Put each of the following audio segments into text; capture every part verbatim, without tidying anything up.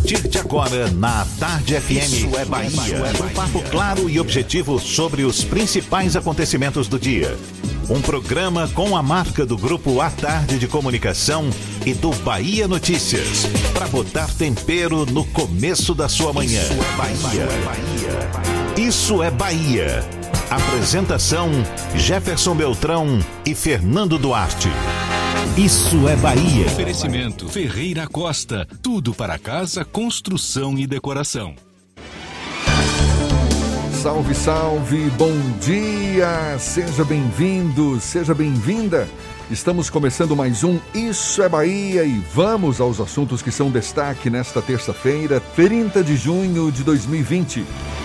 partir de agora, na Tarde F M, Isso é Bahia. Um papo claro e objetivo sobre os principais acontecimentos do dia. Um programa com a marca do Grupo A Tarde de Comunicação e do Bahia Notícias. Para botar tempero no começo da sua manhã. Isso é Bahia. Isso é Bahia. Apresentação: Jefferson Beltrão e Fernando Duarte. Isso é Bahia. Oferecimento Ferreira Costa. Tudo para casa, construção e decoração. Salve, salve, bom dia, seja bem-vindo, seja bem-vinda. Estamos começando mais um Isso é Bahia e vamos aos assuntos que são destaque nesta terça-feira, trinta de junho de dois mil e vinte.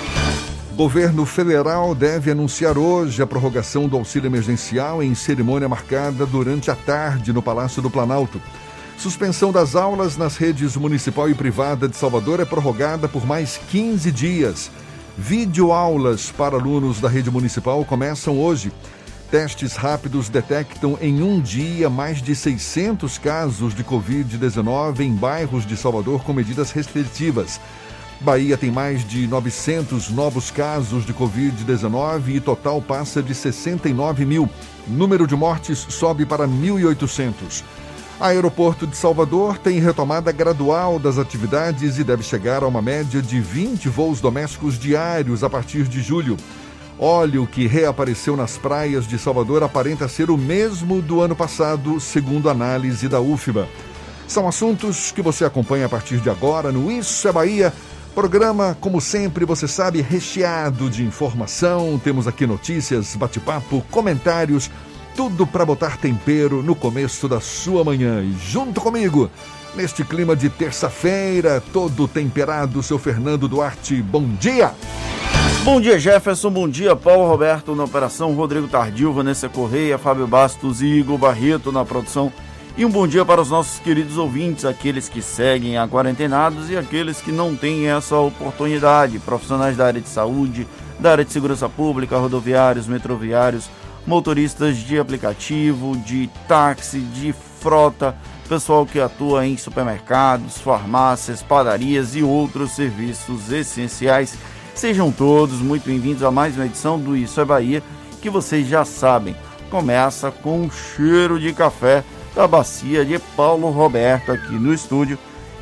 Governo federal deve anunciar hoje a prorrogação do auxílio emergencial em cerimônia marcada durante a tarde no Palácio do Planalto. Suspensão das aulas nas redes municipal e privada de Salvador é prorrogada por mais quinze dias. Videoaulas para alunos da rede municipal começam hoje. Testes rápidos detectam em um dia mais de seiscentos casos de covid dezenove em bairros de Salvador com medidas restritivas. Bahia tem mais de novecentos novos casos de covid dezenove e total passa de sessenta e nove mil. Número de mortes sobe para mil e oitocentos. Aeroporto de Salvador tem retomada gradual das atividades e deve chegar a uma média de vinte voos domésticos diários a partir de julho. Óleo que reapareceu nas praias de Salvador aparenta ser o mesmo do ano passado, segundo análise da U F B A. São assuntos que você acompanha a partir de agora no Isso é Bahia. Programa, como sempre, você sabe, recheado de informação. Temos aqui notícias, bate-papo, comentários, tudo para botar tempero no começo da sua manhã. E junto comigo, neste clima de terça-feira, todo temperado, seu Fernando Duarte. Bom dia! Bom dia, Jefferson. Bom dia, Paulo Roberto na operação, Rodrigo Tardio, Vanessa Correia, Fábio Bastos e Igor Barreto na produção. E um bom dia para os nossos queridos ouvintes, aqueles que seguem a quarentenados e aqueles que não têm essa oportunidade, profissionais da área de saúde, da área de segurança pública, rodoviários, metroviários, motoristas de aplicativo, de táxi, de frota, pessoal que atua em supermercados, farmácias, padarias e outros serviços essenciais. Sejam todos muito bem-vindos a mais uma edição do Isso é Bahia, que vocês já sabem, começa com um cheiro de café da bacia de Paulo Roberto aqui no estúdio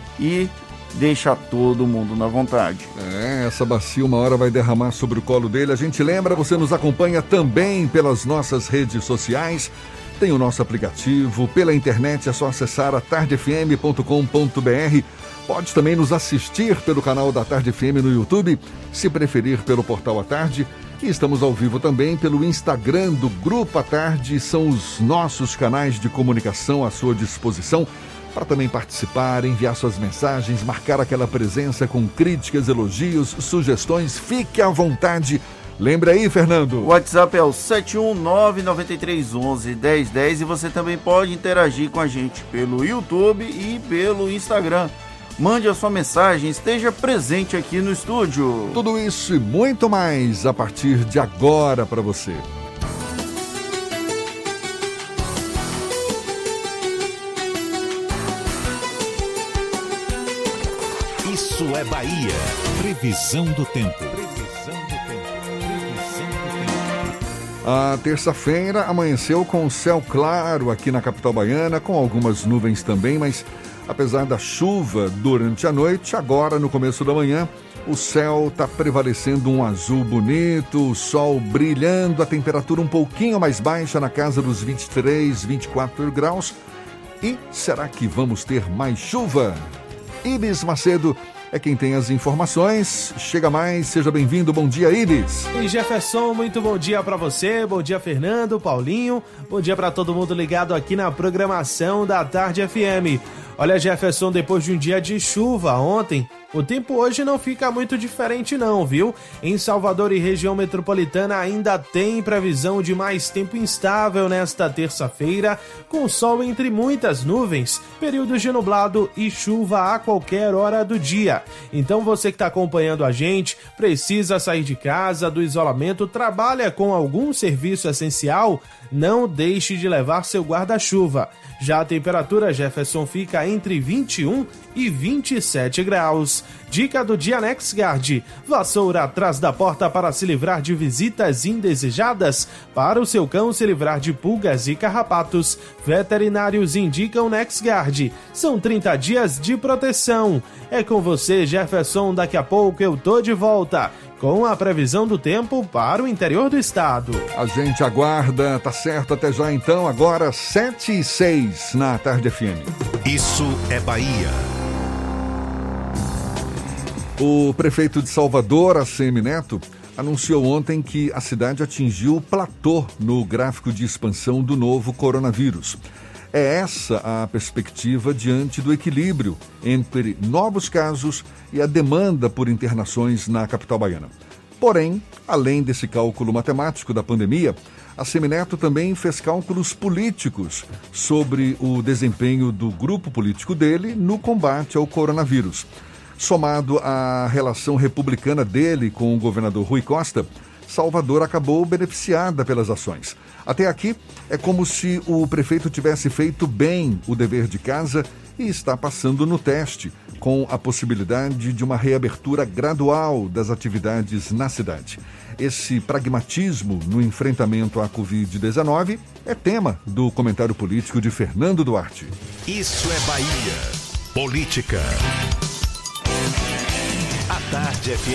e deixa todo mundo na vontade. É, essa bacia uma hora vai derramar sobre o colo dele. A gente lembra, você nos acompanha também pelas nossas redes sociais, tem o nosso aplicativo, pela internet é só acessar a tarde f m ponto com ponto b r. Pode também nos assistir pelo canal da Tarde F M no YouTube, se preferir pelo Portal A Tarde. E estamos ao vivo também pelo Instagram do Grupo A Tarde. São os nossos canais de comunicação à sua disposição para também participar, enviar suas mensagens, marcar aquela presença com críticas, elogios, sugestões. Fique à vontade. Lembra aí, Fernando? O WhatsApp é o sete um nove nove três um um um zero um zero e você também pode interagir com a gente pelo YouTube e pelo Instagram. Mande a sua mensagem, esteja presente aqui no estúdio. Tudo isso e muito mais a partir de agora para você. Isso é Bahia. Previsão do tempo. Previsão do tempo. Previsão do tempo. A terça-feira amanheceu com o céu claro aqui na capital baiana, com algumas nuvens também, mas apesar da chuva durante a noite, agora no começo da manhã, o céu está prevalecendo um azul bonito, o sol brilhando, a temperatura um pouquinho mais baixa na casa dos vinte e três, vinte e quatro graus. E será que vamos ter mais chuva? Ibis Macedo é quem tem as informações. Chega mais, seja bem-vindo. Bom dia, Ibis. E Jefferson, muito bom dia para você. Bom dia, Fernando, Paulinho. Bom dia para todo mundo ligado aqui na programação da Tarde F M. Olha, Jefferson, depois de um dia de chuva ontem, o tempo hoje não fica muito diferente não, viu? Em Salvador e região metropolitana ainda tem previsão de mais tempo instável nesta terça-feira, com sol entre muitas nuvens, períodos de nublado e chuva a qualquer hora do dia. Então você que está acompanhando a gente, precisa sair de casa, do isolamento, trabalha com algum serviço essencial, não deixe de levar seu guarda-chuva. Já a temperatura, Jefferson, fica entre vinte e um e vinte e sete graus. Dica do dia NexGuard: vassoura atrás da porta para se livrar de visitas indesejadas. Para o seu cão se livrar de pulgas e carrapatos, veterinários indicam NexGuard. São trinta dias de proteção. É com você, Jefferson. Daqui a pouco eu tô de volta com a previsão do tempo para o interior do estado. A gente aguarda, tá certo, até já então, agora sete e seis na Tarde F M. Isso é Bahia. O prefeito de Salvador, A C M Neto, anunciou ontem que a cidade atingiu o platô no gráfico de expansão do novo coronavírus. É essa a perspectiva diante do equilíbrio entre novos casos e a demanda por internações na capital baiana. Porém, além desse cálculo matemático da pandemia, a Semineto também fez cálculos políticos sobre o desempenho do grupo político dele no combate ao coronavírus. Somado à relação republicana dele com o governador Rui Costa, Salvador acabou beneficiada pelas ações. Até aqui, é como se o prefeito tivesse feito bem o dever de casa e está passando no teste, com a possibilidade de uma reabertura gradual das atividades na cidade. Esse pragmatismo no enfrentamento à covid dezenove é tema do comentário político de Fernando Duarte. Isso é Bahia. Política. A Tarde F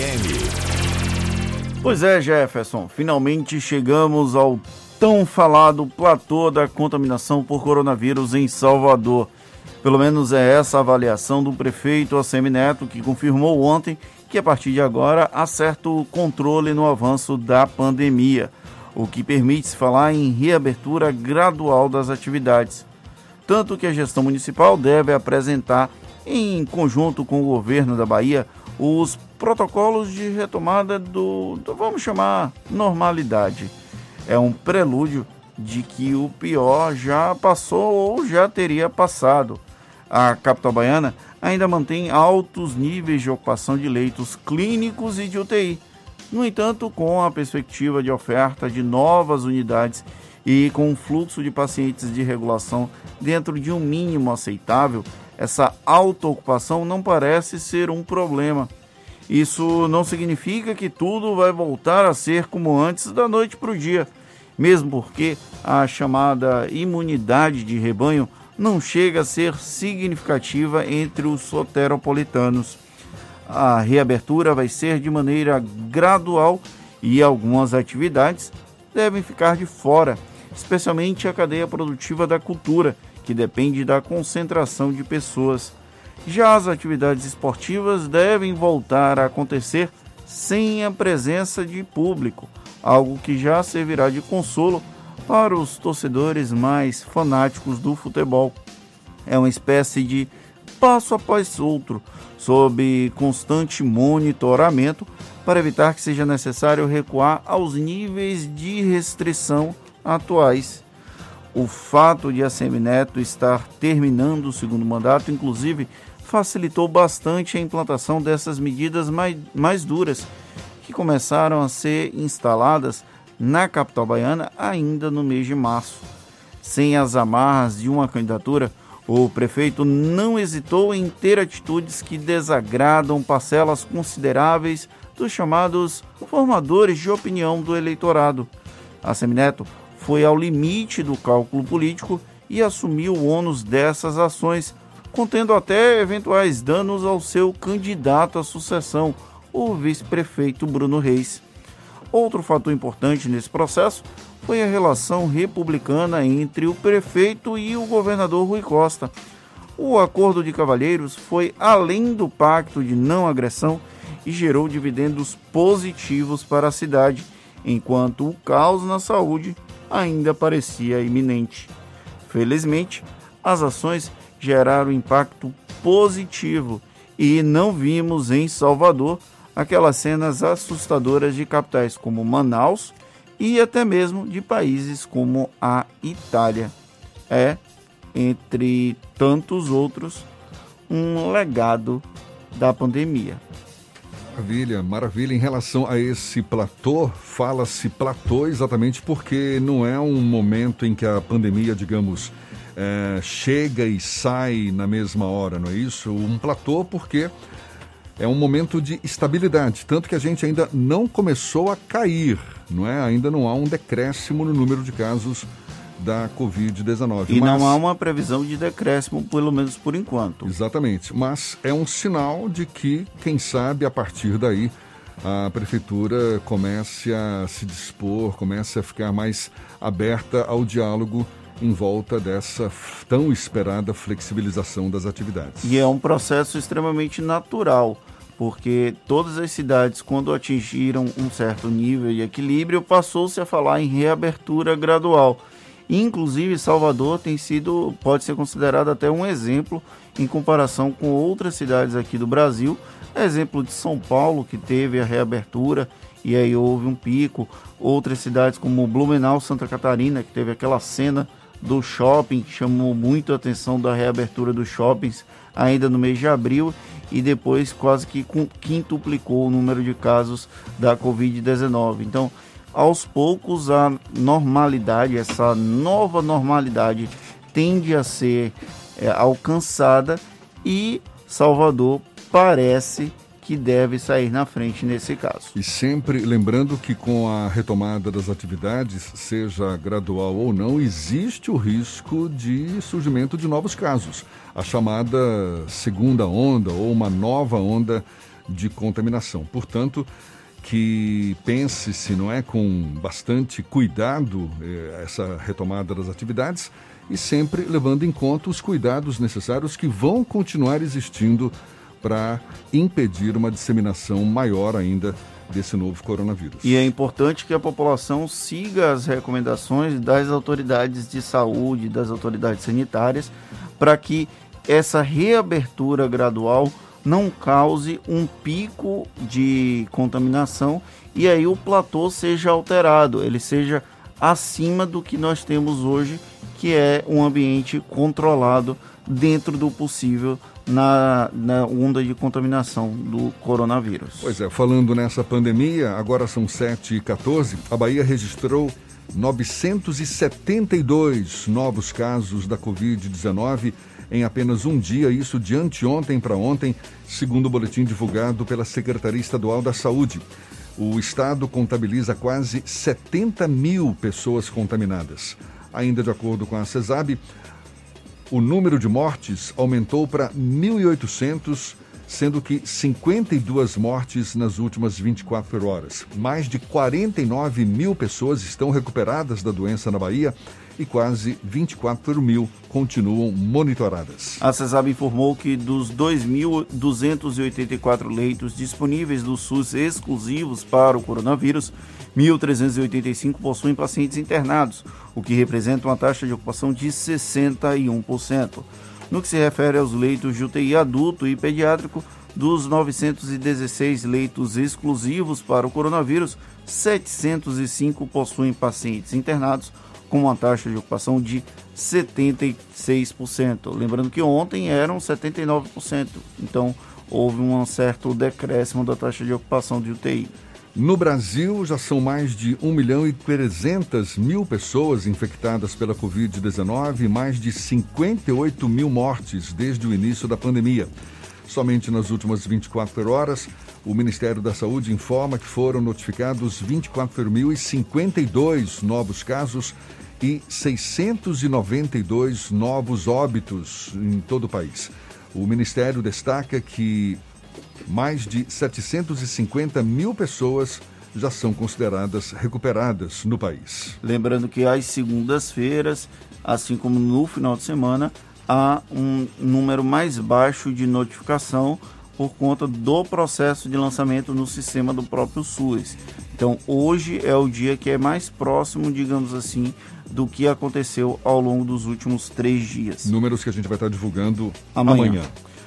M. Pois é, Jefferson, finalmente chegamos ao tão falado platô da contaminação por coronavírus em Salvador. Pelo menos é essa a avaliação do prefeito A C M Neto, que confirmou ontem que a partir de agora há certo controle no avanço da pandemia, o que permite se falar em reabertura gradual das atividades. Tanto que a gestão municipal deve apresentar, em conjunto com o governo da Bahia, os protocolos de retomada do, do vamos chamar, normalidade. É um prelúdio de que o pior já passou ou já teria passado. A capital baiana ainda mantém altos níveis de ocupação de leitos clínicos e de U T I. No entanto, com a perspectiva de oferta de novas unidades e com um fluxo de pacientes de regulação dentro de um mínimo aceitável, essa alta ocupação não parece ser um problema. Isso não significa que tudo vai voltar a ser como antes da noite para o dia, mesmo porque a chamada imunidade de rebanho não chega a ser significativa entre os soteropolitanos. A reabertura vai ser de maneira gradual e algumas atividades devem ficar de fora, especialmente a cadeia produtiva da cultura, que depende da concentração de pessoas. Já as atividades esportivas devem voltar a acontecer sem a presença de público, algo que já servirá de consolo para os torcedores mais fanáticos do futebol. É uma espécie de passo após outro, sob constante monitoramento, para evitar que seja necessário recuar aos níveis de restrição atuais. O fato de A C M Neto estar terminando o segundo mandato, inclusive, facilitou bastante a implantação dessas medidas mais, mais duras, que começaram a ser instaladas na capital baiana ainda no mês de março. Sem as amarras de uma candidatura, o prefeito não hesitou em ter atitudes que desagradam parcelas consideráveis dos chamados formadores de opinião do eleitorado. A Semineto foi ao limite do cálculo político e assumiu o ônus dessas ações, contendo até eventuais danos ao seu candidato à sucessão, o vice-prefeito Bruno Reis. Outro fator importante nesse processo foi a relação republicana entre o prefeito e o governador Rui Costa. O acordo de cavalheiros foi além do pacto de não agressão e gerou dividendos positivos para a cidade, enquanto o caos na saúde ainda parecia iminente. Felizmente, as ações geraram impacto positivo e não vimos em Salvador aquelas cenas assustadoras de capitais como Manaus e até mesmo de países como a Itália. É, entre tantos outros, um legado da pandemia. Maravilha, maravilha. Em relação a esse platô, fala-se platô exatamente porque não é um momento em que a pandemia, digamos, é, chega e sai na mesma hora, não é isso? Um platô porque é um momento de estabilidade, tanto que a gente ainda não começou a cair, não é? Ainda não há um decréscimo no número de casos da covid dezenove. E mas... não há uma previsão de decréscimo, pelo menos por enquanto. Exatamente, mas é um sinal de que, quem sabe, a partir daí, a prefeitura comece a se dispor, comece a ficar mais aberta ao diálogo em volta dessa tão esperada flexibilização das atividades. E é um processo extremamente natural, porque todas as cidades, quando atingiram um certo nível de equilíbrio, passou-se a falar em reabertura gradual. Inclusive, Salvador tem sido, pode ser considerado até um exemplo em comparação com outras cidades aqui do Brasil. Exemplo de São Paulo, que teve a reabertura e aí houve um pico. Outras cidades como Blumenau, Santa Catarina, que teve aquela cena do shopping, que chamou muito a atenção da reabertura dos shoppings ainda no mês de abril, e depois quase que quintuplicou o número de casos da covid dezenove. Então, aos poucos, a normalidade, essa nova normalidade, tende a ser é, alcançada, e Salvador parece que deve sair na frente nesse caso. E sempre lembrando que com a retomada das atividades, seja gradual ou não, existe o risco de surgimento de novos casos. A chamada segunda onda ou uma nova onda de contaminação. Portanto, que pense-se, não é, com bastante cuidado eh, essa retomada das atividades, e sempre levando em conta os cuidados necessários que vão continuar existindo para impedir uma disseminação maior ainda desse novo coronavírus. E é importante que a população siga as recomendações das autoridades de saúde, das autoridades sanitárias, para que essa reabertura gradual não cause um pico de contaminação e aí o platô seja alterado, ele seja acima do que nós temos hoje, que é um ambiente controlado dentro do possível na, na onda de contaminação do coronavírus. Pois é, falando nessa pandemia, agora são sete e quatorze, a Bahia registrou novecentos e setenta e dois novos casos da covid dezenove em apenas um dia, isso de anteontem para ontem, segundo o boletim divulgado pela Secretaria Estadual da Saúde. O estado contabiliza quase setenta mil pessoas contaminadas. Ainda de acordo com a CESAB, o número de mortes aumentou para mil e oitocentos, sendo que cinquenta e duas mortes nas últimas vinte e quatro horas. Mais de quarenta e nove mil pessoas estão recuperadas da doença na Bahia e quase vinte e quatro mil continuam monitoradas. A CESAB informou que dos dois mil duzentos e oitenta e quatro leitos disponíveis do SUS exclusivos para o coronavírus, mil trezentos e oitenta e cinco possuem pacientes internados, o que representa uma taxa de ocupação de sessenta e um por cento. No que se refere aos leitos de U T I adulto e pediátrico, dos novecentos e dezesseis leitos exclusivos para o coronavírus, setecentos e cinco possuem pacientes internados, com uma taxa de ocupação de setenta e seis por cento. Lembrando que ontem eram setenta e nove por cento, então houve um certo decréscimo da taxa de ocupação de U T I. No Brasil, já são mais de um milhão e trezentas mil pessoas infectadas pela covid dezenove e mais de cinquenta e oito mil mortes desde o início da pandemia. Somente nas últimas vinte e quatro horas, o Ministério da Saúde informa que foram notificados vinte e quatro mil e cinquenta e dois novos casos e seiscentos e noventa e dois novos óbitos em todo o país. O Ministério destaca que mais de setecentos e cinquenta mil pessoas já são consideradas recuperadas no país. Lembrando que às segundas-feiras, assim como no final de semana, há um número mais baixo de notificação por conta do processo de lançamento no sistema do próprio SUS. Então, hoje é o dia que é mais próximo, digamos assim, do que aconteceu ao longo dos últimos três dias. Números que a gente vai estar divulgando amanhã. amanhã.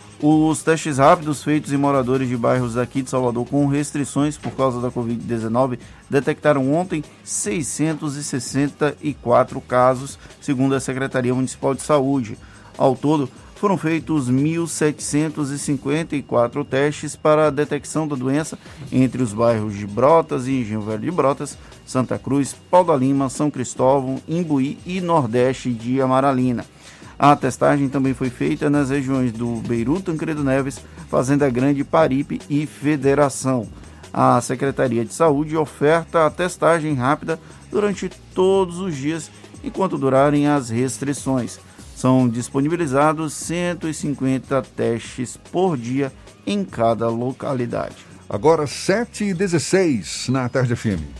Os testes rápidos feitos em moradores de bairros aqui de Salvador com restrições por causa da covid dezenove detectaram ontem seiscentos e sessenta e quatro casos, segundo a Secretaria Municipal de Saúde. Ao todo, foram feitos mil setecentos e cinquenta e quatro testes para a detecção da doença entre os bairros de Brotas e Engenho Velho de Brotas, Santa Cruz, Pau da Lima, São Cristóvão, Imbuí e Nordeste de Amaralina. A testagem também foi feita nas regiões do Beiru, Tancredo Neves, Fazenda Grande, Paripe e Federação. A Secretaria de Saúde oferta a testagem rápida durante todos os dias, enquanto durarem as restrições. São disponibilizados cento e cinquenta testes por dia em cada localidade. Agora sete e dezesseis na Tarde F M.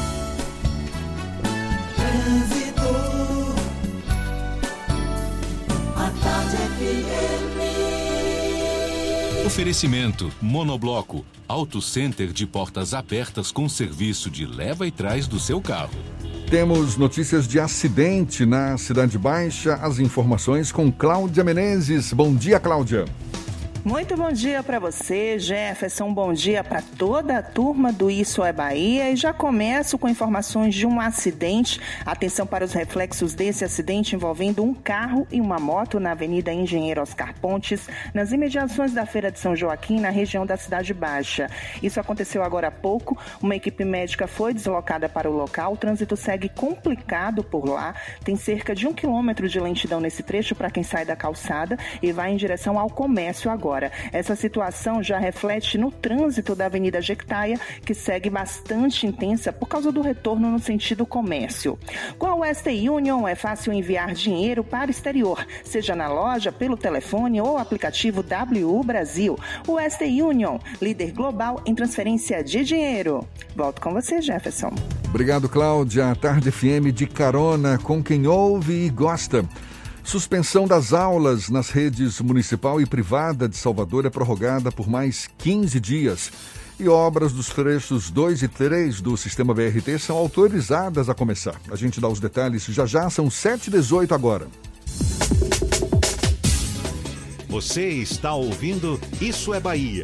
Oferecimento Monobloco, Auto Center de portas abertas com serviço de leva e trás do seu carro. Temos notícias de acidente na Cidade Baixa, as informações com Cláudia Menezes. Bom dia, Cláudia. Muito bom dia para você, Jefferson. Bom dia para toda a turma do Isso é Bahia. E já começo com informações de um acidente. Atenção para os reflexos desse acidente envolvendo um carro e uma moto na Avenida Engenheiro Oscar Pontes, nas imediações da Feira de São Joaquim, na região da Cidade Baixa. Isso aconteceu agora há pouco. Uma equipe médica foi deslocada para o local. O trânsito segue complicado por lá. Tem cerca de um quilômetro de lentidão nesse trecho para quem sai da calçada e vai em direção ao comércio agora. Essa situação já reflete no trânsito da Avenida Jequitaia, que segue bastante intensa por causa do retorno no sentido comércio. Com a Western Union é fácil enviar dinheiro para o exterior, seja na loja, pelo telefone ou aplicativo W U Brasil. O Western Union, líder global em transferência de dinheiro. Volto com você, Jefferson. Obrigado, Cláudia. A Tarde F M de carona com quem ouve e gosta. Suspensão das aulas nas redes municipal e privada de Salvador é prorrogada por mais quinze dias. E obras dos trechos dois e três do sistema B R T são autorizadas a começar. A gente dá os detalhes já já, são sete e dezoito agora. Você está ouvindo Isso é Bahia.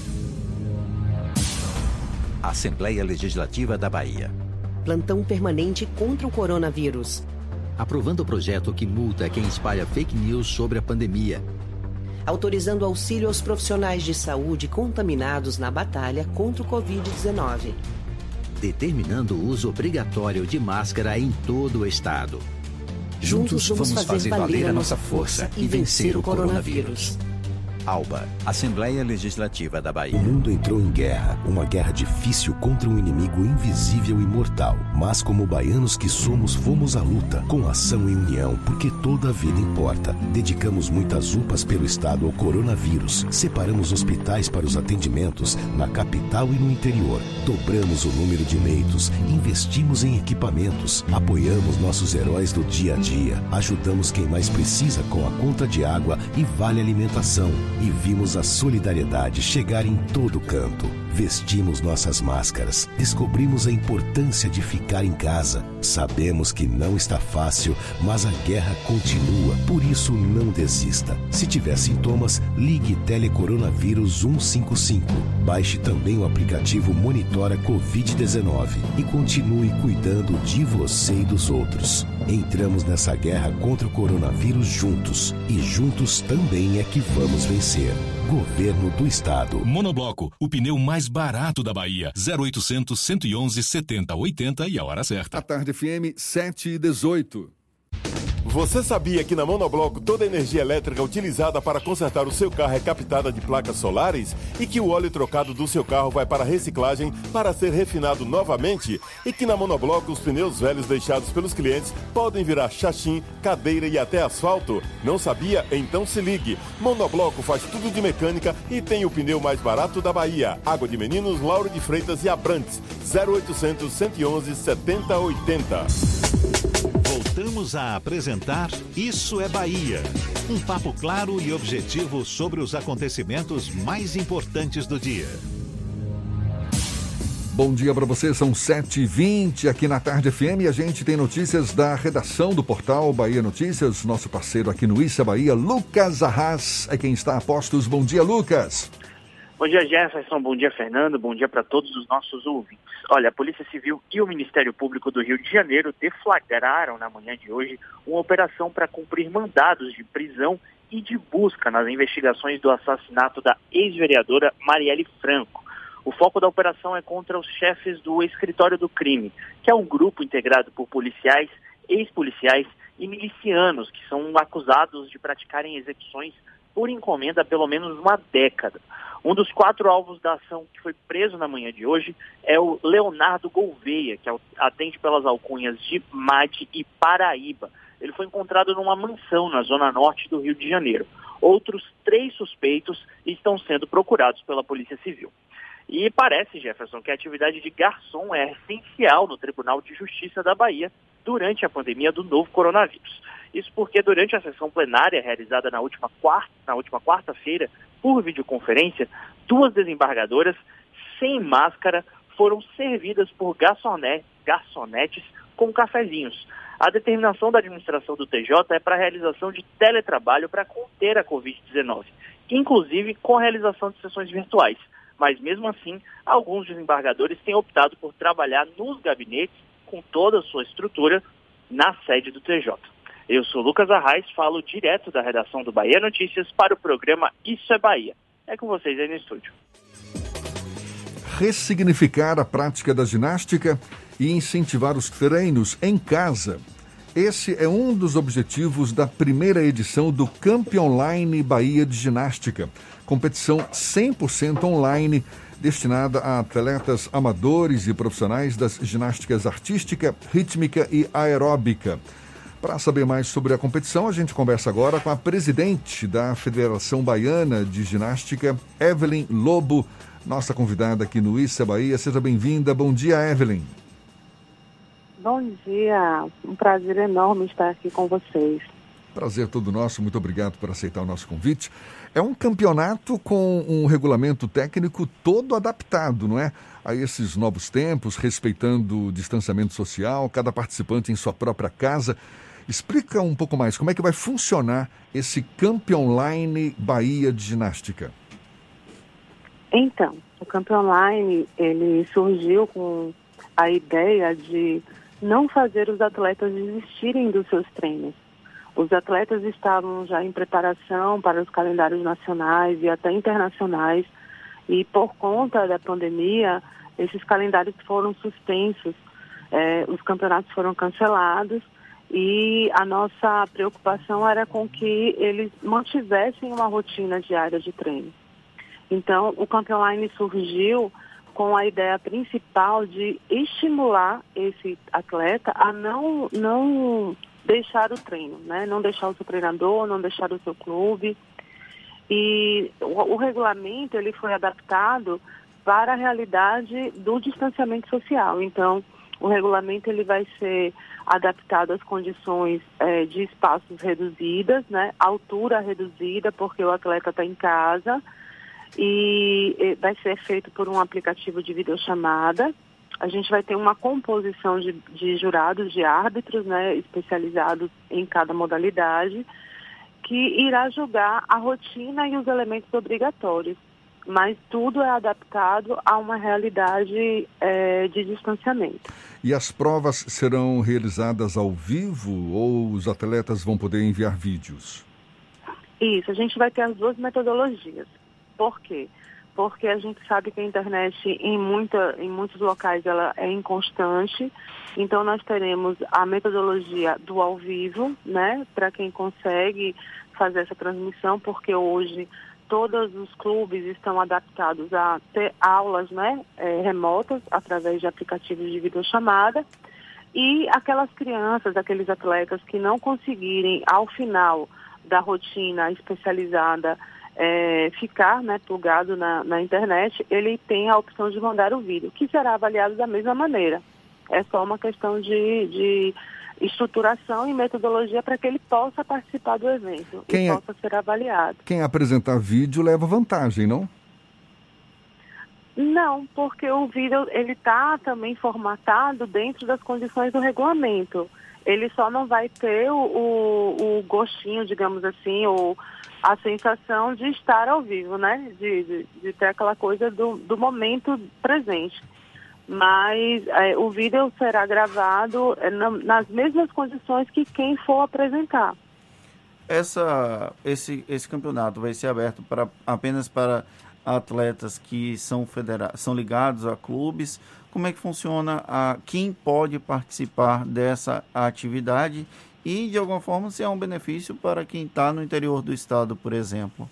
Assembleia Legislativa da Bahia. Plantão permanente contra o coronavírus. Aprovando o projeto que multa quem espalha fake news sobre a pandemia. Autorizando auxílio aos profissionais de saúde contaminados na batalha contra o covid dezenove. Determinando o uso obrigatório de máscara em todo o estado. Juntos, Juntos vamos, vamos fazer, fazer valer a nossa força e vencer o coronavírus. ALBA, Assembleia Legislativa da Bahia. O mundo entrou em guerra, uma guerra difícil contra um inimigo invisível e mortal. Mas como baianos que somos, fomos à luta, com ação e união, porque toda a vida importa. Dedicamos muitas U P As pelo estado ao coronavírus. Separamos hospitais para os atendimentos na capital e no interior. Dobramos o número de leitos, investimos em equipamentos, apoiamos nossos heróis do dia a dia, ajudamos quem mais precisa com a conta de água e vale alimentação. E vimos a solidariedade chegar em todo canto. Vestimos nossas máscaras. Descobrimos a importância de ficar em casa. Sabemos que não está fácil, mas a guerra continua. Por isso, não desista. Se tiver sintomas, ligue Telecoronavírus um cinco cinco. Baixe também o aplicativo Monitora covid dezenove e continue cuidando de você e dos outros. Entramos nessa guerra contra o coronavírus juntos. E juntos também é que vamos vencer. Governo do Estado. Monobloco, o pneu mais barato da Bahia. zero oitocentos, cento e onze, setenta, oitenta e a hora certa. A Tarde F M sete e dezoito. Você sabia que na Monobloco toda a energia elétrica utilizada para consertar o seu carro é captada de placas solares? E que o óleo trocado do seu carro vai para reciclagem para ser refinado novamente? E que na Monobloco os pneus velhos deixados pelos clientes podem virar chachim, cadeira e até asfalto? Não sabia? Então se ligue. Monobloco faz tudo de mecânica e tem o pneu mais barato da Bahia. Água de Meninos, Lauro de Freitas e Abrantes. zero oitocentos, cento e onze, setenta, oitenta. Voltamos a apresentar Isso é Bahia. Um papo claro e objetivo sobre os acontecimentos mais importantes do dia. Bom dia para você, são sete e vinte aqui na Tarde F M e a gente tem notícias da redação do portal Bahia Notícias. Nosso parceiro aqui no Isso é Bahia, Lucas Arras, é quem está a postos. Bom dia, Lucas. Bom dia, Jefferson. Bom dia, Fernando. Bom dia para todos os nossos ouvintes. Olha, a Polícia Civil e o Ministério Público do Rio de Janeiro deflagraram na manhã de hoje uma operação para cumprir mandados de prisão e de busca nas investigações do assassinato da ex-vereadora Marielle Franco. O foco da operação é contra os chefes do Escritório do Crime, que é um grupo integrado por policiais, ex-policiais e milicianos, que são acusados de praticarem execuções por encomenda há pelo menos uma década. Um dos quatro alvos da ação que foi preso na manhã de hoje é o Leonardo Gouveia, que atende pelas alcunhas de Madi e Paraíba. Ele foi encontrado numa mansão na zona norte do Rio de Janeiro. Outros três suspeitos estão sendo procurados pela Polícia Civil. E parece, Jefferson, que a atividade de garçom é essencial no Tribunal de Justiça da Bahia durante a pandemia do novo coronavírus. Isso porque durante a sessão plenária realizada na última quarta, na última quarta-feira, por videoconferência, duas desembargadoras sem máscara foram servidas por garçoné, garçonetes com cafezinhos. A determinação da administração do T J é para a realização de teletrabalho para conter a covid dezenove, inclusive com a realização de sessões virtuais. Mas mesmo assim, alguns desembargadores têm optado por trabalhar nos gabinetes com toda a sua estrutura na sede do T J. Eu sou Lucas Arraes, falo direto da redação do Bahia Notícias para o programa Isso é Bahia. É com vocês aí no estúdio. Ressignificar a prática da ginástica e incentivar os treinos em casa. Esse é um dos objetivos da primeira edição do Camp Online Bahia de Ginástica, competição cem por cento online destinada a atletas amadores e profissionais das ginásticas artística, rítmica e aeróbica. Para saber mais sobre a competição, a gente conversa agora com a presidente da Federação Baiana de Ginástica, Evelyn Lobo, nossa convidada aqui no Isso é Bahia. Seja bem-vinda. Bom dia, Evelyn. Bom dia. Um prazer enorme estar aqui com vocês. Prazer todo nosso. Muito obrigado por aceitar o nosso convite. É um campeonato com um regulamento técnico todo adaptado, não é? A esses novos tempos, respeitando o distanciamento social, cada participante em sua própria casa. Explica um pouco mais como é que vai funcionar esse Camp Online Bahia de Ginástica. Então, o Camp Online, ele surgiu com a ideia de não fazer os atletas desistirem dos seus treinos. Os atletas estavam já em preparação para os calendários nacionais e até internacionais, e por conta da pandemia, esses calendários foram suspensos, eh, os campeonatos foram cancelados, e a nossa preocupação era com que eles mantivessem uma rotina diária de treino. Então, o Camp Online surgiu com a ideia principal de estimular esse atleta a não, não deixar o treino, né? Não deixar o seu treinador, não deixar o seu clube. E o, o regulamento ele foi adaptado para a realidade do distanciamento social. Então, o regulamento ele vai ser adaptado às condições é, de espaços reduzidas, né? Altura reduzida, porque o atleta está em casa, e, e vai ser feito por um aplicativo de videochamada. A gente vai ter uma composição de, de jurados, de árbitros, né, especializados em cada modalidade, que irá julgar a rotina e os elementos obrigatórios. Mas tudo é adaptado a uma realidade é, de distanciamento. E as provas serão realizadas ao vivo ou os atletas vão poder enviar vídeos? Isso, a gente vai ter as duas metodologias. Por quê? Porque a gente sabe que a internet em, muita, em muitos locais ela é inconstante, então nós teremos a metodologia do ao vivo, né, para quem consegue fazer essa transmissão, porque hoje todos os clubes estão adaptados a ter aulas, né, é, remotas através de aplicativos de videochamada, e aquelas crianças, aqueles atletas que não conseguirem ao final da rotina especializada É, ficar, né, plugado na, na internet, ele tem a opção de mandar o vídeo, que será avaliado da mesma maneira. É só uma questão de, de estruturação e metodologia para que ele possa participar do evento quem e é, possa ser avaliado. Quem apresentar vídeo leva vantagem, não? Não, porque o vídeo ele está também formatado dentro das condições do regulamento. Ele só não vai ter o, o, o gostinho, digamos assim, ou a sensação de estar ao vivo, né? De, de, de ter aquela coisa do, do momento presente. Mas é, o vídeo será gravado é, na, nas mesmas condições que quem for apresentar. Essa, esse, esse campeonato vai ser aberto para, apenas para atletas que são, federa- são ligados a clubes. Como é que funciona? A, quem pode participar dessa atividade e, de alguma forma, se é um benefício para quem está no interior do estado, por exemplo.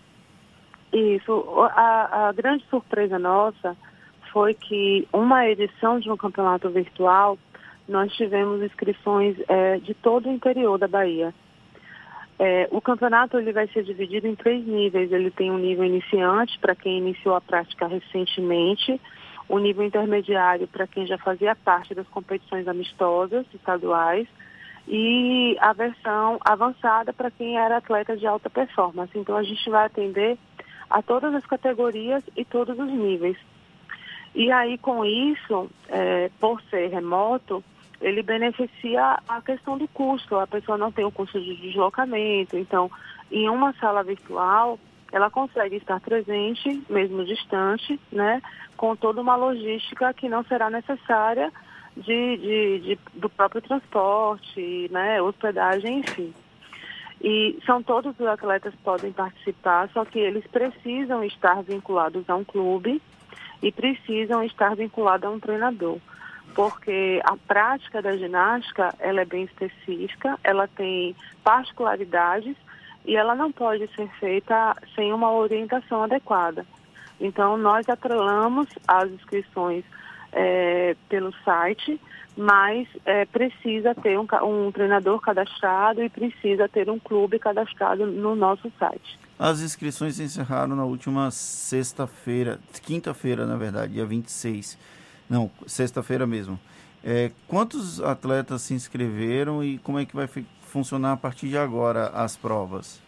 Isso. A, a grande surpresa nossa foi que uma edição de um campeonato virtual, nós tivemos inscrições é, de todo o interior da Bahia. É, o campeonato ele vai ser dividido em três níveis. Ele tem um nível iniciante, para quem iniciou a prática recentemente, o nível intermediário para quem já fazia parte das competições amistosas estaduais, e a versão avançada para quem era atleta de alta performance. Então, a gente vai atender a todas as categorias e todos os níveis. E aí, com isso, é, por ser remoto, ele beneficia a questão do custo. A pessoa não tem o custo de deslocamento. Então, em uma sala virtual, ela consegue estar presente, mesmo distante, né, com toda uma logística que não será necessária de, de, de, do próprio transporte, né, hospedagem, enfim. E são todos os atletas que podem participar, só que eles precisam estar vinculados a um clube e precisam estar vinculados a um treinador, porque a prática da ginástica, ela é bem específica, ela tem particularidades e ela não pode ser feita sem uma orientação adequada. Então, nós atrelamos as inscrições é, pelo site, mas é, precisa ter um, um treinador cadastrado e precisa ter um clube cadastrado no nosso site. As inscrições se encerraram na última sexta-feira, quinta-feira, na verdade, dia vinte e seis. Não, sexta-feira mesmo. É, quantos atletas se inscreveram e como é que vai funcionar a partir de agora as provas?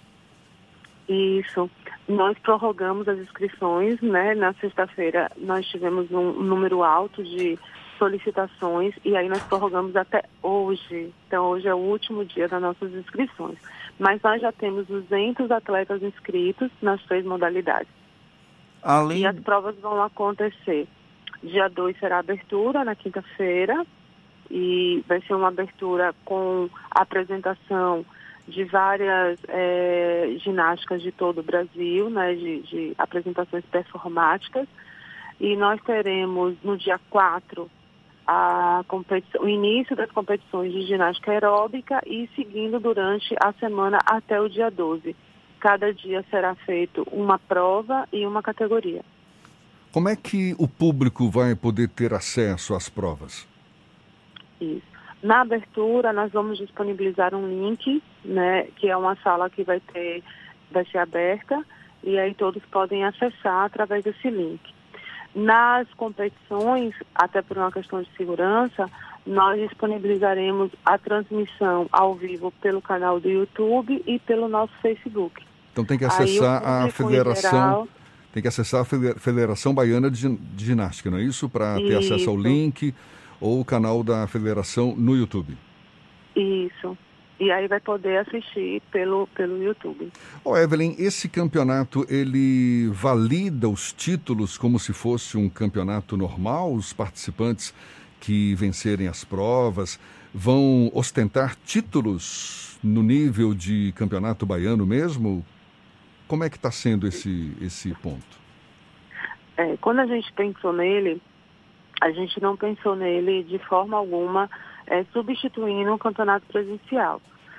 Isso. Nós prorrogamos as inscrições, né? Na sexta-feira nós tivemos um número alto de solicitações e aí nós prorrogamos até hoje. Então, hoje é o último dia das nossas inscrições. Mas nós já temos duzentos atletas inscritos nas três modalidades. Além... E as provas vão acontecer. Dia dois será a abertura, na quinta-feira, e vai ser uma abertura com apresentação de várias é, ginásticas de todo o Brasil, né, de, de apresentações performáticas. E nós teremos no dia quatro a competição, o início das competições de ginástica aeróbica e seguindo durante a semana até o dia doze. Cada dia será feito uma prova e uma categoria. Como é que o público vai poder ter acesso às provas? Isso. Na abertura, nós vamos disponibilizar um link, né, que é uma sala que vai ter, vai ser aberta, e aí todos podem acessar através desse link. Nas competições, até por uma questão de segurança, nós disponibilizaremos a transmissão ao vivo pelo canal do YouTube e pelo nosso Facebook. Então tem que acessar a federação, geral, tem que acessar a Federação Baiana de Ginástica, não é isso? Para ter isso. acesso ao link ou o canal da federação no YouTube. Isso. E aí vai poder assistir pelo, pelo YouTube. Ô Evelyn, esse campeonato, ele valida os títulos como se fosse um campeonato normal? Os participantes que vencerem as provas vão ostentar títulos no nível de campeonato baiano mesmo? Como é que está sendo esse, esse ponto? É, quando a gente pensou nele, a gente não pensou nele de forma alguma é, substituindo um campeonato presencial.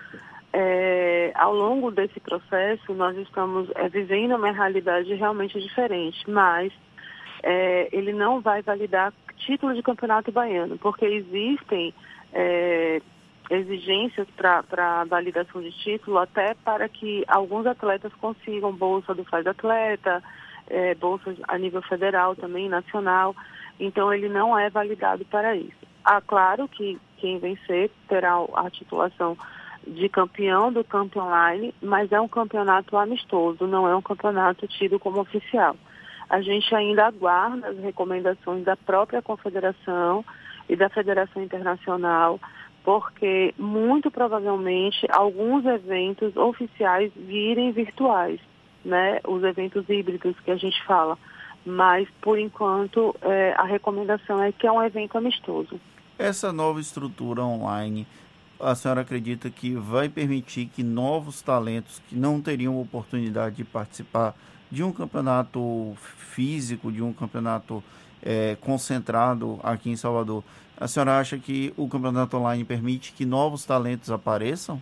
É, ao longo desse processo, nós estamos é, vivendo uma realidade realmente diferente, mas é, ele não vai validar título de campeonato baiano, porque existem é, exigências para a validação de título, até para que alguns atletas consigam bolsa do Faz Atleta, é, bolsas a nível federal também, nacional. Então, ele não é validado para isso. Ah, claro que quem vencer terá a titulação de campeão do Camp Online, mas é um campeonato amistoso, não é um campeonato tido como oficial. A gente ainda aguarda as recomendações da própria Confederação e da Federação Internacional, porque muito provavelmente alguns eventos oficiais virem virtuais, né? Os eventos híbridos que a gente fala. Mas, por enquanto, é, a recomendação é que é um evento amistoso. Essa nova estrutura online, a senhora acredita que vai permitir que novos talentos que não teriam oportunidade de participar de um campeonato físico, de um campeonato é, concentrado aqui em Salvador, a senhora acha que o campeonato online permite que novos talentos apareçam?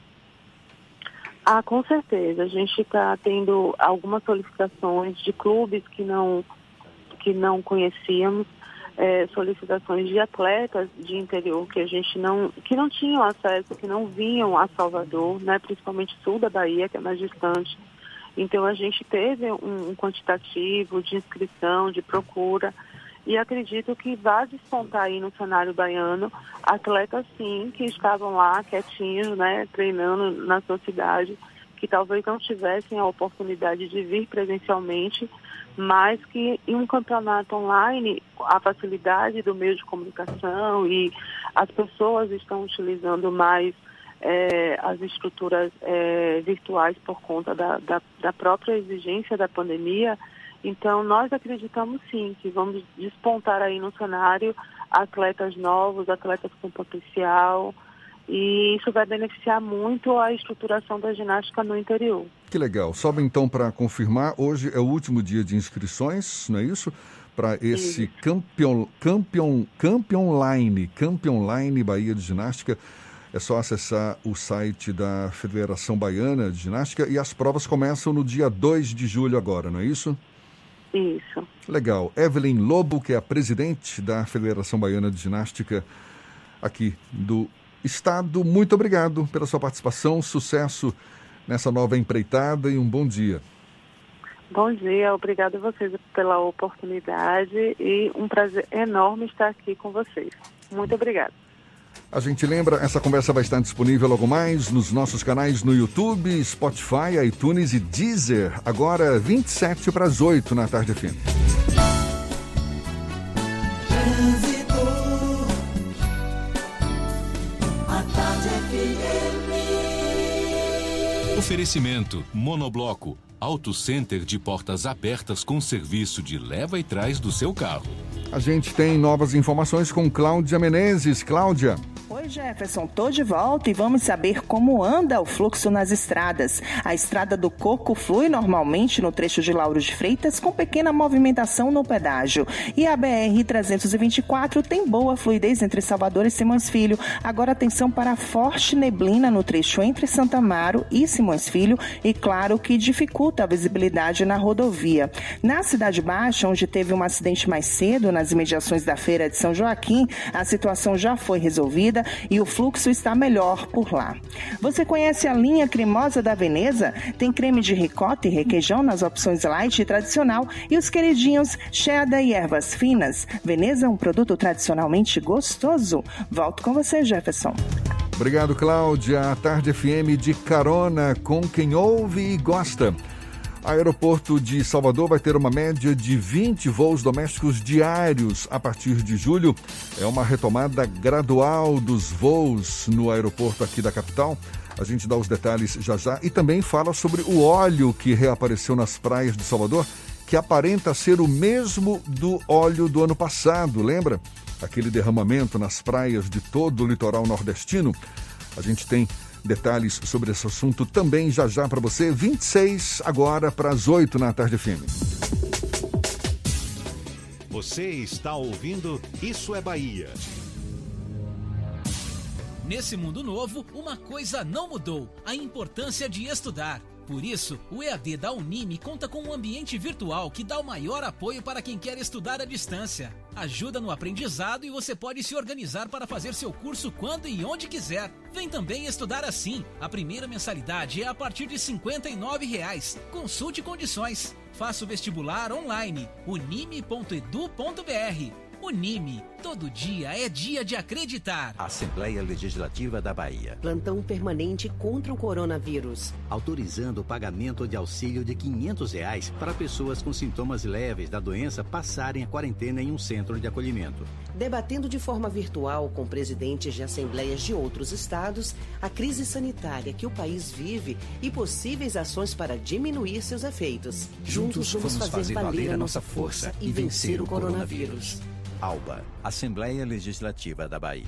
Ah, com certeza. A gente está tendo algumas solicitações de clubes que não, que não conhecíamos, é, solicitações de atletas de interior que a gente não, que não tinham acesso, que não vinham a Salvador, né, principalmente sul da Bahia, que é mais distante. Então a gente teve um, um quantitativo de inscrição, de procura, e acredito que vai despontar aí no cenário baiano atletas, sim, que estavam lá quietinhos, né, treinando na sua cidade, que talvez não tivessem a oportunidade de vir presencialmente, mas que em um campeonato online, a facilidade do meio de comunicação e as pessoas estão utilizando mais é, as estruturas é, virtuais por conta da, da, da própria exigência da pandemia. Então, nós acreditamos sim que vamos despontar aí no cenário atletas novos, atletas com potencial, e isso vai beneficiar muito a estruturação da ginástica no interior. Que legal. Só então para confirmar, hoje é o último dia de inscrições, não é isso? Para esse campeão, campeão, campeão online, campeão online Bahia de Ginástica. É só acessar o site da Federação Baiana de Ginástica e as provas começam no dia dois de julho agora, não é isso? Isso. Legal. Evelyn Lobo, que é a presidente da Federação Baiana de Ginástica aqui do estado, muito obrigado pela sua participação, sucesso nessa nova empreitada e um bom dia. Bom dia, obrigado a vocês pela oportunidade e um prazer enorme estar aqui com vocês. Muito obrigada. A gente lembra, essa conversa vai estar disponível logo mais nos nossos canais no YouTube, Spotify, iTunes e Deezer. Agora, vinte e sete para as oito na Tarde F M. Oferecimento Monobloco, Auto Center de portas abertas com serviço de leva e trás do seu carro. A gente tem novas informações com Cláudia Menezes. Cláudia. Oi, Jefferson, tô de volta e vamos saber como anda o fluxo nas estradas. A estrada do Coco flui normalmente no trecho de Lauro de Freitas, com pequena movimentação no pedágio. E a B R trezentos e vinte e quatro tem boa fluidez entre Salvador e Simões Filho. Agora atenção para a forte neblina no trecho entre Santa Amaro e Simões Filho e, claro, que dificulta a visibilidade na rodovia. Na Cidade Baixa, onde teve um acidente mais cedo, nas imediações da Feira de São Joaquim, a situação já foi resolvida e o fluxo está melhor por lá. Você conhece a linha cremosa da Veneza? Tem creme de ricota e requeijão nas opções light e tradicional e os queridinhos cheddar e ervas finas. Veneza é um produto tradicionalmente gostoso. Volto com você, Jefferson. Obrigado, Cláudia. A Tarde F M de carona com quem ouve e gosta. O aeroporto de Salvador vai ter uma média de vinte voos domésticos diários a partir de julho. É uma retomada gradual dos voos no aeroporto aqui da capital. A gente dá os detalhes já já e também fala sobre o óleo que reapareceu nas praias de Salvador, que aparenta ser o mesmo do óleo do ano passado, lembra? Aquele derramamento nas praias de todo o litoral nordestino. A gente tem detalhes sobre esse assunto também já já para você. vinte e seis agora para as oito na Tarde F M. Você está ouvindo Isso é Bahia. Nesse mundo novo, uma coisa não mudou: a importância de estudar. Por isso, o E A D da Unime conta com um ambiente virtual que dá o maior apoio para quem quer estudar à distância. Ajuda no aprendizado e você pode se organizar para fazer seu curso quando e onde quiser. Vem também estudar assim. A primeira mensalidade é a partir de cinquenta e nove reais. Consulte condições. Faça o vestibular online. unime ponto edu ponto br. Unime. Todo dia é dia de acreditar. Assembleia Legislativa da Bahia. Plantão permanente contra o coronavírus. Autorizando o pagamento de auxílio de quinhentos reais para pessoas com sintomas leves da doença passarem a quarentena em um centro de acolhimento. Debatendo de forma virtual com presidentes de assembleias de outros estados a crise sanitária que o país vive e possíveis ações para diminuir seus efeitos. Juntos, Juntos vamos fazer, fazer valer a nossa força e vencer o coronavírus. ALBA, Assembleia Legislativa da Bahia.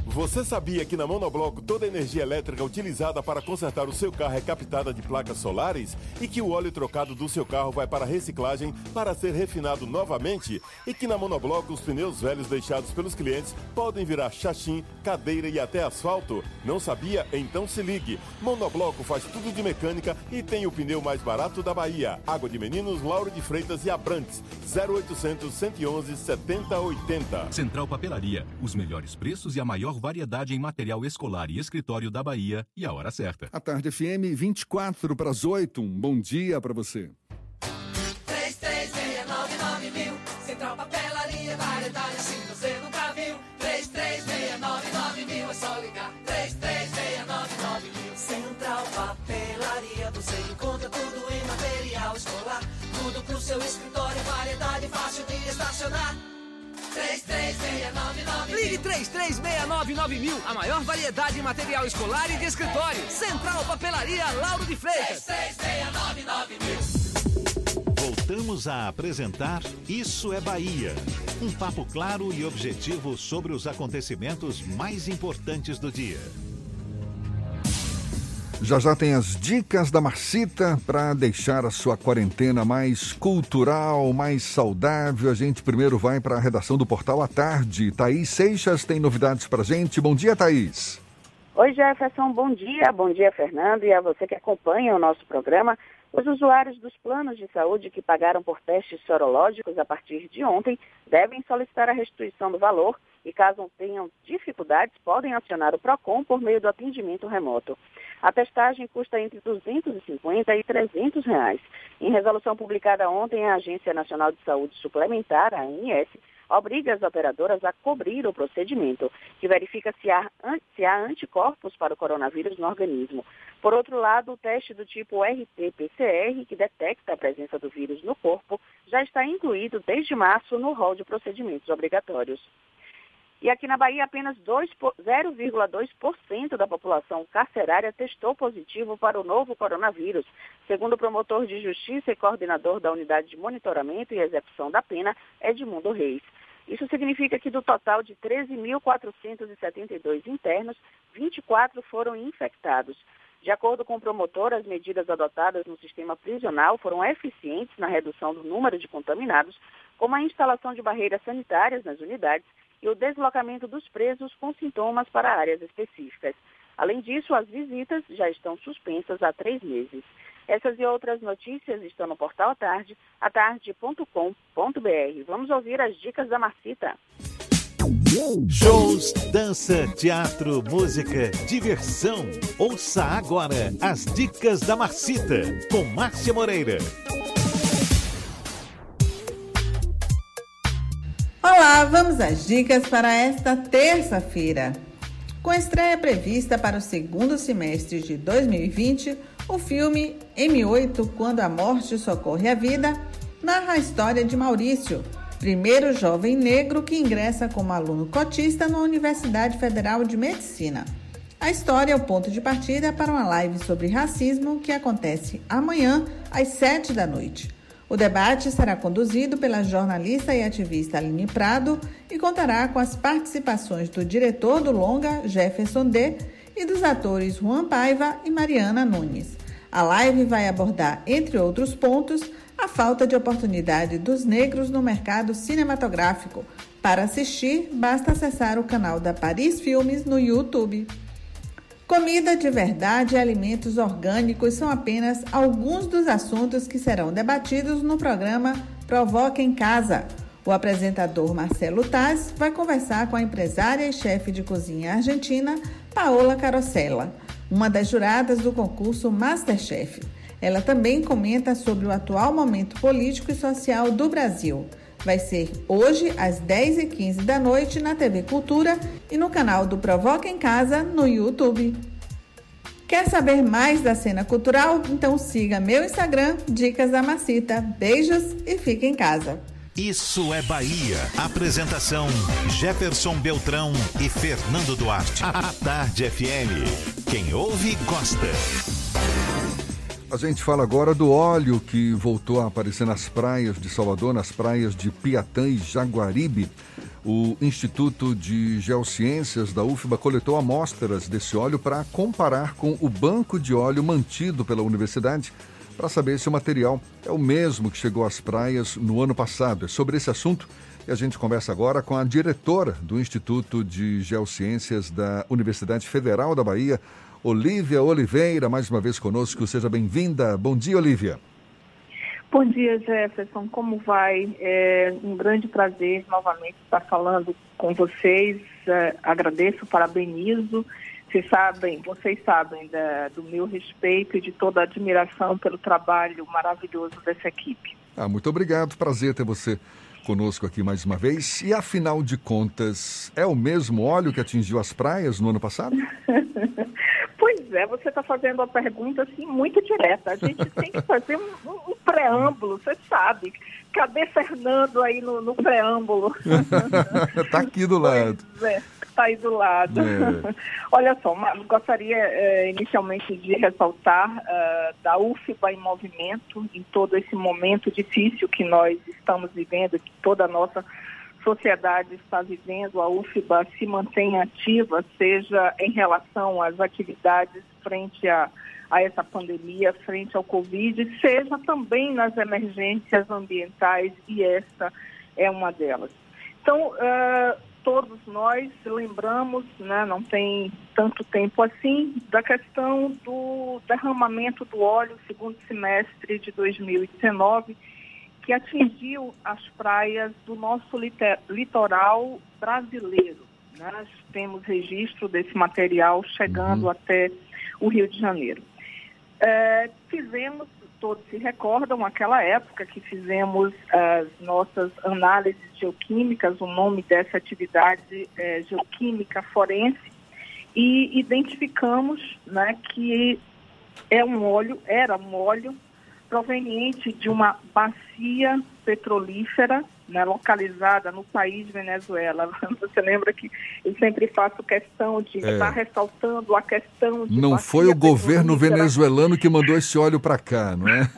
Você sabia que na Monobloco toda a energia elétrica utilizada para consertar o seu carro é captada de placas solares? E que o óleo trocado do seu carro vai para reciclagem para ser refinado novamente? E que na Monobloco os pneus velhos deixados pelos clientes podem virar chachim, cadeira e até asfalto? Não sabia? Então se ligue. Monobloco faz tudo de mecânica e tem o pneu mais barato da Bahia. Água de Meninos, Lauro de Freitas e Abrantes. zero oitocentos, cento e onze, setenta, oitenta. Central Papelaria. Os melhores preços e a maior variedade em material escolar e escritório da Bahia e a hora certa. A Tarde F M, vinte e quatro para as oito. Um bom dia para você. três três seis nove nove mil. Central Papelaria, variedade assim você nunca viu. três três seis nove nove mil, é só ligar. três três seis nove nove mil. Central Papelaria, você encontra tudo em material escolar. Tudo pro seu escritório, variedade fácil de estacionar. três três seis nove nove mil. Ligue três três seis nove nove mil. A maior variedade em material escolar e de escritório. Central Papelaria, Lauro de Freitas. três três seis nove nove mil. Voltamos a apresentar Isso é Bahia. Um papo claro e objetivo sobre os acontecimentos mais importantes do dia. Já já tem as dicas da Marcita para deixar a sua quarentena mais cultural, mais saudável. A gente primeiro vai para a redação do Portal à Tarde. Thaís Seixas tem novidades para a gente. Bom dia, Thaís. Oi, Jefferson. Bom dia. Bom dia, Fernando. E a você que acompanha o nosso programa. Os usuários dos planos de saúde que pagaram por testes sorológicos a partir de ontem devem solicitar a restituição do valor e, caso tenham dificuldades, podem acionar o PROCON por meio do atendimento remoto. A testagem custa entre duzentos e cinquenta e trezentos reais. Em resolução publicada ontem, a Agência Nacional de Saúde Suplementar, a A N S, obriga as operadoras a cobrir o procedimento, que verifica se há, se há anticorpos para o coronavírus no organismo. Por outro lado, o teste do tipo R T P C R, que detecta a presença do vírus no corpo, já está incluído desde março no rol de procedimentos obrigatórios. E aqui na Bahia, apenas zero vírgula dois por cento da população carcerária testou positivo para o novo coronavírus, segundo o promotor de justiça e coordenador da unidade de monitoramento e execução da pena, Edmundo Reis. Isso significa que do total de treze mil quatrocentos e setenta e dois internos, vinte e quatro foram infectados. De acordo com o promotor, as medidas adotadas no sistema prisional foram eficientes na redução do número de contaminados, como a instalação de barreiras sanitárias nas unidades e o deslocamento dos presos com sintomas para áreas específicas. Além disso, as visitas já estão suspensas há três meses. Essas e outras notícias estão no portal à tarde, atarde ponto com ponto b r. Vamos ouvir as dicas da Marcita. Shows, dança, teatro, música, diversão. Ouça agora as dicas da Marcita, com Márcia Moreira. Olá, vamos às dicas para esta terça-feira. Com estreia prevista para o segundo semestre de dois mil e vinte, o filme M oito, Quando a Morte Socorre a Vida, narra a história de Maurício, primeiro jovem negro que ingressa como aluno cotista na Universidade Federal de Medicina. A história é o ponto de partida para uma live sobre racismo que acontece amanhã às sete da noite. O debate será conduzido pela jornalista e ativista Aline Prado e contará com as participações do diretor do longa, Jefferson D., e dos atores Juan Paiva e Mariana Nunes. A live vai abordar, entre outros pontos, a falta de oportunidade dos negros no mercado cinematográfico. Para assistir, basta acessar o canal da Paris Filmes no YouTube. Comida de verdade e alimentos orgânicos são apenas alguns dos assuntos que serão debatidos no programa Provoca em Casa. O apresentador Marcelo Taz vai conversar com a empresária e chefe de cozinha argentina Paola Carosella, uma das juradas do concurso MasterChef. Ela também comenta sobre o atual momento político e social do Brasil. Vai ser hoje às dez e quinze da noite na T V Cultura e no canal do Provoca em Casa no YouTube. Quer saber mais da cena cultural? Então siga meu Instagram, Dicas da Marcita. Beijos e fique em casa. Isso é Bahia. Apresentação Jefferson Beltrão e Fernando Duarte. A Tarde F M. Quem ouve, gosta. A gente fala agora do óleo que voltou a aparecer nas praias de Salvador, nas praias de Piatã e Jaguaribe. O Instituto de Geociências da U F B A coletou amostras desse óleo para comparar com o banco de óleo mantido pela universidade para saber se o material é o mesmo que chegou às praias no ano passado. É sobre esse assunto que a gente conversa agora com a diretora do Instituto de Geociências da Universidade Federal da Bahia, Olívia Oliveira, mais uma vez conosco. Seja bem-vinda. Bom dia, Olívia. Bom dia, Jefferson. Como vai? É um grande prazer novamente estar falando com vocês. É, agradeço, parabenizo. Vocês sabem, vocês sabem da, do meu respeito e de toda a admiração pelo trabalho maravilhoso dessa equipe. Ah, muito obrigado. Prazer ter você conosco aqui mais uma vez. E afinal de contas, é o mesmo óleo que atingiu as praias no ano passado? Pois é, você está fazendo uma pergunta assim, muito direta. A gente tem que fazer um, um, um preâmbulo, você sabe. Cadê Fernando aí no, no preâmbulo? Está aqui do lado. Pois é, está aí do lado. É. Olha só, gostaria eh, inicialmente de ressaltar uh, da U F B A em movimento, em todo esse momento difícil que nós estamos vivendo, que toda a nossa sociedade está vivendo. A U F B A se mantém ativa, seja em relação às atividades frente a, a essa pandemia, frente ao Covid, seja também nas emergências ambientais, e essa é uma delas. Então, uh, todos nós lembramos, né, não tem tanto tempo assim, da questão do derramamento do óleo segundo semestre de dois mil e dezenove, que atingiu as praias do nosso litoral brasileiro. Nós temos registro desse material chegando uhum. até o Rio de Janeiro. É, fizemos, todos se recordam, aquela época que fizemos as nossas análises geoquímicas, o nome dessa atividade é geoquímica forense, e identificamos, né, que é um óleo, era um óleo proveniente de uma bacia petrolífera, né, localizada no país Venezuela. Você lembra que eu sempre faço questão de é. estar ressaltando a questão de... Não foi o governo venezuelano que mandou esse óleo para cá, não é?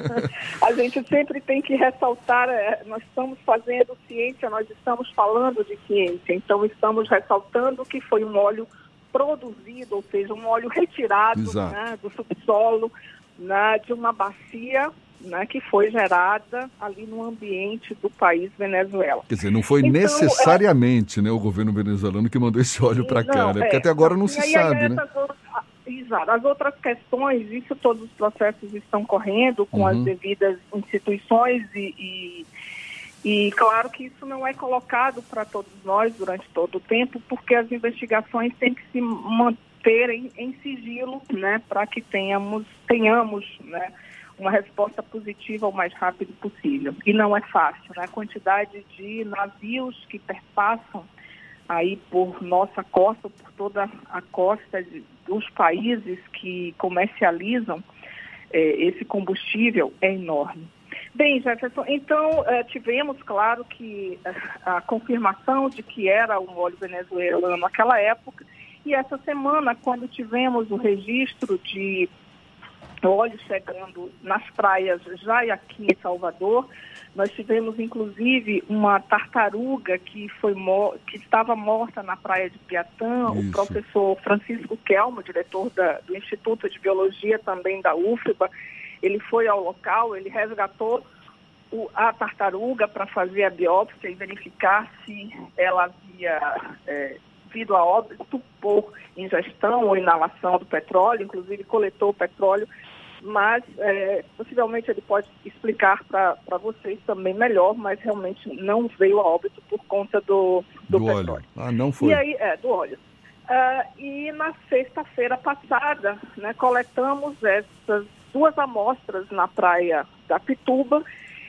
A gente sempre tem que ressaltar, é, nós estamos fazendo ciência, nós estamos falando de ciência, então estamos ressaltando que foi um óleo produzido, ou seja, um óleo retirado, né, do subsolo, Na, de uma bacia, né, que foi gerada ali no ambiente do país Venezuela. Quer dizer, não foi então, necessariamente é... né, o governo venezuelano que mandou esse óleo para cá, né? Porque é, até agora não, não se sabe, aí, né? Outras, exato. As outras questões, isso todos os processos estão correndo com uhum. as devidas instituições e, e, e claro que isso não é colocado para todos nós durante todo o tempo, porque as investigações têm que se manter Em, em sigilo, né, para que tenhamos, tenhamos né, uma resposta positiva o mais rápido possível. E não é fácil, né? A quantidade de navios que perpassam aí por nossa costa, por toda a costa de, dos países que comercializam eh, esse combustível é enorme. Bem, Jefferson, então eh, tivemos, claro, que a, a confirmação de que era um óleo venezuelano naquela época. E essa semana, quando tivemos o registro de óleo chegando nas praias já aqui em Salvador, nós tivemos inclusive uma tartaruga que, foi mor- que estava morta na praia de Piatã. Isso. O professor Francisco Kelmo, diretor da, do Instituto de Biologia também da U F B A, ele foi ao local, ele resgatou o, a tartaruga para fazer a biópsia e verificar se ela havia... É, devido a óbito por ingestão ou inalação do petróleo, inclusive coletou o petróleo, mas é, possivelmente ele pode explicar para vocês também melhor, mas realmente não veio a óbito por conta do, do, do petróleo. Óleo. Ah, não foi. E aí, é, do óleo. Uh, e na sexta-feira passada, né, coletamos essas duas amostras na praia da Pituba,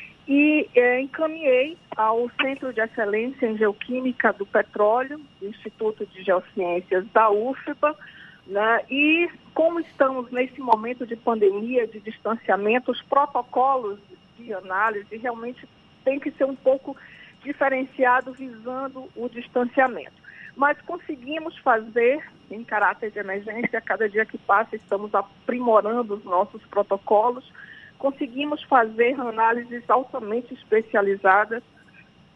e eh, encaminhei ao Centro de Excelência em Geoquímica do Petróleo, do Instituto de Geociências da U F B A, né? E como estamos nesse momento de pandemia, de distanciamento, os protocolos de análise realmente tem que ser um pouco diferenciado visando o distanciamento. Mas conseguimos fazer, em caráter de emergência, a cada dia que passa estamos aprimorando os nossos protocolos, conseguimos fazer análises altamente especializadas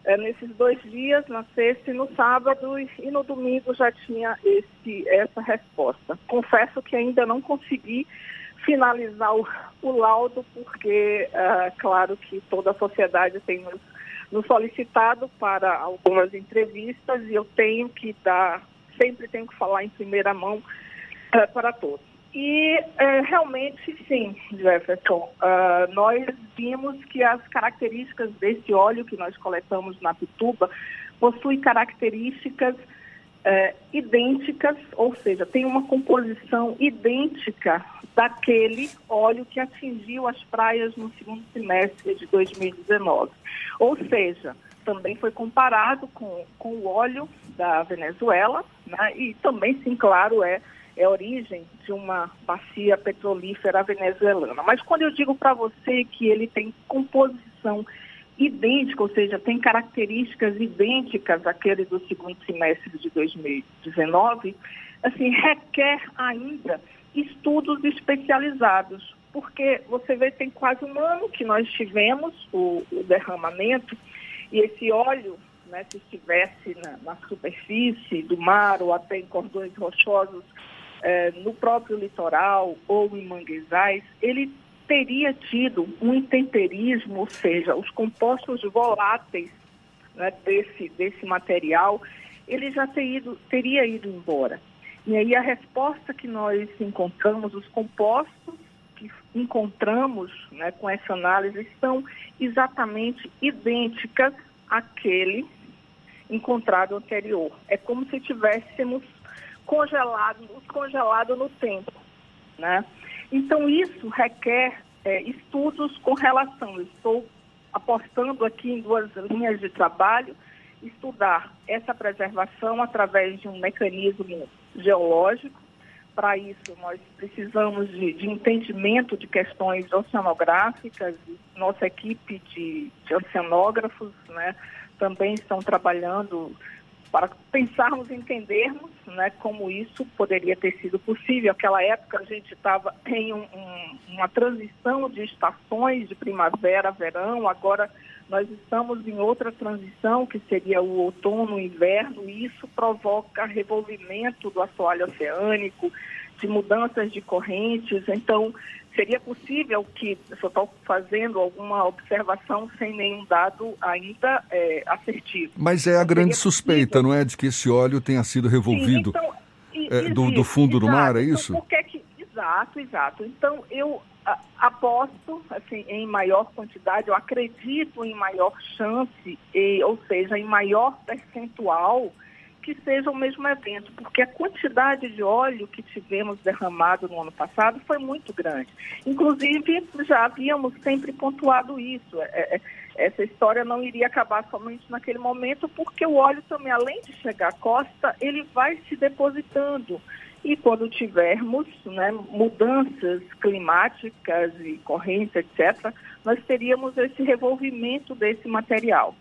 é, nesses dois dias, na sexta e no sábado, e, e no domingo já tinha esse, essa resposta. Confesso que ainda não consegui finalizar o, o laudo, porque, uh, claro que toda a sociedade tem nos, nos solicitado para algumas entrevistas, e eu tenho que dar, sempre tenho que falar em primeira mão uh, para todos. E uh, realmente, sim, Jefferson, uh, nós vimos que as características desse óleo que nós coletamos na Pituba possuem características uh, idênticas, ou seja, tem uma composição idêntica daquele óleo que atingiu as praias no segundo semestre de dois mil e dezenove. Ou seja, também foi comparado com, com o óleo da Venezuela, né? E também, sim, claro, é, é origem de uma bacia petrolífera venezuelana. Mas quando eu digo para você que ele tem composição idêntica, ou seja, tem características idênticas àquele do segundo semestre de dois mil e dezenove, assim, requer ainda estudos especializados, porque você vê, tem quase um ano que nós tivemos o, o derramamento, e esse óleo, né, se estivesse na, na superfície do mar ou até em cordões rochosos eh, no próprio litoral ou em manguezais, ele teria tido um intemperismo, ou seja, os compostos voláteis, né, desse, desse material, ele já ter ido, teria ido embora. E aí a resposta que nós encontramos, os compostos que encontramos, né, com essa análise, são exatamente idênticas àquele encontrado anterior. É como se tivéssemos congelado, congelado no tempo, né? Então isso requer é, estudos com relação. Eu estou apostando aqui em duas linhas de trabalho: estudar essa preservação através de um mecanismo geológico. Para isso, nós precisamos de, de entendimento de questões oceanográficas. Nossa equipe de, de oceanógrafos, né, também estão trabalhando para pensarmos e entendermos, né, como isso poderia ter sido possível. Naquela época, a gente estava em um, um, uma transição de estações, de primavera, verão. Agora, nós estamos em outra transição, que seria o outono, inverno, e isso provoca revolvimento do assoalho oceânico, de mudanças de correntes. Então, seria possível que, eu só estou fazendo alguma observação sem nenhum dado ainda é, assertivo. Mas é a grande suspeita, não é, de que esse óleo tenha sido revolvido. Sim, então, é, do, do fundo exato, do mar, é isso? Então, por que que, exato, exato. Então, eu a, aposto assim, em maior quantidade, eu acredito em maior chance, e, ou seja, em maior percentual, que seja o mesmo evento, porque a quantidade de óleo que tivemos derramado no ano passado foi muito grande. Inclusive, já havíamos sempre pontuado isso. É, é, essa história não iria acabar somente naquele momento, porque o óleo também, além de chegar à costa, ele vai se depositando. E quando tivermos, né, mudanças climáticas e correntes, etcétera, nós teríamos esse revolvimento desse material.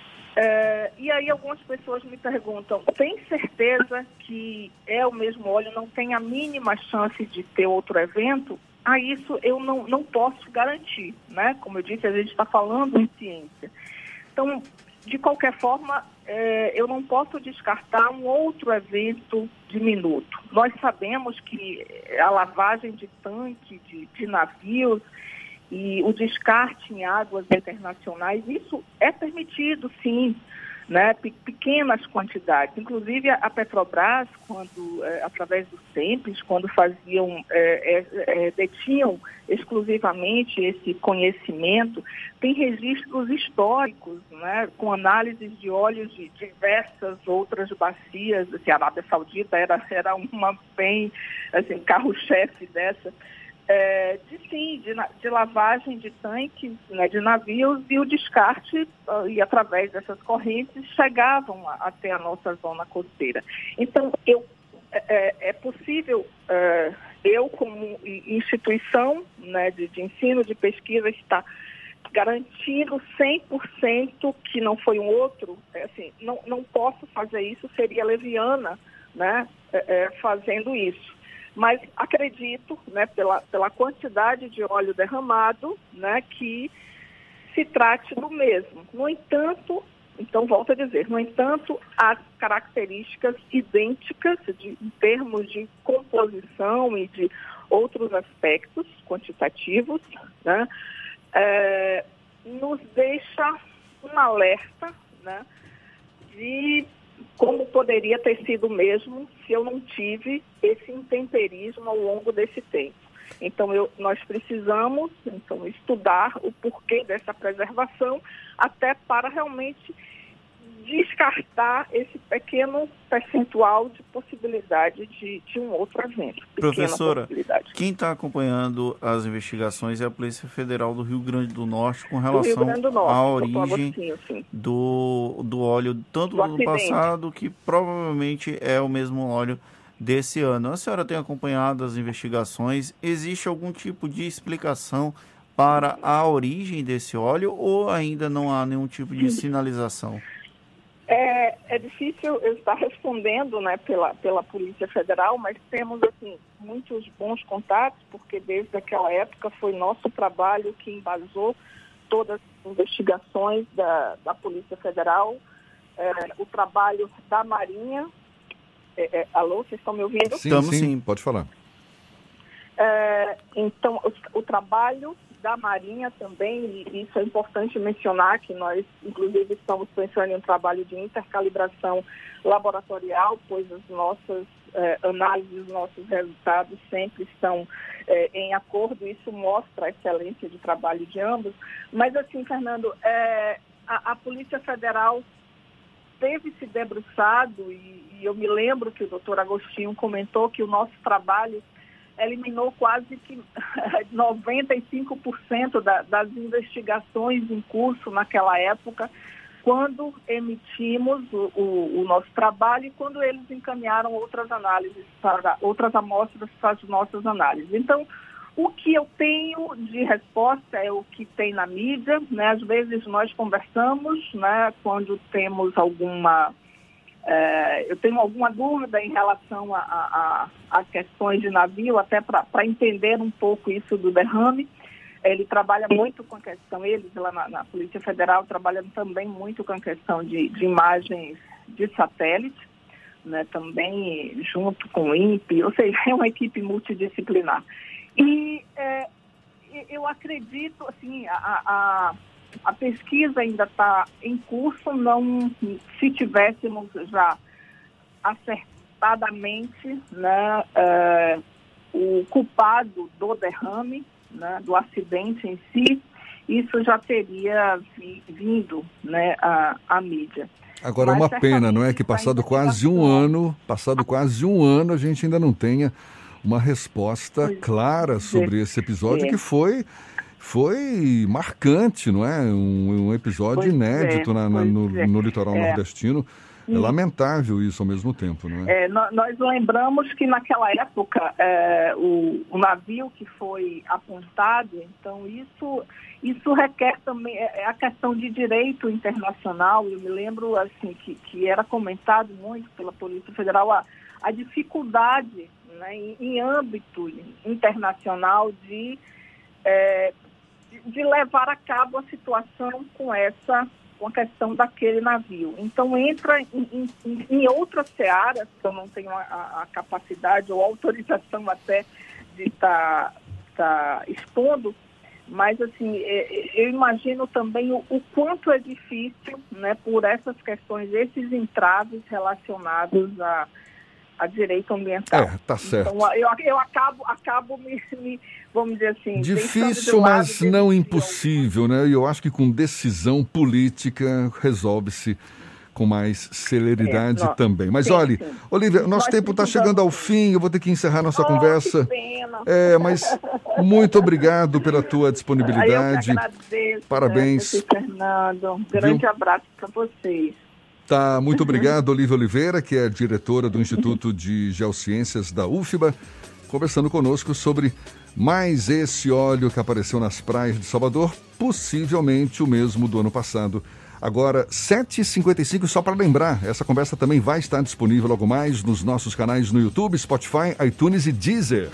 Uh, e aí algumas pessoas me perguntam, tem certeza que é o mesmo óleo, não tem a mínima chance de ter outro evento? Ah, isso eu não, não posso garantir, né? Como eu disse, a gente está falando em ciência. Então, de qualquer forma, eh, eu não posso descartar um outro evento diminuto. Nós sabemos que a lavagem de tanque, de, de navios, e o descarte em águas internacionais, isso é permitido, sim, né? Pequenas quantidades. Inclusive, a Petrobras, quando, é, através dos SEMPES, quando faziam, é, é, detinham exclusivamente esse conhecimento, tem registros históricos, né? Com análises de óleos de diversas outras bacias. Assim, a Arábia Saudita era, era uma bem, assim, carro-chefe dessa. É, de sim, de, de lavagem de tanques, né, de navios, e o descarte, uh, e através dessas correntes, chegavam a, até a nossa zona costeira. Então, eu, é, é possível, uh, eu como instituição, né, de, de ensino, de pesquisa, estar garantindo cem por cento que não foi um outro, é, assim, não, não posso fazer isso, seria leviana, né, é, é, fazendo isso. Mas acredito, né, pela, pela quantidade de óleo derramado, né, que se trate do mesmo. No entanto, Então, volto a dizer, no entanto, as características idênticas de, em termos de composição e de outros aspectos quantitativos, né, é, nos deixa um alerta, né, de como poderia ter sido mesmo se eu não tive esse intemperismo ao longo desse tempo. Então, eu, nós precisamos então, estudar o porquê dessa preservação, até para realmente descartar esse pequeno percentual de possibilidade de, de um outro evento. Professora, quem está acompanhando as investigações é a Polícia Federal do Rio Grande do Norte com relação Norte, à origem do, do óleo, tanto do, do ano passado, que provavelmente é o mesmo óleo desse ano. A senhora tem acompanhado as investigações? Existe algum tipo de explicação para a origem desse óleo ou ainda não há nenhum tipo de sinalização? É, é difícil eu estar respondendo, né, pela, pela Polícia Federal, mas temos assim, muitos bons contatos, porque desde aquela época foi nosso trabalho que embasou todas as investigações da, da Polícia Federal, é, o trabalho da Marinha. É, é, alô, vocês estão me ouvindo? Sim, Estamos, sim, sim, pode falar. É, então, o, o trabalho da Marinha também, e isso é importante mencionar, que nós, inclusive, estamos pensando em um trabalho de intercalibração laboratorial, pois as nossas eh, análises, nossos resultados sempre estão eh, em acordo, isso mostra a excelência de trabalho de ambos. Mas, assim, Fernando, eh, a, a Polícia Federal teve se debruçado, e, e eu me lembro que o doutor Agostinho comentou que o nosso trabalho eliminou quase que noventa e cinco por cento da, das investigações em curso naquela época, quando emitimos o, o, o nosso trabalho e quando eles encaminharam outras análises, para outras amostras para as nossas análises. Então, o que eu tenho de resposta é o que tem na mídia, né? Às vezes nós conversamos, né, quando temos alguma... É, eu tenho alguma dúvida em relação a, a, a questões de navio, até para entender um pouco isso do derrame. Ele trabalha muito com a questão, eles lá na, na Polícia Federal trabalham também muito com a questão de, de imagens de satélite, né, também junto com o I N P E, ou seja, é uma equipe multidisciplinar. E é, eu acredito, assim, a... a A pesquisa ainda está em curso, não, se tivéssemos já acertadamente, né, uh, o culpado do derrame, né, do acidente em si, isso já teria vi, vindo, né, à, à mídia. Agora, Mas, uma pena, não é, que passado quase um ano, passado quase um ano, a gente ainda não tenha uma resposta pois clara sobre é. esse episódio, é. que foi... Foi marcante, não é? Um, um episódio pois inédito é, na, na, no, é. no litoral é. nordestino. É lamentável isso ao mesmo tempo, não é? é nós lembramos que naquela época é, o, o navio que foi apontado, então isso, isso requer também é, a questão de direito internacional. Eu me lembro assim, que, que era comentado muito pela Polícia Federal a, a dificuldade, né, em, em âmbito internacional de... É, de levar a cabo a situação com essa, com a questão daquele navio. Então, entra em, em, em outras searas, que eu não tenho a, a capacidade ou autorização até de estar tá, tá expondo, mas, assim, eu imagino também o, o quanto é difícil, né, por essas questões, esses entraves relacionados a a direito ambiental. É, tá certo. Então, eu, eu acabo, acabo me, me, vamos dizer assim... Difícil, mas não impossível, né? E eu acho que com decisão política resolve-se com mais celeridade é, não, também. Mas sim, olha, sim. Olivia, nosso Nós tempo está chegando ao fim, eu vou ter que encerrar nossa oh, conversa. Que pena. É, mas muito obrigado pela tua disponibilidade. Eu que agradeço, parabéns. Né, Fernando. Um grande Viu? abraço para vocês. Tá, muito obrigado, Olivia Oliveira, que é diretora do Instituto de Geociências da U F B A, conversando conosco sobre mais esse óleo que apareceu nas praias de Salvador, possivelmente o mesmo do ano passado. Agora, sete e cinquenta e cinco, só para lembrar, essa conversa também vai estar disponível logo mais nos nossos canais no YouTube, Spotify, iTunes e Deezer.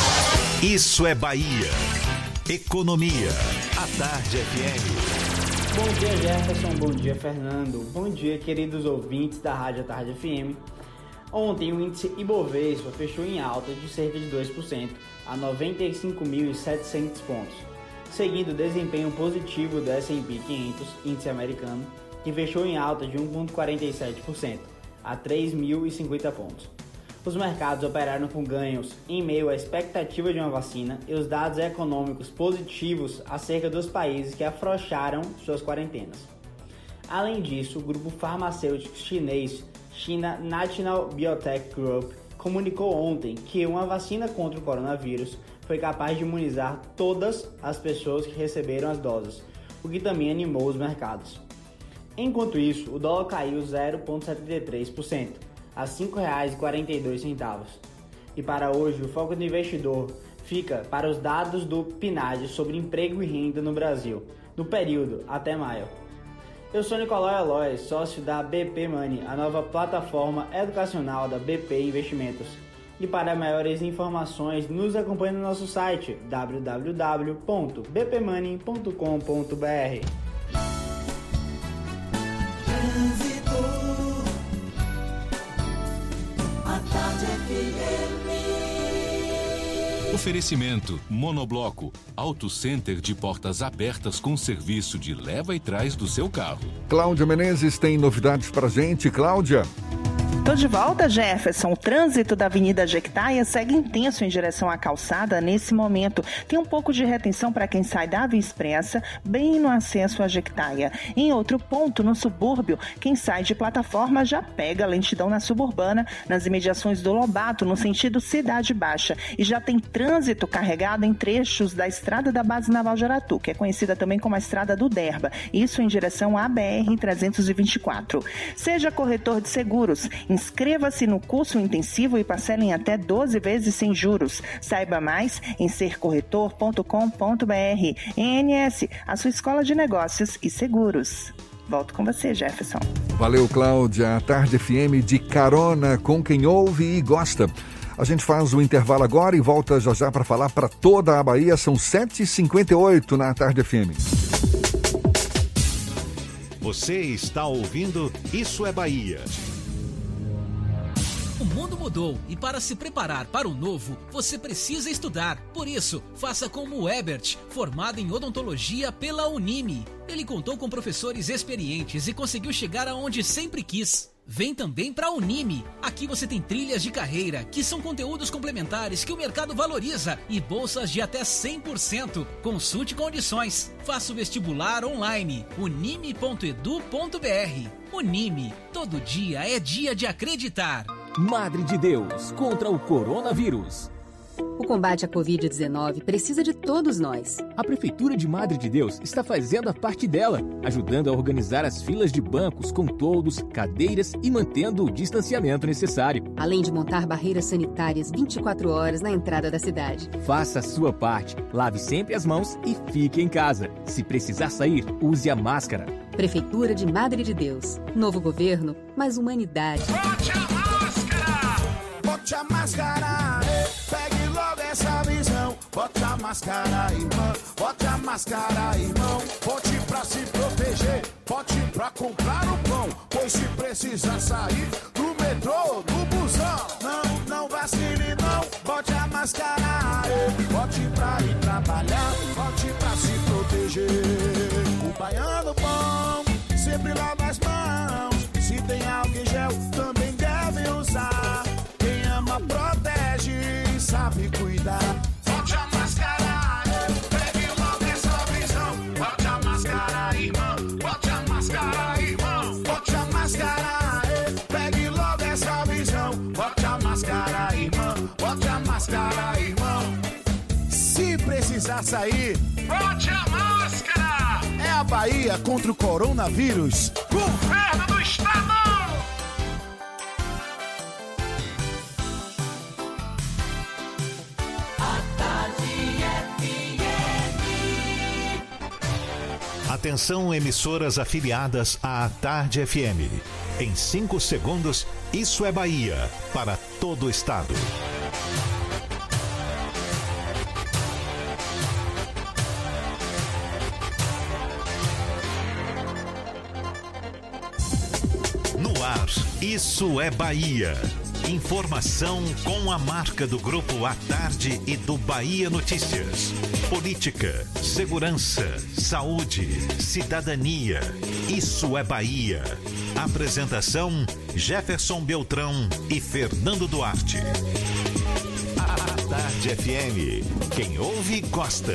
Isso é Bahia. Economia. A Tarde F M. Bom dia, Jefferson. Bom dia, Fernando. Bom dia, queridos ouvintes da Rádio Tarde F M. Ontem, o índice Ibovespa fechou em alta de cerca de dois por cento, a noventa e cinco mil e setecentos pontos, seguindo o desempenho positivo do S and P quinhentos, índice americano, que fechou em alta de um vírgula quarenta e sete por cento, a três mil e cinquenta pontos. Os mercados operaram com ganhos em meio à expectativa de uma vacina e os dados econômicos positivos acerca dos países que afrouxaram suas quarentenas. Além disso, o grupo farmacêutico chinês China National Biotech Group comunicou ontem que uma vacina contra o coronavírus foi capaz de imunizar todas as pessoas que receberam as doses, o que também animou os mercados. Enquanto isso, o dólar caiu zero vírgula setenta e três por cento, a cinco reais e quarenta e dois centavos. E para hoje, o foco do investidor fica para os dados do P N A D sobre emprego e renda no Brasil, no período até maio. Eu sou Nicolau Eloy, sócio da B P Money, a nova plataforma educacional da B P Investimentos. E para maiores informações, nos acompanhe no nosso site w w w ponto b p money ponto com ponto b r. Oferecimento Monobloco, Auto Center de portas abertas com serviço de leva e trás do seu carro. Cláudia Menezes tem novidades pra gente. Cláudia? Tô de volta, Jefferson. O trânsito da Avenida Jequitaia segue intenso em direção à calçada nesse momento. Tem um pouco de retenção para quem sai da Via Expressa, bem no acesso à Jequitaia. Em outro ponto, no subúrbio, quem sai de plataforma já pega lentidão na suburbana, nas imediações do Lobato, no sentido Cidade Baixa. E já tem trânsito carregado em trechos da Estrada da Base Naval de Aratu, que é conhecida também como a Estrada do Derba. Isso em direção à B R trezentos e vinte e quatro. Seja corretor de seguros. Inscreva-se no curso intensivo e parcele em até doze vezes sem juros. Saiba mais em ser corretor ponto com ponto b r. Em N S, a sua escola de negócios e seguros. Volto com você, Jefferson. Valeu, Cláudia. A Tarde F M de carona com quem ouve e gosta. A gente faz o intervalo agora e volta já já para falar para toda a Bahia. São sete e cinquenta e oito na Tarde F M. Você está ouvindo Isso é Bahia. O mundo mudou e para se preparar para o novo, você precisa estudar. Por isso, faça como o Ebert, formado em odontologia pela Unime. Ele contou com professores experientes e conseguiu chegar aonde sempre quis. Vem também para a Unime. Aqui você tem trilhas de carreira, que são conteúdos complementares que o mercado valoriza e bolsas de até cem por cento. Consulte condições. Faça o vestibular online. unime ponto edu ponto b r. Unime. Todo dia é dia de acreditar. Madre de Deus contra o coronavírus. O combate à covid dezenove precisa de todos nós. A Prefeitura de Madre de Deus está fazendo a parte dela, ajudando a organizar as filas de bancos com toldos, cadeiras e mantendo o distanciamento necessário. Além de montar barreiras sanitárias vinte e quatro horas na entrada da cidade. Faça a sua parte, lave sempre as mãos e fique em casa. Se precisar sair, use a máscara. Prefeitura de Madre de Deus. Novo governo, mais humanidade. Bote a máscara! Bote a máscara! Pegue logo essa visão. Bote a máscara, irmão. Bote a máscara, irmão. Bote pra se proteger. Bote pra comprar o pão. Pois se precisar sair do metrô, do busão. Não, não vacile não. Bote a máscara. Bote pra ir trabalhar. Bote pra se proteger. O baiano bom sempre lava as mãos. Se tem álcool em gel, também deve usar. Quem ama protege, sabe cuidar. Bote a máscara, pegue logo essa visão. Bote a máscara, irmão. Bote a máscara, irmão. Bote a máscara, pegue logo essa visão. Bote a máscara, irmão. Bote a máscara, irmão. Se precisar sair, bote a máscara. É a Bahia contra o coronavírus. Governo do Estado. Atenção, emissoras afiliadas à Tarde F M. Em cinco segundos, Isso é Bahia, para todo o estado. No ar, Isso é Bahia. Informação com a marca do Grupo à Tarde e do Bahia Notícias. Política, segurança, saúde, cidadania. Isso é Bahia. Apresentação: Jefferson Beltrão e Fernando Duarte. À Tarde F M. Quem ouve, gosta.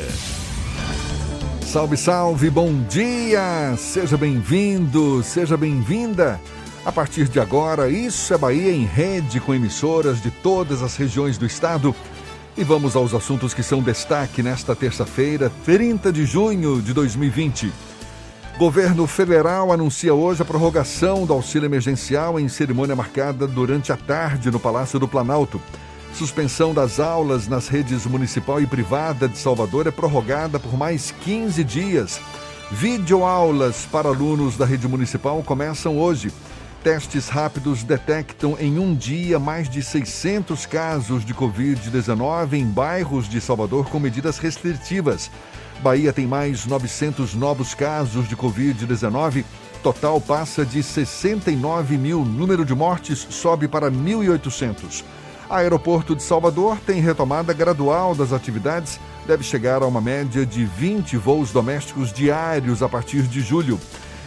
Salve, salve, bom dia! Seja bem-vindo, seja bem-vinda. A partir de agora, Isso é Bahia em rede com emissoras de todas as regiões do estado. E vamos aos assuntos que são destaque nesta terça-feira, trinta de junho de dois mil e vinte. Governo federal anuncia hoje a prorrogação do auxílio emergencial em cerimônia marcada durante a tarde no Palácio do Planalto. Suspensão das aulas nas redes municipal e privada de Salvador é prorrogada por mais quinze dias. Videoaulas para alunos da rede municipal começam hoje. Testes rápidos detectam em um dia mais de seiscentos casos de covid dezenove em bairros de Salvador com medidas restritivas. Bahia tem mais novecentos novos casos de covid dezenove. Total passa de sessenta e nove mil. Número de mortes sobe para mil e oitocentos. Aeroporto de Salvador tem retomada gradual das atividades. Deve chegar a uma média de vinte voos domésticos diários a partir de julho.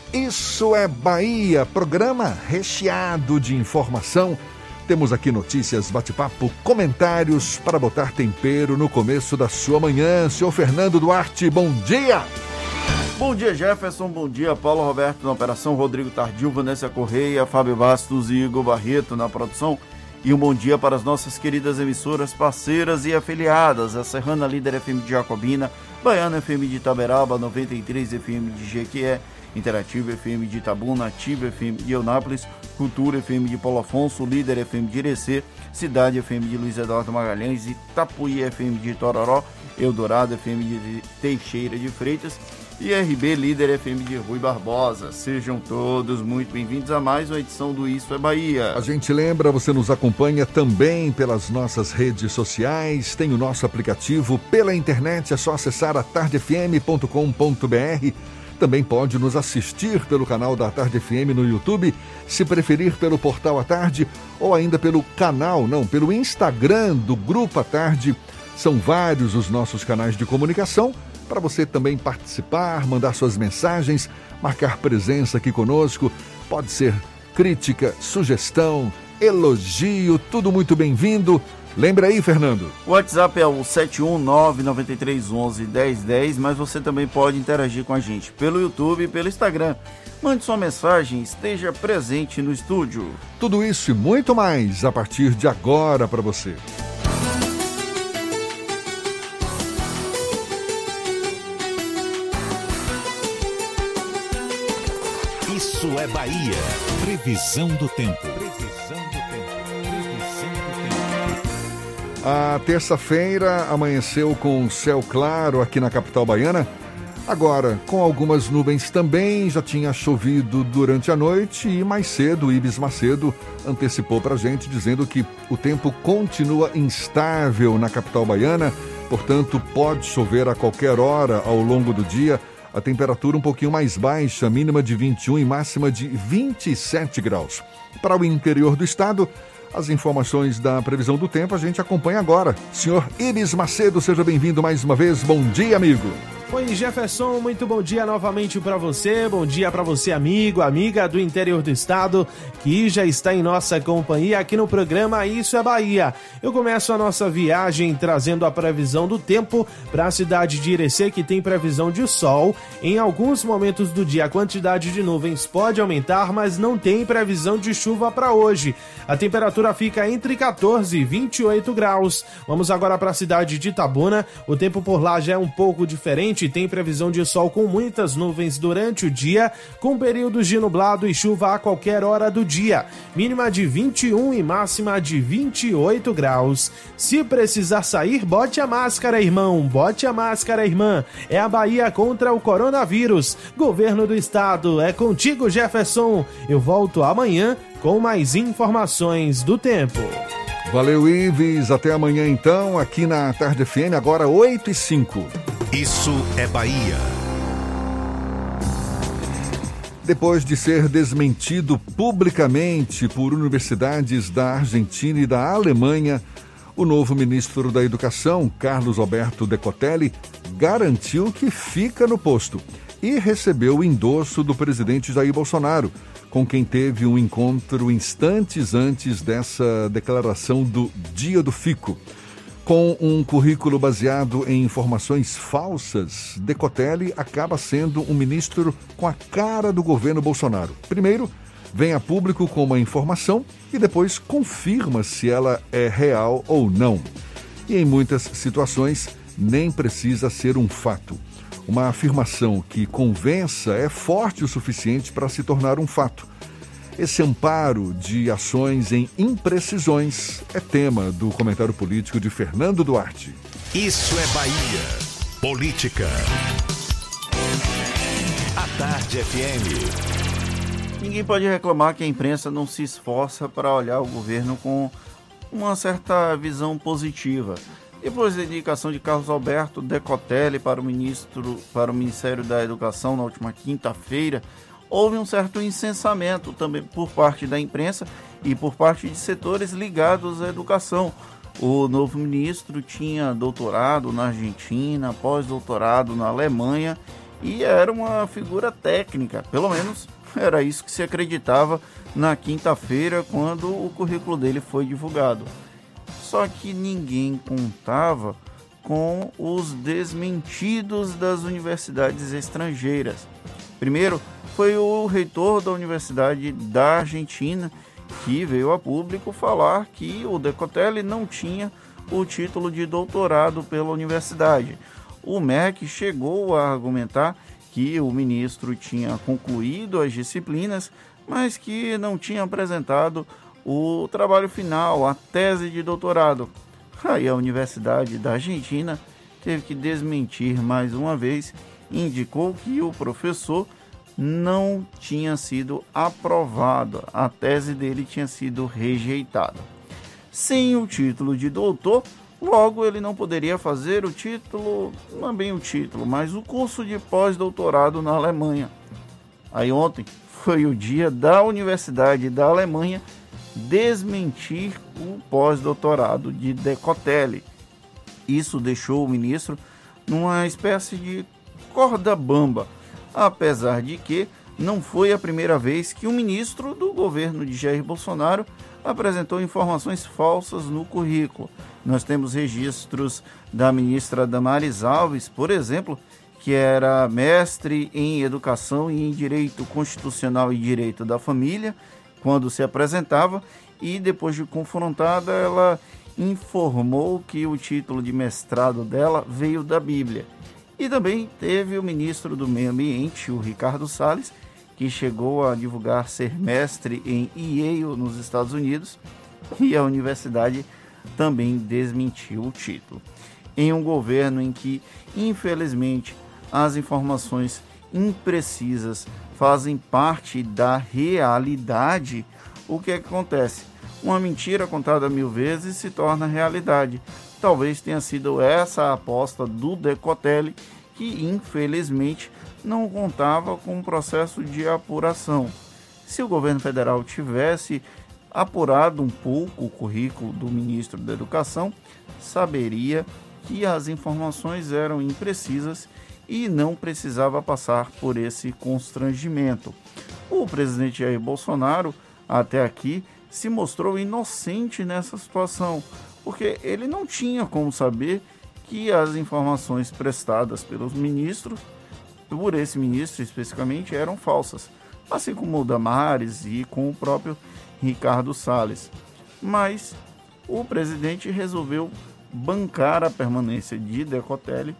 Isso é Bahia, programa recheado de informação. Temos aqui notícias, bate-papo, comentários para botar tempero no começo da sua manhã. Senhor Fernando Duarte, bom dia! Bom dia, Jefferson, bom dia, Paulo Roberto na operação, Rodrigo Tardil, Vanessa Correia, Fábio Bastos e Igor Barreto na produção. E um bom dia para as nossas queridas emissoras parceiras e afiliadas, a Serrana Líder F M de Jacobina, Baiana F M de Itaberaba, noventa e três F M de Jequié, Interativa F M de Itabuna, Ativa F M de Eunápolis, Cultura F M de Paulo Afonso, Líder F M de Irecê, Cidade F M de Luiz Eduardo Magalhães, Itapuí F M de Itororó, Eldorado F M de Teixeira de Freitas e R B Líder F M de Rui Barbosa. Sejam todos muito bem-vindos a mais uma edição do Isso é Bahia. A gente lembra, você nos acompanha também pelas nossas redes sociais, tem o nosso aplicativo pela internet, é só acessar a tarde f m ponto com ponto b r. Também pode nos assistir pelo canal da Tarde F M no YouTube, se preferir pelo portal à tarde ou ainda pelo canal, não, pelo Instagram do Grupo à Tarde. São vários os nossos canais de comunicação para você também participar, mandar suas mensagens, marcar presença aqui conosco. Pode ser crítica, sugestão, elogio, tudo muito bem-vindo. Lembra aí, Fernando? O WhatsApp é o sete um nove nove três um um um zero um zero, mas você também pode interagir com a gente pelo YouTube e pelo Instagram. Mande sua mensagem, esteja presente no estúdio. Tudo isso e muito mais a partir de agora para você. Isso é Bahia. Previsão do tempo. Previsão do tempo. Previsão do tempo. A terça-feira amanheceu com céu claro aqui na capital baiana. Agora, com algumas nuvens também, já tinha chovido durante a noite e mais cedo o Ibis Macedo antecipou para a gente dizendo que o tempo continua instável na capital baiana, portanto pode chover a qualquer hora ao longo do dia. A temperatura um pouquinho mais baixa, mínima de vinte e um e máxima de vinte e sete graus. Para o interior do estado, as informações da previsão do tempo a gente acompanha agora. Senhor Ibis Macedo, seja bem-vindo mais uma vez. Bom dia, amigo. Oi, Jefferson, muito bom dia novamente para você, bom dia para você, amigo, amiga do interior do estado, que já está em nossa companhia aqui no programa Isso é Bahia. Eu começo a nossa viagem trazendo a previsão do tempo para a cidade de Irecê, que tem previsão de sol. Em alguns momentos do dia a quantidade de nuvens pode aumentar, mas não tem previsão de chuva para hoje. A temperatura fica entre quatorze e vinte e oito graus. Vamos agora para a cidade de Itabuna, o tempo por lá já é um pouco diferente. Tem previsão de sol com muitas nuvens durante o dia, com períodos de nublado e chuva a qualquer hora do dia. Mínima de vinte e um e máxima de vinte e oito graus. Se precisar sair, bote a máscara, irmão. Bote a máscara, irmã. É a Bahia contra o coronavírus. Governo do estado, é contigo, Jefferson. Eu volto amanhã com mais informações do tempo. Valeu, Ives. Até amanhã, então, aqui na Tarde F M, agora oito e cinco. Isso é Bahia. Depois de ser desmentido publicamente por universidades da Argentina e da Alemanha, o novo ministro da Educação, Carlos Alberto Decotelli, garantiu que fica no posto e recebeu o endosso do presidente Jair Bolsonaro, com quem teve um encontro instantes antes dessa declaração do Dia do Fico. Com um currículo baseado em informações falsas, Decotelli acaba sendo um ministro com a cara do governo Bolsonaro. Primeiro, vem a público com uma informação e depois confirma se ela é real ou não. E em muitas situações, nem precisa ser um fato. Uma afirmação que convença é forte o suficiente para se tornar um fato. Esse amparo de ações em imprecisões é tema do comentário político de Fernando Duarte. Isso é Bahia. Política. A Tarde F M. Ninguém pode reclamar que a imprensa não se esforça para olhar o governo com uma certa visão positiva. Depois da indicação de Carlos Alberto Decotelli para o, ministro, para o Ministério da Educação na última quinta-feira, houve um certo incensamento também por parte da imprensa e por parte de setores ligados à educação. O novo ministro tinha doutorado na Argentina, pós-doutorado na Alemanha e era uma figura técnica, pelo menos era isso que se acreditava na quinta-feira quando o currículo dele foi divulgado. Só que ninguém contava com os desmentidos das universidades estrangeiras. Primeiro, foi o reitor da Universidade da Argentina que veio a público falar que o Decotelli não tinha o título de doutorado pela universidade. O M E C chegou a argumentar que o ministro tinha concluído as disciplinas, mas que não tinha apresentado o trabalho final, a tese de doutorado. Aí a Universidade da Argentina teve que desmentir mais uma vez, indicou que o professor não tinha sido aprovado, a tese dele tinha sido rejeitada. Sem o título de doutor, logo ele não poderia fazer o título, não é bem o título, mas o curso de pós-doutorado na Alemanha. Aí ontem foi o dia da Universidade da Alemanha desmentir o pós-doutorado de Decotelli. Isso deixou o ministro numa espécie de corda bamba, apesar de que não foi a primeira vez que um ministro do governo de Jair Bolsonaro apresentou informações falsas no currículo. Nós temos registros da ministra Damares Alves, por exemplo, que era mestre em Educação e em Direito Constitucional e Direito da Família, quando se apresentava, e depois de confrontada, ela informou que o título de mestrado dela veio da Bíblia. E também teve o ministro do Meio Ambiente, o Ricardo Salles, que chegou a divulgar ser mestre em Yale, nos Estados Unidos, e a universidade também desmentiu o título. Em um governo em que, infelizmente, as informações imprecisas fazem parte da realidade, o que, é que acontece? Uma mentira contada mil vezes se torna realidade. Talvez tenha sido essa a aposta do Decotelli, que infelizmente não contava com um processo de apuração. Se o governo federal tivesse apurado um pouco o currículo do ministro da Educação, saberia que as informações eram imprecisas e não precisava passar por esse constrangimento. O presidente Jair Bolsonaro, até aqui, se mostrou inocente nessa situação, porque ele não tinha como saber que as informações prestadas pelos ministros, por esse ministro especificamente, eram falsas, assim como o Damares e com o próprio Ricardo Salles. Mas o presidente resolveu bancar a permanência de Decotelli,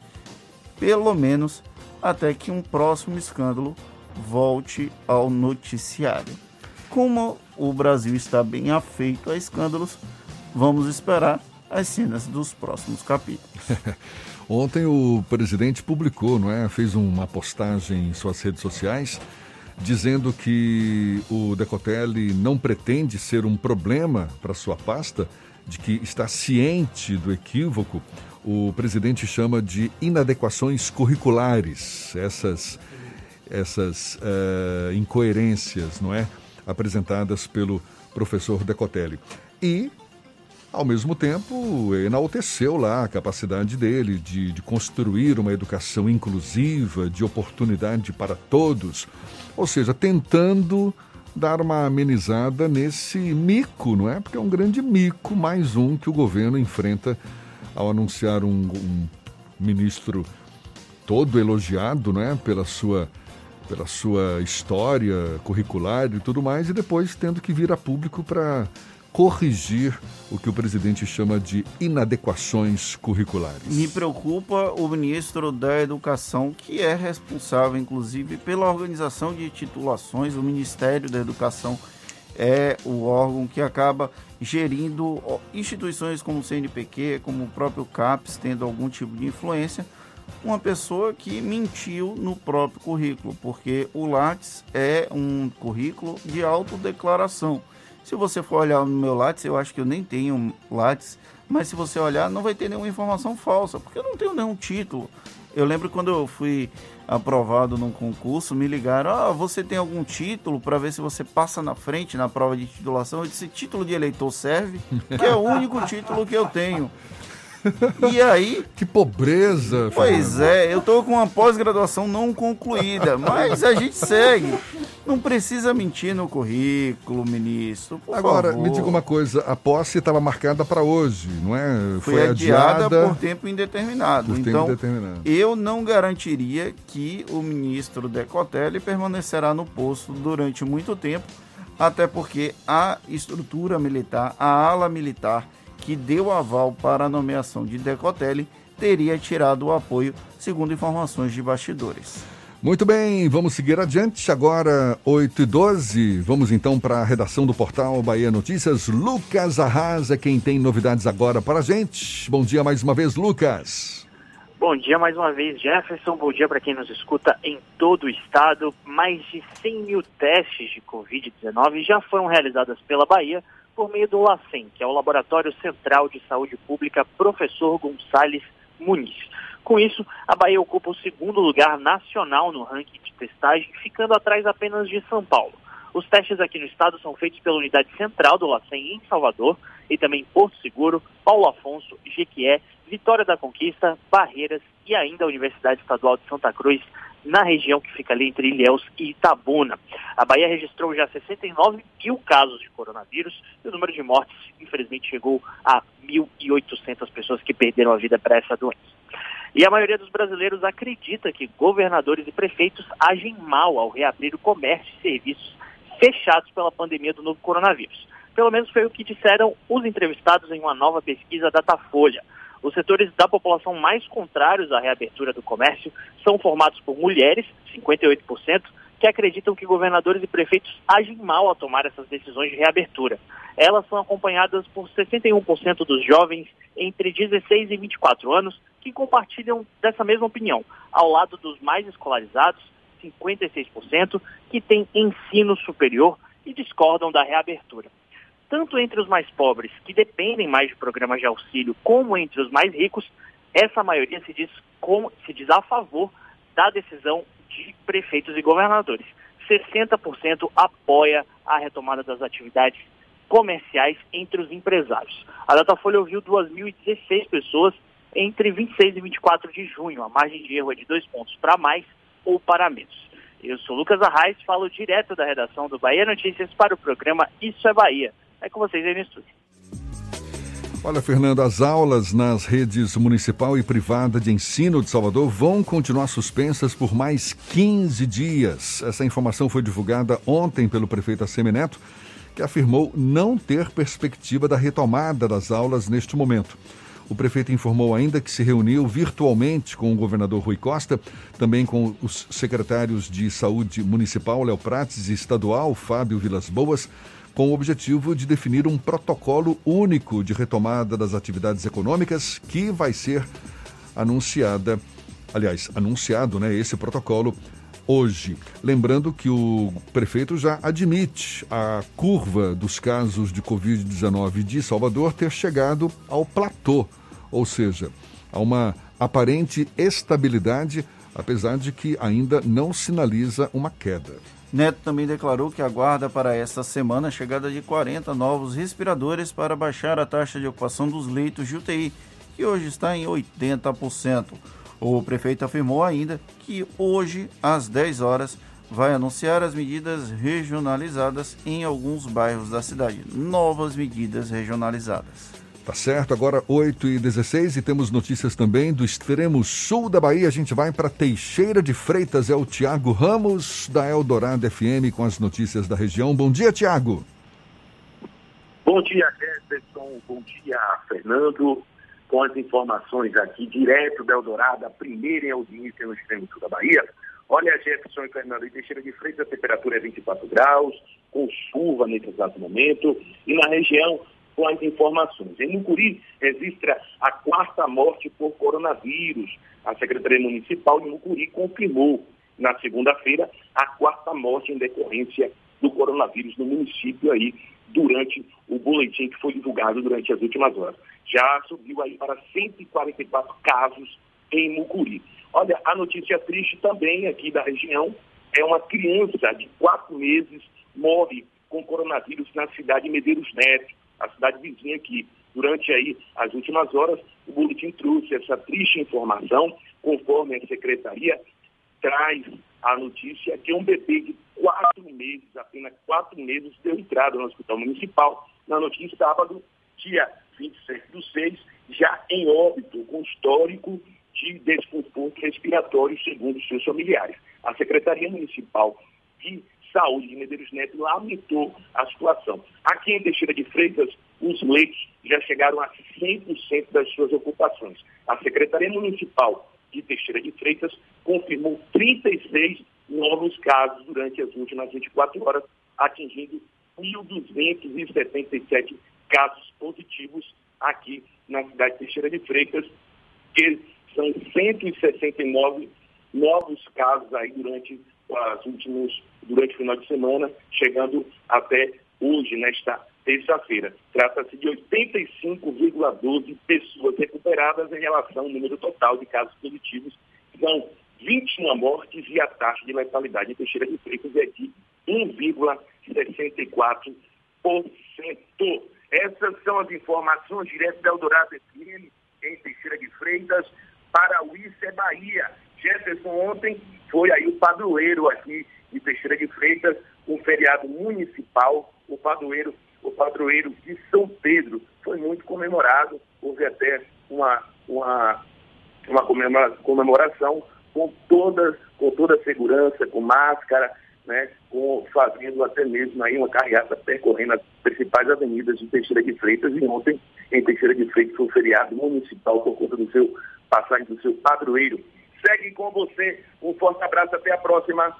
pelo menos até que um próximo escândalo volte ao noticiário. Como o Brasil está bem afeito a escândalos, vamos esperar as cenas dos próximos capítulos. Ontem o presidente publicou, não é? Fez uma postagem em suas redes sociais dizendo que o Decotelli não pretende ser um problema para sua pasta, de que está ciente do equívoco. O presidente chama de inadequações curriculares, essas essas uh, incoerências, não é? Apresentadas pelo professor Decotelli. E, ao mesmo tempo, enalteceu lá a capacidade dele de, de construir uma educação inclusiva, de oportunidade para todos, ou seja, tentando dar uma amenizada nesse mico, não é? Porque é um grande mico, mais um que o governo enfrenta ao anunciar um, um ministro todo elogiado, não é? Pela sua, pela sua história curricular e tudo mais, e depois tendo que vir a público para corrigir o que o presidente chama de inadequações curriculares. Me preocupa o ministro da Educação, que é responsável, inclusive, pela organização de titulações. O Ministério da Educação é o órgão que acaba gerindo instituições como o C N P Q, como o próprio CAPES, tendo algum tipo de influência. Uma pessoa que mentiu no próprio currículo, porque o Lattes é um currículo de autodeclaração. Se você for olhar no meu Lattes, eu acho que eu nem tenho Lattes, mas se você olhar, não vai ter nenhuma informação falsa, porque eu não tenho nenhum título. Eu lembro quando eu fui aprovado num concurso, me ligaram, ah, você tem algum título para ver se você passa na frente na prova de titulação? Eu disse, título de eleitor serve, que é o único título que eu tenho. E aí... Que pobreza! Pois Fernando. é, eu tô com uma pós-graduação não concluída, mas a gente segue. Não precisa mentir no currículo, ministro, por Agora, favor. me diga uma coisa, a posse estava marcada para hoje, não é? Foi, Foi adiada, adiada por tempo indeterminado. Por então, tempo indeterminado. Eu não garantiria que o ministro Decotelli permanecerá no posto durante muito tempo, até porque a estrutura militar, a ala militar, que deu aval para a nomeação de Decotelli, teria tirado o apoio, segundo informações de bastidores. Muito bem, vamos seguir adiante. Agora, oito e doze. Vamos então para a redação do portal Bahia Notícias. Lucas Arrasa, quem tem novidades agora para a gente. Bom dia mais uma vez, Lucas. Bom dia mais uma vez, Jefferson. Bom dia para quem nos escuta em todo o estado. Mais de cem mil testes de covid dezenove já foram realizados pela Bahia por meio do LACEN, que é o Laboratório Central de Saúde Pública Professor Gonçalves Muniz. Com isso, a Bahia ocupa o segundo lugar nacional no ranking de testagem, ficando atrás apenas de São Paulo. Os testes aqui no estado são feitos pela unidade central do LACEN em Salvador e também em Porto Seguro, Paulo Afonso, Jequié, Vitória da Conquista, Barreiras e ainda a Universidade Estadual de Santa Cruz, na região que fica ali entre Ilhéus e Itabuna. A Bahia registrou já sessenta e nove mil casos de coronavírus e o número de mortes, infelizmente, chegou a mil e oitocentas pessoas que perderam a vida para essa doença. E a maioria dos brasileiros acredita que governadores e prefeitos agem mal ao reabrir o comércio e serviços fechados pela pandemia do novo coronavírus. Pelo menos foi o que disseram os entrevistados em uma nova pesquisa Datafolha. Os setores da população mais contrários à reabertura do comércio são formados por mulheres, cinquenta e oito por cento, que acreditam que governadores e prefeitos agem mal ao tomar essas decisões de reabertura. Elas são acompanhadas por sessenta e um por cento dos jovens entre dezesseis e vinte e quatro anos que compartilham dessa mesma opinião, ao lado dos mais escolarizados, cinquenta e seis por cento, que têm ensino superior e discordam da reabertura. Tanto entre os mais pobres, que dependem mais de programas de auxílio, como entre os mais ricos, essa maioria se diz, com, se diz a favor da decisão de prefeitos e governadores. sessenta por cento apoia a retomada das atividades comerciais entre os empresários. A Datafolha ouviu duas mil e dezesseis pessoas entre vinte e seis e vinte e quatro de junho. A margem de erro é de dois pontos para mais ou para menos. Eu sou Lucas Arraes, falo direto da redação do Bahia Notícias para o programa Isso é Bahia. É com vocês aí no estúdio. Olha, Fernando, as aulas nas redes municipal e privada de ensino de Salvador vão continuar suspensas por mais quinze dias. Essa informação foi divulgada ontem pelo prefeito Assemineto, que afirmou não ter perspectiva da retomada das aulas neste momento. O prefeito informou ainda que se reuniu virtualmente com o governador Rui Costa, também com os secretários de saúde municipal, Léo Prates, e estadual, Fábio Vilas Boas, com o objetivo de definir um protocolo único de retomada das atividades econômicas que vai ser anunciada, aliás, anunciado, né, esse protocolo hoje. Lembrando que o prefeito já admite a curva dos casos de covid dezenove de Salvador ter chegado ao platô, ou seja, a uma aparente estabilidade apesar de que ainda não sinaliza uma queda. Neto também declarou que aguarda para esta semana a chegada de quarenta novos respiradores para baixar a taxa de ocupação dos leitos de U T I, que hoje está em oitenta por cento. O prefeito afirmou ainda que hoje, às dez horas, vai anunciar as medidas regionalizadas em alguns bairros da cidade. Novas medidas regionalizadas. Tá certo, agora oito e dezesseis e temos notícias também do extremo sul da Bahia. A gente vai para Teixeira de Freitas, é o Tiago Ramos da Eldorado F M com as notícias da região. Bom dia, Tiago. Bom dia, Jefferson. Bom dia, Fernando. Com as informações aqui direto da Eldorado, a primeira em audiência no extremo sul da Bahia. Olha, Jefferson e Fernando, em Teixeira de Freitas a temperatura é vinte e quatro graus, com chuva nesse exato momento, e na região, com as informações. Em Mucuri, registra a quarta morte por coronavírus. A Secretaria Municipal de Mucuri confirmou, na segunda-feira, a quarta morte em decorrência do coronavírus no município aí, durante o boletim que foi divulgado durante as últimas horas. Já subiu aí para cento e quarenta e quatro casos em Mucuri. Olha, a notícia triste também aqui da região é uma criança de quatro meses morre com coronavírus na cidade de Medeiros Neto, a cidade vizinha aqui. Durante aí as últimas horas, o boletim trouxe essa triste informação, conforme a secretaria traz a notícia que um bebê de quatro meses, apenas quatro meses, deu entrada no hospital municipal na noite de sábado, dia vinte e sete do seis, já em óbito, com histórico de desconforto respiratório, segundo seus familiares. A Secretaria Municipal de Saúde de Medeiros Neto lamentou a situação. Aqui em Teixeira de Freitas, os leitos já chegaram a cem por cento das suas ocupações. A Secretaria Municipal de Teixeira de Freitas confirmou trinta e seis novos casos durante as últimas vinte e quatro horas, atingindo mil duzentos e setenta e sete casos positivos aqui na cidade de Teixeira de Freitas, que são cento e sessenta e nove novos casos aí durante as últimos, durante o final de semana, chegando até hoje, nesta terça-feira. Trata-se de oitenta e cinco vírgula doze pessoas recuperadas em relação ao número total de casos positivos. São vinte e uma mortes e a taxa de letalidade em Teixeira de Freitas é de um vírgula sessenta e quatro por cento. Essas são as informações direto da Eldorado F M em Teixeira de Freitas para o Isso é Bahia. Jefferson, ontem foi aí o padroeiro aqui de Teixeira de Freitas, um feriado municipal, o padroeiro, o padroeiro de São Pedro. Foi muito comemorado, houve até uma, uma, uma comemora, comemoração com toda, com toda a segurança, com máscara, né, com, fazendo até mesmo aí uma carreata percorrendo as principais avenidas de Teixeira de Freitas. E ontem, em Teixeira de Freitas, foi um feriado municipal por conta do seu passagem do seu padroeiro. Segue com você. Um forte abraço. Até a próxima.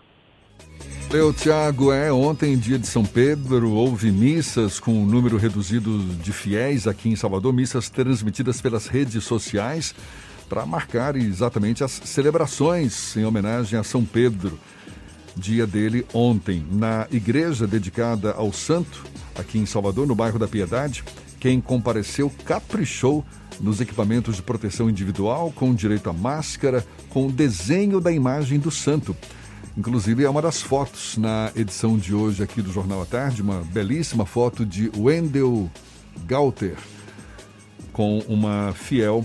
Eu, Tiago, é, ontem, dia de São Pedro, houve missas com um número reduzido de fiéis aqui em Salvador, missas transmitidas pelas redes sociais para marcar exatamente as celebrações em homenagem a São Pedro, dia dele ontem. Na igreja dedicada ao santo, aqui em Salvador, no bairro da Piedade, quem compareceu caprichou nos equipamentos de proteção individual, com direito à máscara, com o desenho da imagem do santo. Inclusive, é uma das fotos na edição de hoje aqui do Jornal à Tarde, uma belíssima foto de Wendel Gauter, com uma fiel,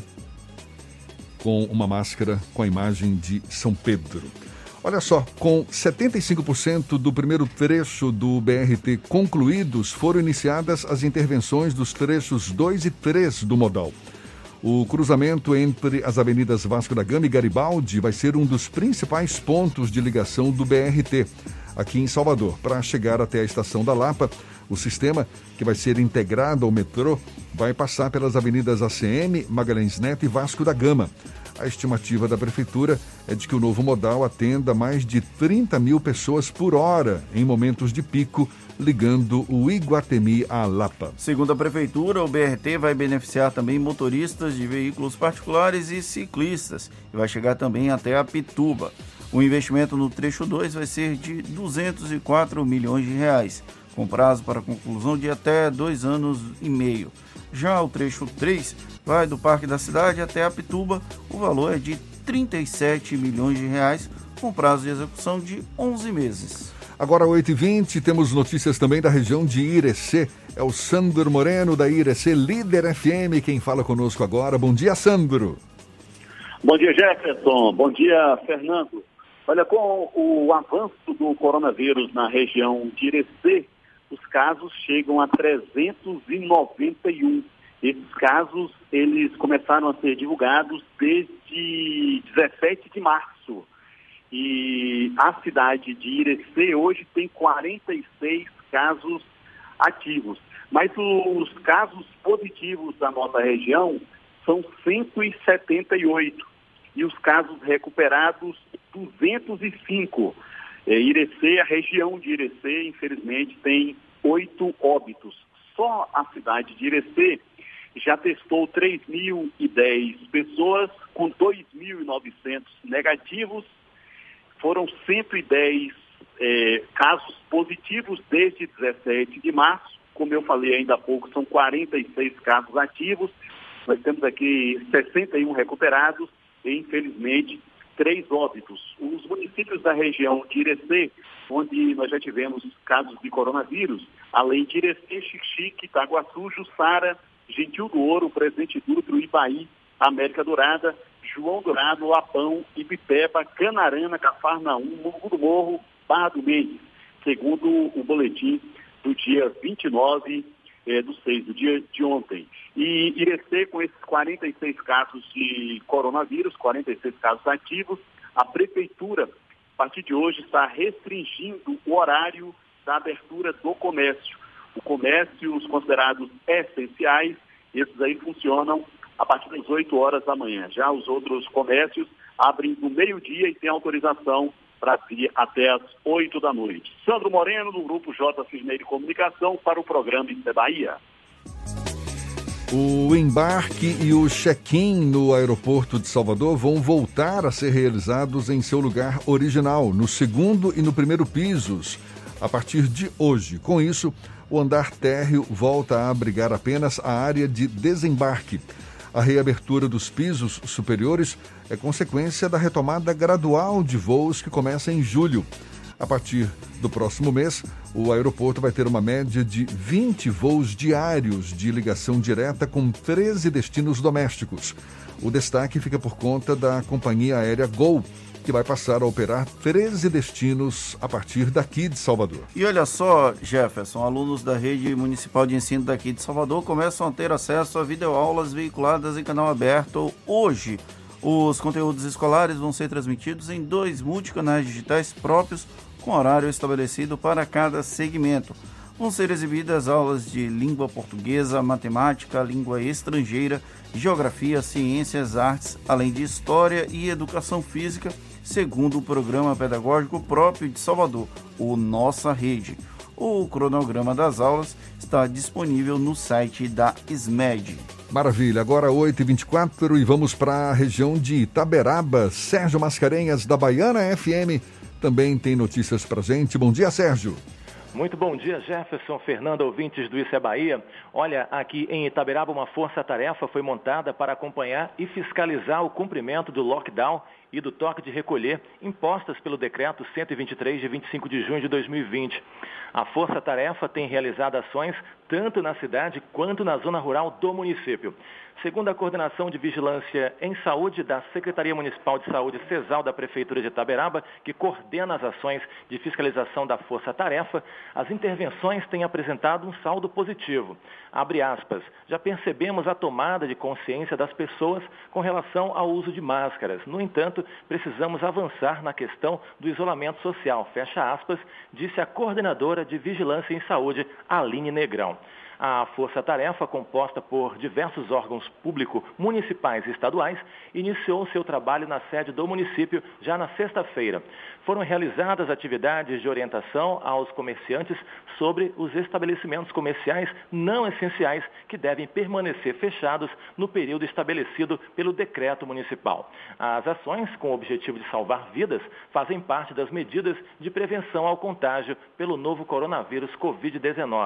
com uma máscara com a imagem de São Pedro. Olha só, com setenta e cinco por cento do primeiro trecho do B R T concluídos, foram iniciadas as intervenções dos trechos dois e três do modal. O cruzamento entre as avenidas Vasco da Gama e Garibaldi vai ser um dos principais pontos de ligação do B R T aqui em Salvador. Para chegar até a Estação da Lapa, o sistema, que vai ser integrado ao metrô, vai passar pelas avenidas A C M, Magalhães Neto e Vasco da Gama. A estimativa da Prefeitura é de que o novo modal atenda mais de trinta mil pessoas por hora em momentos de pico, ligando o Iguatemi à Lapa. Segundo a Prefeitura, o B R T vai beneficiar também motoristas de veículos particulares e ciclistas e vai chegar também até a Pituba. O investimento no trecho dois vai ser de duzentos e quatro milhões de reais, com prazo para conclusão de até dois anos e meio. Já o trecho três vai do Parque da Cidade até a Pituba, o valor é de trinta e sete milhões de reais, com prazo de execução de onze meses. Agora, oito e vinte, temos notícias também da região de Irecê. É o Sandro Moreno, da Irecê, Líder F M, quem fala conosco agora. Bom dia, Sandro. Bom dia, Jefferson. Bom dia, Fernando. Olha, com o avanço do coronavírus na região de Irecê, os casos chegam a trezentos e noventa e um. Esses casos, eles começaram a ser divulgados desde dezessete de março. E a cidade de Irecê hoje tem quarenta e seis casos ativos. Mas os casos positivos da nossa região são cento e setenta e oito. E os casos recuperados, duzentos e cinco. É, Irecê, a região de Irecê, infelizmente, tem oito óbitos. Só a cidade de Irecê já testou três mil e dez pessoas, com dois mil e novecentos negativos. Foram cento e dez é, casos positivos desde dezessete de março. Como eu falei ainda há pouco, são quarenta e seis casos ativos. Nós temos aqui sessenta e um recuperados e, infelizmente, três óbitos. Os municípios da região de Irecê, onde nós já tivemos casos de coronavírus, além de Irecê, Xixique, Itaguaçu, Jussara, Gentil do Ouro, Presidente Dutra, Ibaí, América Dourada, João Dourado, Lapão, Ibipeba, Canarana, Cafarnaum, Morro do Morro, Barra do Mendes, segundo o boletim do dia vinte e nove eh, do seis, do dia de ontem. E Irecê, com esses quarenta e seis casos de coronavírus, quarenta e seis casos ativos, a Prefeitura, a partir de hoje, está restringindo o horário da abertura do comércio. O comércio, os considerados essenciais, esses aí funcionam a partir das oito horas da manhã. Já os outros comércios abrem do meio-dia e têm autorização para abrir até as oito da noite. Sandro Moreno, do Grupo J. Cisneiro de Comunicação, para o programa Isso é Bahia. O embarque e o check-in no aeroporto de Salvador vão voltar a ser realizados em seu lugar original, no segundo e no primeiro pisos, a partir de hoje. Com isso, o andar térreo volta a abrigar apenas a área de desembarque. A reabertura dos pisos superiores é consequência da retomada gradual de voos que começa em julho. A partir do próximo mês, o aeroporto vai ter uma média de vinte voos diários de ligação direta com treze destinos domésticos. O destaque fica por conta da companhia aérea Gol, que vai passar a operar treze destinos a partir daqui de Salvador. E olha só, Jefferson, alunos da Rede Municipal de Ensino daqui de Salvador começam a ter acesso a videoaulas veiculadas em canal aberto hoje. Os conteúdos escolares vão ser transmitidos em dois multicanais digitais próprios, com horário estabelecido para cada segmento. Vão ser exibidas aulas de língua portuguesa, matemática, língua estrangeira, geografia, ciências, artes, além de história e educação física, segundo o programa pedagógico próprio de Salvador, o Nossa Rede. O cronograma das aulas está disponível no site da S M E D. Maravilha, agora oito e vinte e quatro e vamos para a região de Itaberaba. Sérgio Mascarenhas, da Baiana F M, também tem notícias para gente. Bom dia, Sérgio. Muito bom dia, Jefferson, Fernando, ouvintes do Isso é Bahia. Olha, aqui em Itaberaba, uma força-tarefa foi montada para acompanhar e fiscalizar o cumprimento do lockdown e do toque de recolher impostas pelo Decreto cento e vinte e três, de vinte e cinco de junho de dois mil e vinte. A força-tarefa tem realizado ações tanto na cidade quanto na zona rural do município. Segundo a Coordenação de Vigilância em Saúde da Secretaria Municipal de Saúde, CESAL, da Prefeitura de Itaberaba, que coordena as ações de fiscalização da força-tarefa, as intervenções têm apresentado um saldo positivo. Abre aspas, já percebemos a tomada de consciência das pessoas com relação ao uso de máscaras. No entanto, precisamos avançar na questão do isolamento social, fecha aspas, disse a coordenadora de Vigilância em Saúde, Aline Negrão. A força-tarefa, composta por diversos órgãos públicos municipais e estaduais, iniciou seu trabalho na sede do município já na sexta-feira. Foram realizadas atividades de orientação aos comerciantes sobre os estabelecimentos comerciais não essenciais que devem permanecer fechados no período estabelecido pelo decreto municipal. As ações, com o objetivo de salvar vidas, fazem parte das medidas de prevenção ao contágio pelo novo coronavírus covid dezenove.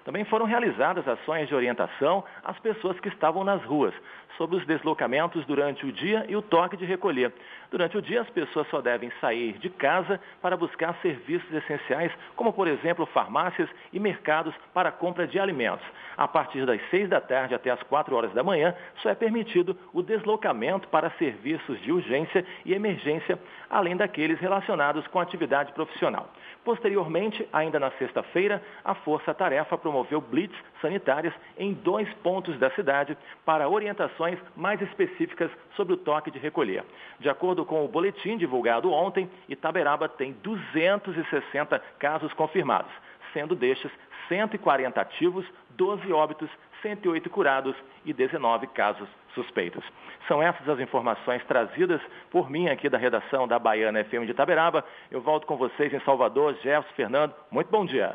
Também foram realizadas ações de orientação às pessoas que estavam nas ruas, sobre os deslocamentos durante o dia e o toque de recolher. Durante o dia, as pessoas só devem sair de casa para buscar serviços essenciais, como, por exemplo, farmácias e mercados para a compra de alimentos. A partir das seis da tarde até as quatro horas da manhã, só é permitido o deslocamento para serviços de urgência e emergência, além daqueles relacionados com atividade profissional. Posteriormente, ainda na sexta-feira, a Força Tarefa promoveu blitz sanitárias em dois pontos da cidade para orientações mais específicas sobre o toque de recolher. De acordo com o boletim divulgado ontem, Itaberaba tem duzentos e sessenta casos confirmados, sendo destes cento e quarenta ativos, doze óbitos, cento e oito curados e dezenove casos suspeitos. São essas as informações trazidas por mim aqui da redação da Baiana F M de Itaberaba. Eu volto com vocês em Salvador. Jefferson, Fernando, muito bom dia.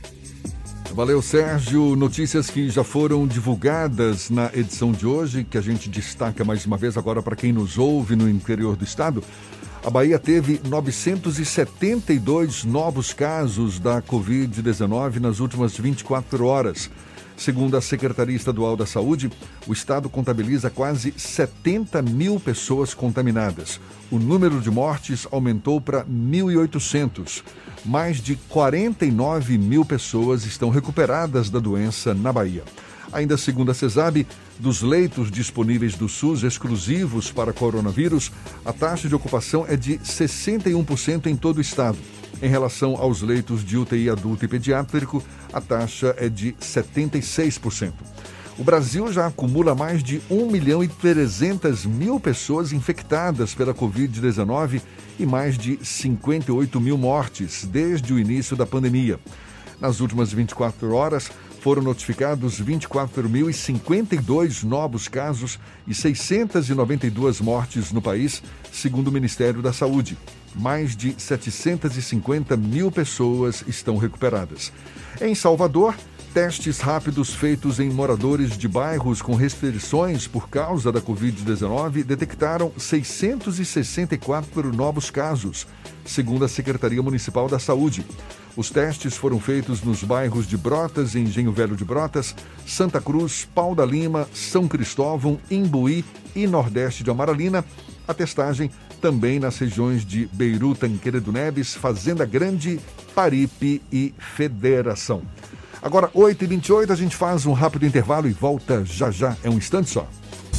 Valeu, Sérgio. Notícias que já foram divulgadas na edição de hoje, que a gente destaca mais uma vez agora para quem nos ouve no interior do estado. A Bahia teve novecentos e setenta e dois novos casos da covid dezenove nas últimas vinte e quatro horas. Segundo a Secretaria Estadual da Saúde, o estado contabiliza quase setenta mil pessoas contaminadas. O número de mortes aumentou para mil e oitocentos. Mais de quarenta e nove mil pessoas estão recuperadas da doença na Bahia. Ainda segundo a CESAB, dos leitos disponíveis do SUS exclusivos para coronavírus, a taxa de ocupação é de sessenta e um por cento em todo o estado. Em relação aos leitos de U T I adulto e pediátrico, a taxa é de setenta e seis por cento. O Brasil já acumula mais de um milhão e trezentas mil pessoas infectadas pela covid dezenove e mais de cinquenta e oito mil mortes desde o início da pandemia. Nas últimas vinte e quatro horas, foram notificados vinte e quatro mil e cinquenta e dois novos casos e seiscentas e noventa e duas mortes no país, segundo o Ministério da Saúde. Mais de setecentas e cinquenta mil pessoas estão recuperadas. Em Salvador, testes rápidos feitos em moradores de bairros com restrições por causa da covid dezenove detectaram seiscentos e sessenta e quatro novos casos, segundo a Secretaria Municipal da Saúde. Os testes foram feitos nos bairros de Brotas, Engenho Velho de Brotas, Santa Cruz, Pau da Lima, São Cristóvão, Imbuí e Nordeste de Amaralina. A testagem também nas regiões de Beiru, Tanqueira Neves, Fazenda Grande, Paripe e Federação. Agora, oito e vinte e oito, a gente faz um rápido intervalo e volta já já. É um instante só.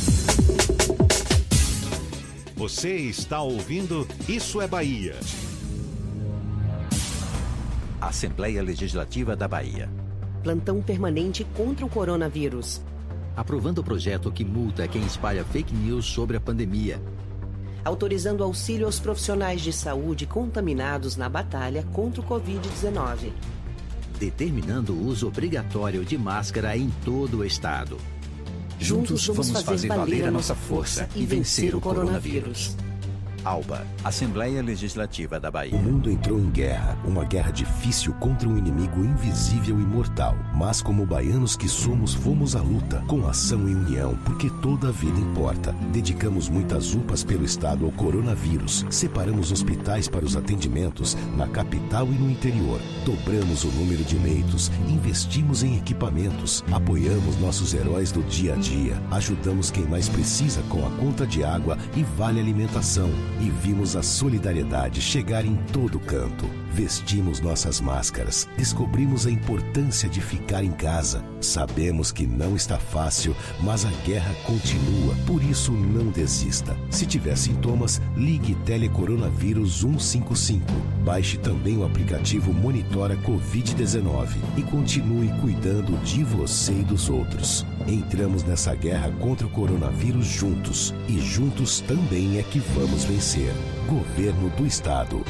Você está ouvindo Isso é Bahia. Assembleia Legislativa da Bahia. Plantão permanente contra o coronavírus. Aprovando o projeto que multa quem espalha fake news sobre a pandemia. Autorizando auxílio aos profissionais de saúde contaminados na batalha contra o covid dezenove. Determinando o uso obrigatório de máscara em todo o estado. Juntos, Juntos vamos, vamos fazer valer a nossa força e vencer o coronavírus. ALBA, Assembleia Legislativa da Bahia. O mundo entrou em guerra, uma guerra difícil contra um inimigo invisível e mortal. Mas como baianos que somos, fomos à luta, com ação e união, porque toda a vida importa. Dedicamos muitas U P As pelo estado ao coronavírus. Separamos hospitais para os atendimentos na capital e no interior. Dobramos o número de leitos, investimos em equipamentos, apoiamos nossos heróis do dia a dia, ajudamos quem mais precisa com a conta de água e vale alimentação. E vimos a solidariedade chegar em todo canto. Vestimos nossas máscaras, descobrimos a importância de ficar em casa. Sabemos que não está fácil, mas a guerra continua, por isso não desista. Se tiver sintomas, ligue Telecoronavírus um cinco cinco. Baixe também o aplicativo Monitora covid dezenove e continue cuidando de você e dos outros. Entramos nessa guerra contra o coronavírus juntos, e juntos também é que vamos vencer. Governo do Estado.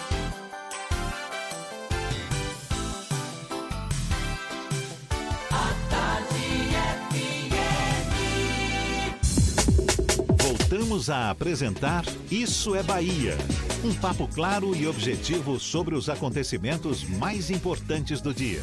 Voltamos a apresentar Isso é Bahia. Um papo claro e objetivo sobre os acontecimentos mais importantes do dia.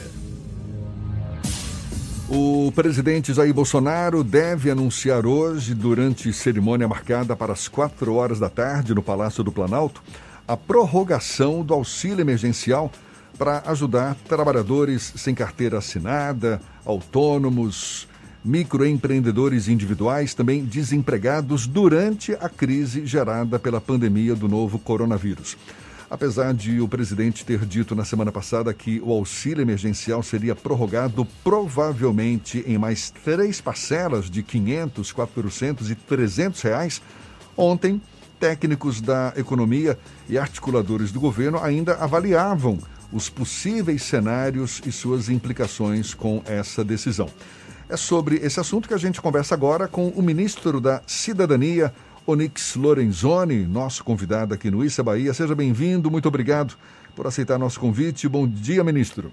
O presidente Jair Bolsonaro deve anunciar hoje, durante cerimônia marcada para as quatro horas da tarde no Palácio do Planalto, a prorrogação do auxílio emergencial para ajudar trabalhadores sem carteira assinada, autônomos, microempreendedores individuais, também desempregados durante a crise gerada pela pandemia do novo coronavírus. Apesar de o presidente ter dito na semana passada que o auxílio emergencial seria prorrogado provavelmente em mais três parcelas de quinhentos, quatrocentos e trezentos reais, ontem técnicos da economia e articuladores do governo ainda avaliavam os possíveis cenários e suas implicações com essa decisão. É sobre esse assunto que a gente conversa agora com o ministro da Cidadania, Onyx Lorenzoni, nosso convidado aqui no Isso é Bahia. Seja bem-vindo, muito obrigado por aceitar nosso convite. Bom dia, ministro.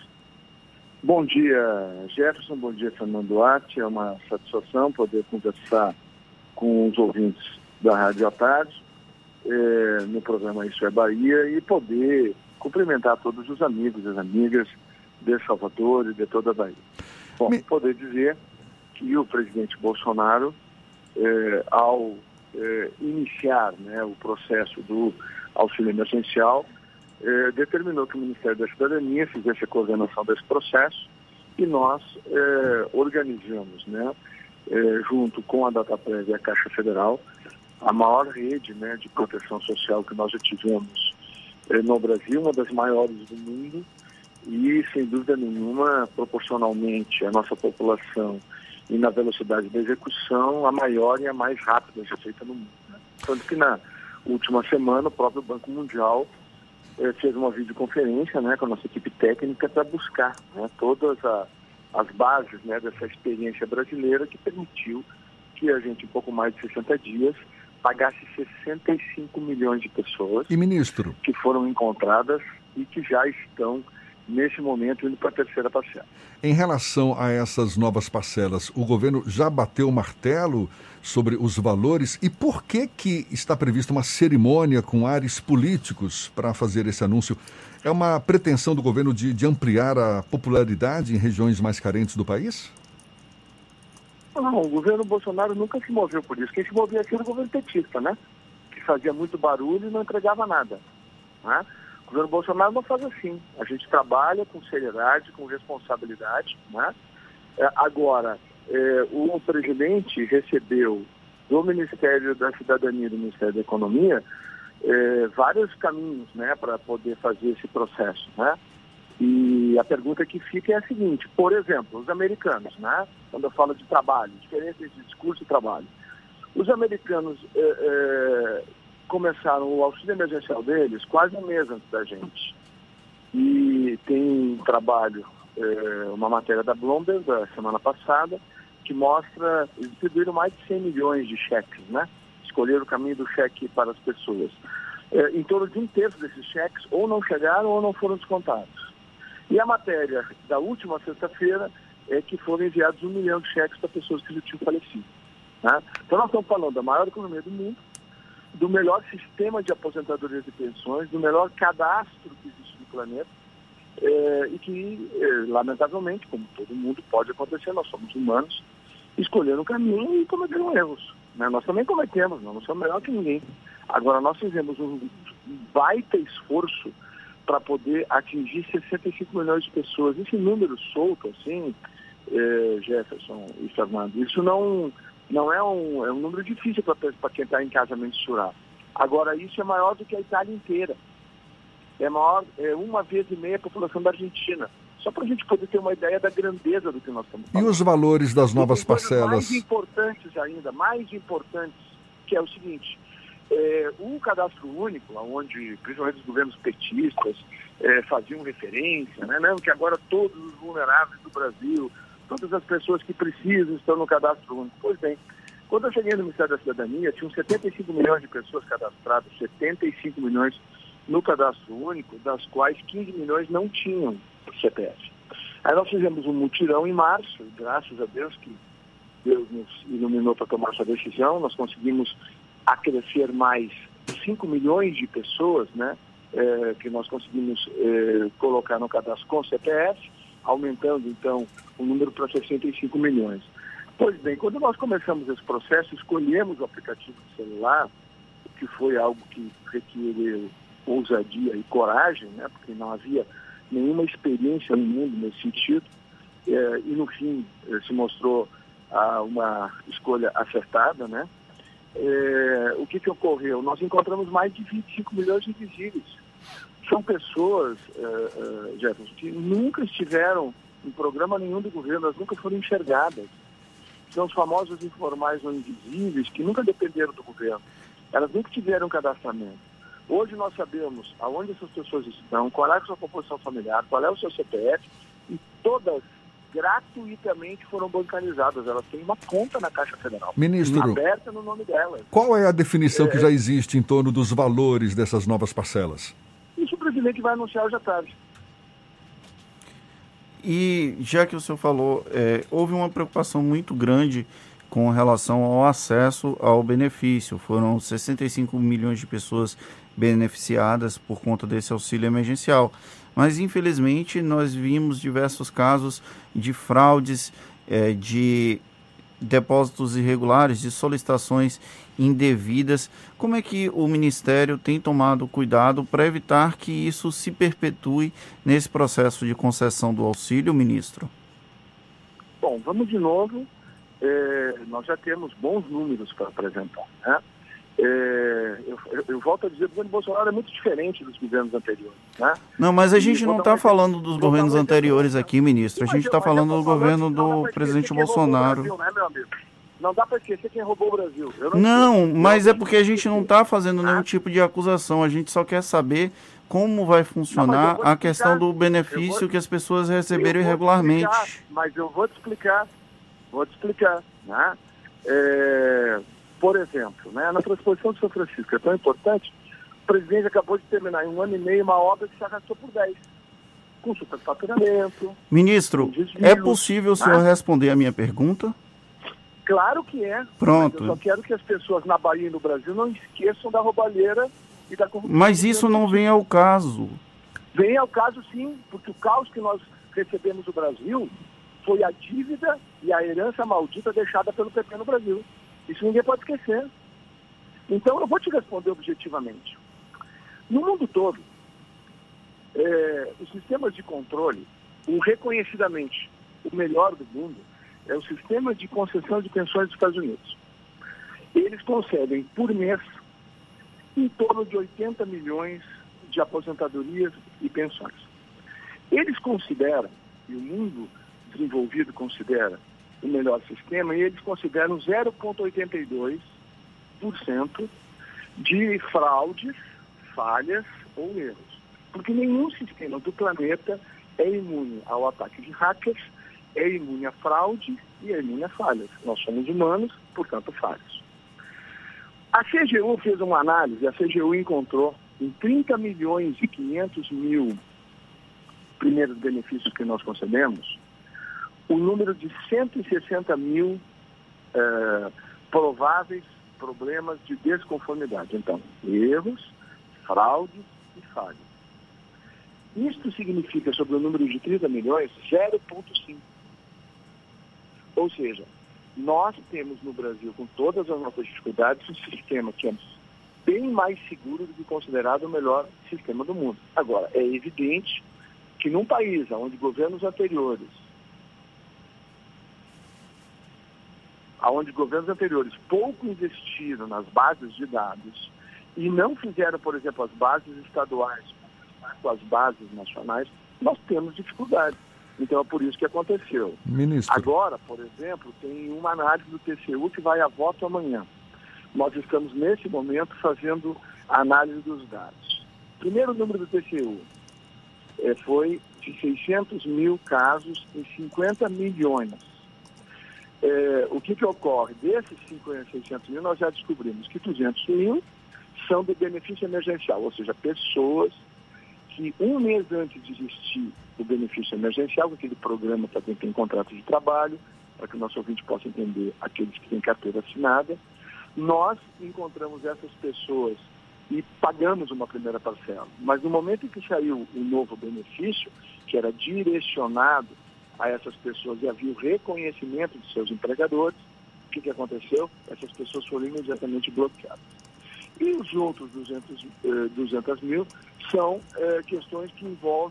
Bom dia, Jefferson. Bom dia, Fernando Duarte. É uma satisfação poder conversar com os ouvintes da Rádio à Tarde, eh, no programa Isso é Bahia, e poder cumprimentar todos os amigos e as amigas de Salvador e de toda a Bahia. Bom, Me... poder dizer que o presidente Bolsonaro, eh, ao eh, iniciar, né, o processo do auxílio emergencial, eh, determinou que o Ministério da Cidadania fizesse a coordenação desse processo e nós eh, organizamos, né, eh, junto com a Dataprévia e a Caixa Federal, a maior rede, né, de proteção social que nós já tivemos eh, no Brasil, uma das maiores do mundo, e, sem dúvida nenhuma, proporcionalmente à nossa população e na velocidade da execução, a maior e a mais rápida já feita no mundo. Né? Tanto que na última semana o próprio Banco Mundial eh, fez uma videoconferência, né, com a nossa equipe técnica para buscar, né, todas a, as bases, né, dessa experiência brasileira que permitiu que a gente, em pouco mais de sessenta dias, pagasse sessenta e cinco milhões de pessoas e, ministro, que foram encontradas e que já estão nesse momento indo para a terceira parcela. Em relação a essas novas parcelas, o governo já bateu o martelo sobre os valores e por que que está prevista uma cerimônia com ares políticos para fazer esse anúncio? É uma pretensão do governo de, de ampliar a popularidade em regiões mais carentes do país? Não, o governo Bolsonaro nunca se moveu por isso. Quem se movia aqui era o governo petista, né? Que fazia muito barulho e não entregava nada, né? O governo Bolsonaro não faz assim. A gente trabalha com seriedade, com responsabilidade, né? É, agora, é, o presidente recebeu do Ministério da Cidadania e do Ministério da Economia é, vários caminhos, né, para poder fazer esse processo, né? E a pergunta que fica é a seguinte: por exemplo, os americanos, né? Quando eu falo de trabalho, diferença entre discurso e trabalho. Os americanos é, é, começaram o auxílio emergencial deles quase um mês antes da gente. E tem um trabalho, é, uma matéria da Bloomberg da semana passada, que mostra, eles distribuíram mais de cem milhões de cheques, né? Escolheram o caminho do cheque para as pessoas. É, em torno de um terço desses cheques ou não chegaram ou não foram descontados. E a matéria da última sexta-feira é que foram enviados um milhão de cheques para pessoas que já tinham falecido, né? Então nós estamos falando da maior economia do mundo, do melhor sistema de aposentadorias e pensões, do melhor cadastro que existe no planeta, é, e que, é, lamentavelmente, como todo mundo pode acontecer, nós somos humanos, escolheram um caminho e cometeram erros, né? Nós também cometemos, não, não somos melhor que ninguém. Agora, nós fizemos um baita esforço para poder atingir sessenta e cinco milhões de pessoas. Esse número solto, assim, é, Jefferson e Fernando, isso não, não é, um, é um número difícil para quem está em casa mensurar. Agora, isso é maior do que a Itália inteira. É maior, é uma vez e meia a população da Argentina. Só para a gente poder ter uma ideia da grandeza do que nós estamos falando. E os valores das novas parcelas? Mais importantes ainda, mais importantes, que é o seguinte: é, o cadastro único, onde principalmente os governos petistas é, faziam referência, né, né, que agora todos os vulneráveis do Brasil, todas as pessoas que precisam estão no cadastro único. Pois bem, quando eu cheguei no Ministério da Cidadania, tinham setenta e cinco milhões de pessoas cadastradas, setenta e cinco milhões no cadastro único, das quais quinze milhões não tinham C P F. Aí nós fizemos um mutirão em março, graças a Deus que Deus nos iluminou para tomar essa decisão. Nós conseguimos acrescer mais cinco milhões de pessoas, né, é, que nós conseguimos é, colocar no cadastro com C P F, aumentando então o número para sessenta e cinco milhões. Pois bem, quando nós começamos esse processo, escolhemos o aplicativo de celular, que foi algo que requeriu ousadia e coragem, né, porque não havia nenhuma experiência no mundo nesse sentido, é, e no fim é, se mostrou ah, uma escolha acertada, né? É, o que, que ocorreu? Nós encontramos mais de vinte e cinco milhões de invisíveis. São pessoas, é, é, Jefferson, que nunca estiveram em programa nenhum do governo, elas nunca foram enxergadas. São os famosos informais ou invisíveis que nunca dependeram do governo. Elas nunca tiveram cadastramento. Hoje nós sabemos aonde essas pessoas estão, qual é a sua composição familiar, qual é o seu C P F, e todas gratuitamente foram bancarizadas. Elas têm uma conta na Caixa Federal. Ministro, aberta no nome delas. Qual é a definição é, que já existe em torno dos valores dessas novas parcelas? Isso o presidente vai anunciar hoje à tarde. E já que o senhor falou, é, houve uma preocupação muito grande com relação ao acesso ao benefício. Foram sessenta e cinco milhões de pessoas beneficiadas por conta desse auxílio emergencial. Mas, infelizmente, nós vimos diversos casos de fraudes, é, de depósitos irregulares, de solicitações indevidas. Como é que o Ministério tem tomado cuidado para evitar que isso se perpetue nesse processo de concessão do auxílio, ministro? Bom, vamos de novo. É, nós já temos bons números para apresentar, né? É, eu, eu, eu volto a dizer, o governo Bolsonaro é muito diferente dos governos anteriores, né? Não, mas a gente E não está falando dos governos um anteriores aqui, ministro. A gente está falando do governo do presidente Bolsonaro. Brasil, né, meu amigo? Não dá para esquecer quem roubou o Brasil. Eu não, não mas é porque a gente não está fazendo nenhum tipo de acusação. A gente só quer saber como vai funcionar não, a questão do benefício vou, que as pessoas receberam irregularmente. Explicar, mas eu vou te explicar. Vou te explicar, né? É... Por exemplo, né, na transposição de São Francisco, é tão importante, o presidente acabou de terminar em um ano e meio uma obra que se arrastou por dez, com superfaturamento. Ministro, desvio, é possível o senhor né? responder a minha pergunta? Claro que é. Pronto. Eu só quero que as pessoas na Bahia e no Brasil não esqueçam da roubalheira e da corrupção. Mas isso não vem ao caso. Vem ao caso, sim, porque o caos que nós recebemos no Brasil foi a dívida e a herança maldita deixada pelo P P no Brasil. Isso ninguém pode esquecer. Então, eu vou te responder objetivamente. No mundo todo, é, os sistemas de controle, o reconhecidamente o melhor do mundo, é o sistema de concessão de pensões dos Estados Unidos. Eles concedem por mês em torno de oitenta milhões de aposentadorias e pensões. Eles consideram, e o mundo desenvolvido considera, o melhor sistema, e eles consideram zero vírgula oitenta e dois por cento de fraudes, falhas ou erros. Porque nenhum sistema do planeta é imune ao ataque de hackers, é imune à fraude e é imune a falhas. Nós somos humanos, portanto falhos. A C G U fez uma análise, a C G U encontrou em trinta milhões e quinhentos mil primeiros benefícios que nós concedemos, o número de cento e sessenta mil eh, prováveis problemas de desconformidade. Então, erros, fraudes e falhas. Isto significa, sobre o número de trinta milhões, zero vírgula cinco. Ou seja, nós temos no Brasil, com todas as nossas dificuldades, um sistema que é bem mais seguro do que considerado o melhor sistema do mundo. Agora, é evidente que num país onde governos anteriores onde governos anteriores pouco investiram nas bases de dados e não fizeram, por exemplo, as bases estaduais com as bases nacionais, nós temos dificuldade. Então é por isso que aconteceu. Ministro. Agora, por exemplo, tem uma análise do T C U que vai a voto amanhã. Nós estamos, nesse momento, fazendo a análise dos dados. Primeiro número do T C U é, foi de seiscentos mil casos em cinquenta milhões. É, o que, que ocorre? Desses seiscentos mil, nós já descobrimos que duzentos mil são do benefício emergencial, ou seja, pessoas que um mês antes de existir o benefício emergencial, aquele programa para quem tem contrato de trabalho, para que o nosso ouvinte possa entender aqueles que têm carteira assinada, nós encontramos essas pessoas e pagamos uma primeira parcela. Mas no momento em que saiu o novo benefício, que era direcionado a essas pessoas e havia o reconhecimento de seus empregadores, o que, que aconteceu? Essas pessoas foram imediatamente bloqueadas. E os outros duzentos mil são eh, questões que envolvem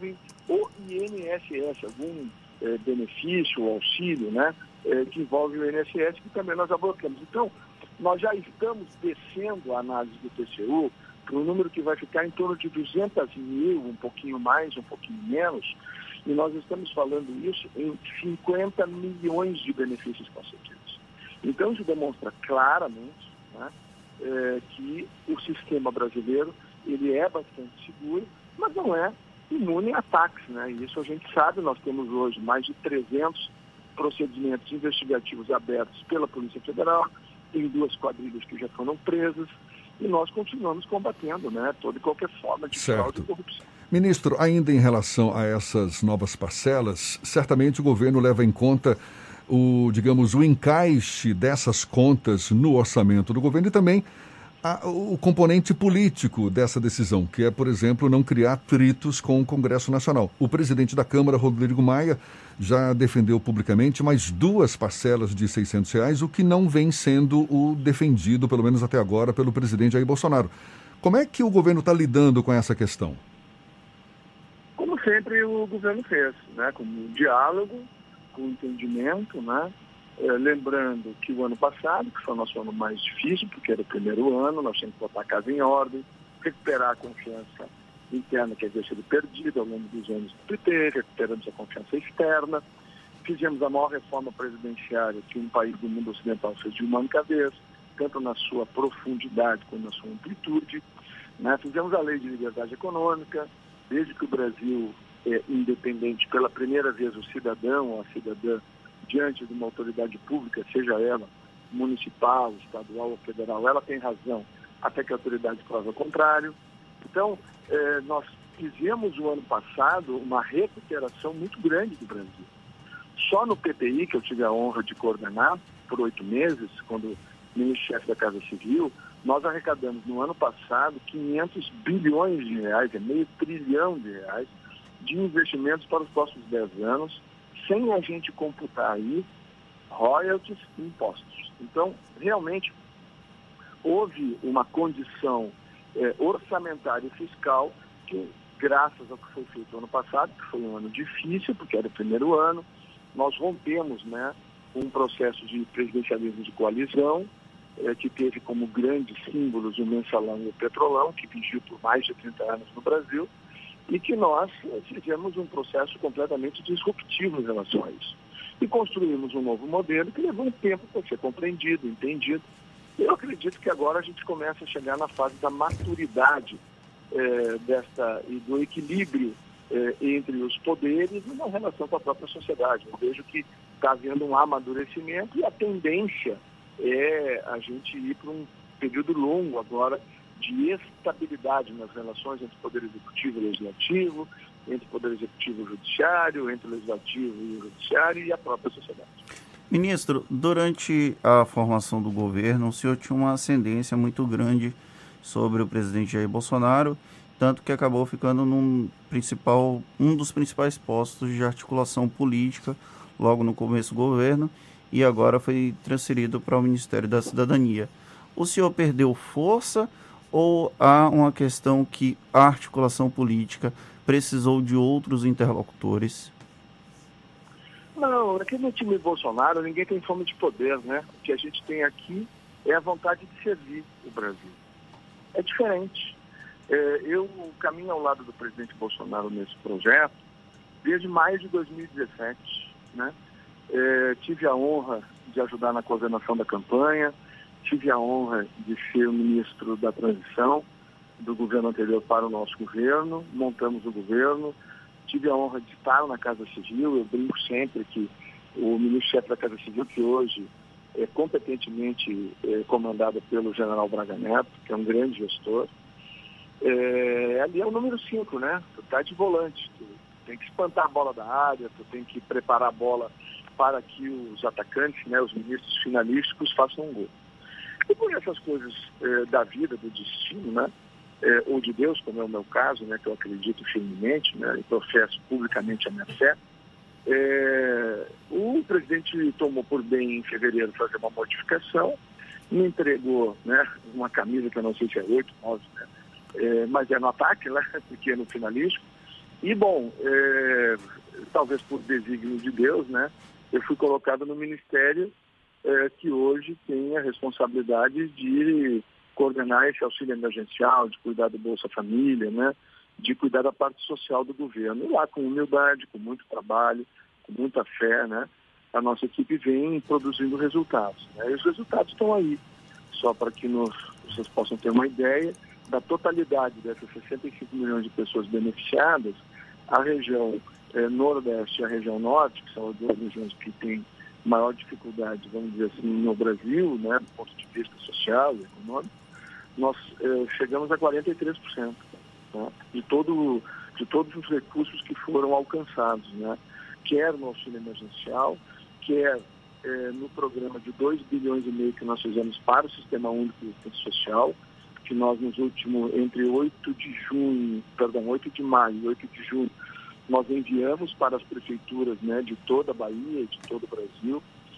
o I N S S, algum é, benefício ou auxílio, né, é, que envolve o I N S S, que também nós abordamos. Então, nós já estamos descendo a análise do T C U para um número que vai ficar em torno de duzentos mil, um pouquinho mais, um pouquinho menos, e nós estamos falando isso em cinquenta milhões de benefícios concedidos. Então, isso demonstra claramente, né, é, que o sistema brasileiro ele é bastante seguro, mas não é imune a ataques, né? E isso a gente sabe, nós temos hoje mais de trezentos procedimentos investigativos abertos pela Polícia Federal, tem duas quadrilhas que já foram presas, e nós continuamos combatendo, né, toda e qualquer forma de fraude e corrupção. Ministro, ainda em relação a essas novas parcelas, certamente o governo leva em conta o, digamos, o encaixe dessas contas no orçamento do governo e também a, o componente político dessa decisão, que é, por exemplo, não criar atritos com o Congresso Nacional. O presidente da Câmara, Rodrigo Maia, já defendeu publicamente mais duas parcelas de seiscentos reais, o que não vem sendo o defendido, pelo menos até agora, pelo presidente Jair Bolsonaro. Como é que o governo está lidando com essa questão? Como sempre o governo fez, né? Com um diálogo, com entendimento, né? É, lembrando que o ano passado, que foi o nosso ano mais difícil, porque era o primeiro ano, nós tínhamos que botar a casa em ordem, recuperar a confiança interna que havia sido perdida ao longo dos anos do P T, recuperamos a confiança externa, fizemos a maior reforma presidenciária que um país do mundo ocidental fez de uma única vez, tanto na sua profundidade como na sua amplitude, né? Fizemos a lei de liberdade econômica, desde que o Brasil é independente, pela primeira vez o cidadão ou a cidadã diante de uma autoridade pública, seja ela municipal, estadual ou federal, ela tem razão até que a autoridade prove o contrário. Então, eh, nós fizemos o ano passado uma recuperação muito grande do Brasil. Só no P P I, que eu tive a honra de coordenar por oito meses, quando ministro-chefe da Casa Civil, nós arrecadamos no ano passado quinhentos bilhões de reais, é meio trilhão de reais, de investimentos para os próximos dez anos, sem a gente computar aí royalties e impostos. Então, realmente, houve uma condição eh, orçamentária e fiscal que, graças ao que foi feito ano passado, que foi um ano difícil, porque era o primeiro ano, nós rompemos, né, um processo de presidencialismo de coalizão, eh, que teve como grandes símbolos o mensalão e o petrolão, que vigiu por mais de trinta anos no Brasil, e que nós fizemos um processo completamente disruptivo em relação a isso. E construímos um novo modelo que levou um tempo para ser compreendido, entendido. Eu acredito que agora a gente começa a chegar na fase da maturidade eh, desta, e do equilíbrio eh, entre os poderes e na relação com a própria sociedade. Eu vejo que está havendo um amadurecimento e a tendência é a gente ir para um período longo agora de estabilidade nas relações entre o Poder Executivo e o Legislativo, entre o Poder Executivo e o Judiciário, entre o Legislativo e o Judiciário e a própria sociedade. Ministro, durante a formação do governo, o senhor tinha uma ascendência muito grande sobre o presidente Jair Bolsonaro, tanto que acabou ficando num principal, um dos principais postos de articulação política logo no começo do governo e agora foi transferido para o Ministério da Cidadania. O senhor perdeu força ou há uma questão que a articulação política precisou de outros interlocutores? Não, aqui no time Bolsonaro ninguém tem fome de poder, né? O que a gente tem aqui é a vontade de servir o Brasil. É diferente. É, eu caminho ao lado do presidente Bolsonaro nesse projeto desde maio de dois mil e dezessete, né? É, tive a honra de ajudar na coordenação da campanha, tive a honra de ser o ministro da transição do governo anterior para o nosso governo, montamos o governo, tive a honra de estar na Casa Civil, eu brinco sempre que o ministro-chefe da Casa Civil, que hoje é competentemente é, comandado pelo general Braga Neto, que é um grande gestor, é, ali é o número cinco, né? Tu tá de volante, tu tem que espantar a bola da área, tu tem que preparar a bola para que os atacantes, né, os ministros finalísticos façam um gol. E por essas coisas eh, da vida, do destino, né, eh, ou de Deus, como é o meu caso, né, que eu acredito firmemente, né, e professo publicamente a minha fé, eh, o presidente tomou por bem em fevereiro fazer uma modificação, me entregou, né, uma camisa que eu não sei se é oito, nove, né, eh, mas é no ataque, né, pequeno finalístico, E, bom, é, talvez por desígnio de Deus, né, eu fui colocado no ministério é, que hoje tem a responsabilidade de coordenar esse auxílio emergencial, de cuidar do Bolsa Família, né, de cuidar da parte social do governo. E lá, com humildade, com muito trabalho, com muita fé, né, a nossa equipe vem produzindo resultados, né, e os resultados estão aí. Só para que nos, vocês possam ter uma ideia da totalidade dessas sessenta e cinco milhões de pessoas beneficiadas, a região eh, Nordeste e a região Norte, que são as duas regiões que têm maior dificuldade, vamos dizer assim, no Brasil, né, do ponto de vista social e econômico, nós eh, chegamos a quarenta e três por cento, né, de, todo, de todos os recursos que foram alcançados, né, quer no auxílio emergencial, quer eh, no programa de dois bilhões e meio que nós fizemos para o Sistema Único de Assistência Social, que nós nos últimos, entre oito de junho, perdão, oito de maio e oito de junho, nós enviamos para as prefeituras, né, de toda a Bahia, de todo o Brasil,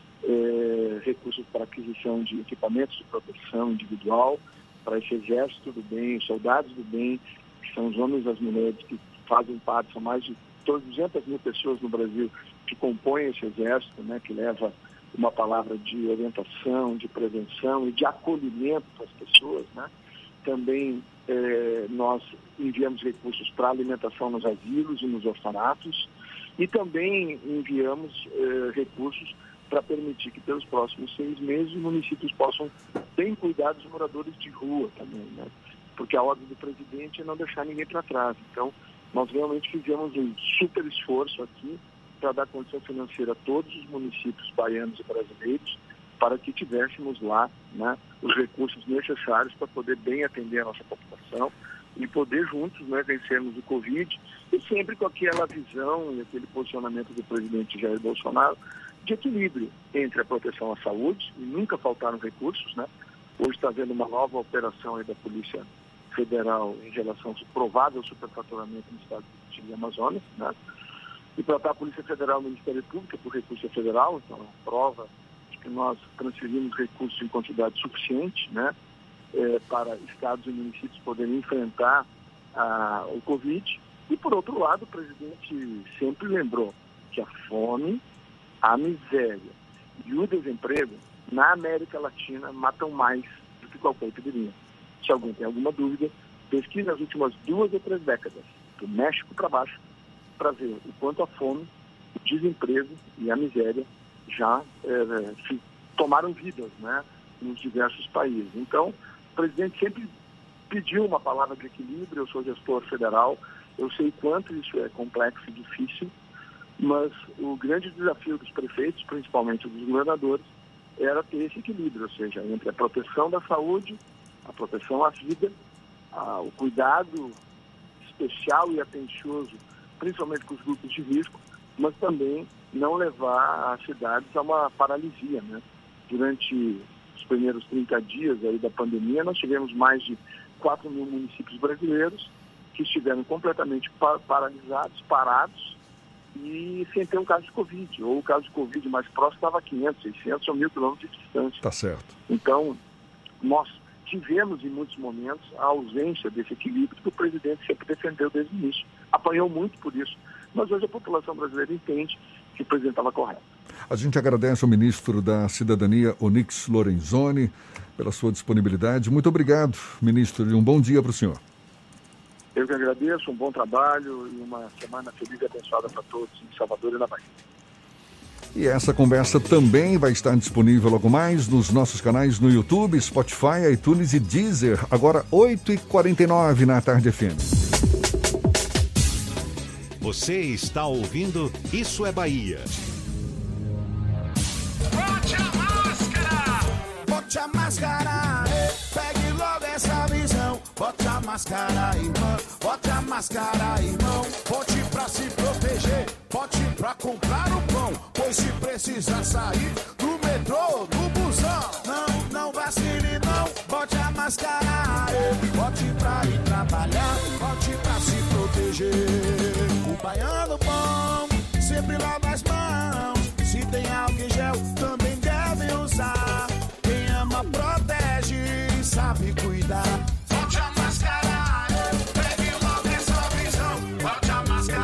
eh, recursos para aquisição de equipamentos de proteção individual, para esse exército do bem, os soldados do bem, que são os homens e as mulheres que fazem parte, são mais de duzentas mil pessoas no Brasil que compõem esse exército, né, que leva uma palavra de orientação, de prevenção e de acolhimento para as pessoas, né? Também eh, nós enviamos recursos para alimentação nos asilos e nos orfanatos e também enviamos eh, recursos para permitir que pelos próximos seis meses os municípios possam bem cuidar dos moradores de rua também, né? Porque a ordem do presidente é não deixar ninguém para trás. Então, nós realmente fizemos um super esforço aqui para dar condição financeira a todos os municípios baianos e brasileiros para que tivéssemos lá, né, os recursos necessários para poder bem atender a nossa população e poder juntos, né, vencermos o Covid, e sempre com aquela visão e aquele posicionamento do presidente Jair Bolsonaro de equilíbrio entre a proteção à saúde, e nunca faltaram recursos, né? Hoje está havendo uma nova operação aí da Polícia Federal em relação ao provável superfaturamento no estado de Amazonas, né? E tratar a Polícia Federal no Ministério Público por recurso federal, então é uma prova de que nós transferimos recursos em quantidade suficiente, né, é, para estados e municípios poderem enfrentar a, o Covid. E, por outro lado, o presidente sempre lembrou que a fome, a miséria e o desemprego na América Latina matam mais do que qualquer epidemia. Se alguém tem alguma dúvida, pesquise as últimas duas ou três décadas, do México para baixo, para ver o quanto a fome, o desemprego e a miséria já é, se tomaram vidas, né, nos diversos países. Então, o presidente sempre pediu uma palavra de equilíbrio. Eu sou gestor federal, eu sei quanto isso é complexo e difícil, mas o grande desafio dos prefeitos, principalmente dos governadores, era ter esse equilíbrio, ou seja, entre a proteção da saúde, a proteção à vida, a, o cuidado especial e atencioso, principalmente com os grupos de risco, mas também não levar as cidades a uma paralisia, né? Durante os primeiros trinta dias aí da pandemia, nós tivemos mais de quatro mil municípios brasileiros que estiveram completamente pa- paralisados, parados e sem ter um caso de Covid. Ou o caso de Covid mais próximo estava a quinhentos, seiscentos ou mil quilômetros de distância. Tá certo. Então, nós tivemos em muitos momentos a ausência desse equilíbrio que o presidente sempre defendeu desde o início. Apanhou muito por isso, mas hoje a população brasileira entende que o presidente estava correto. A gente agradece ao ministro da Cidadania, Onyx Lorenzoni, pela sua disponibilidade. Muito obrigado, ministro, e um bom dia para o senhor. Eu que agradeço, um bom trabalho e uma semana feliz e abençoada para todos em Salvador e na Bahia. E essa conversa também vai estar disponível logo mais nos nossos canais no YouTube, Spotify, iTunes e Deezer. Agora oito e quarenta e nove na Tarde F M. Você está ouvindo Isso é Bahia. Bote a máscara! Bote a máscara! Pegue logo essa visão. Bote a máscara, irmão. Bote a máscara, irmão. Bote pra se proteger. Bote pra comprar o pão. Pois se precisar sair do metrô, do busão, não, não vacile não. Bote a máscara. Bote pra ir trabalhar. Bote pra se proteger. O baiano bom sempre lava as mãos. Se tem álcool em gel, também deve usar. Quem ama protege, sabe cuidar. Bote a máscara, pegue logo essa visão. Bote a máscara.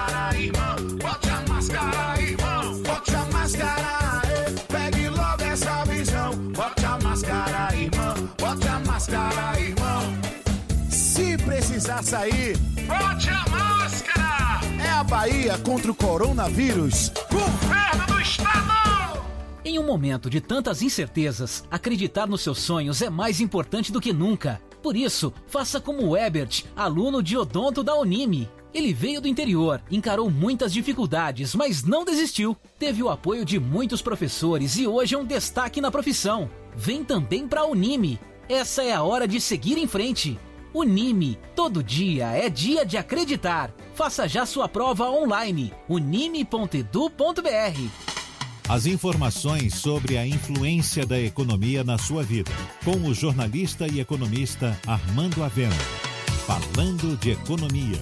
aí. Bote a máscara! É a Bahia contra o coronavírus. Governo do Estado! Em um momento de tantas incertezas, acreditar nos seus sonhos é mais importante do que nunca. Por isso, faça como o Ebert, aluno de odonto da Unime. Ele veio do interior, encarou muitas dificuldades, mas não desistiu. Teve o apoio de muitos professores e hoje é um destaque na profissão. Vem também para a Unime. Essa é a hora de seguir em frente. Unime, todo dia é dia de acreditar. Faça já sua prova online. unime ponto edu ponto br. As informações sobre a influência da economia na sua vida, com o jornalista e economista Armando Avena. Falando de economia.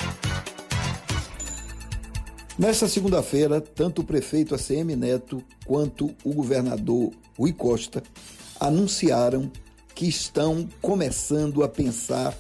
Nesta segunda-feira, tanto o prefeito A C M Neto quanto o governador Rui Costa anunciaram que estão começando a pensar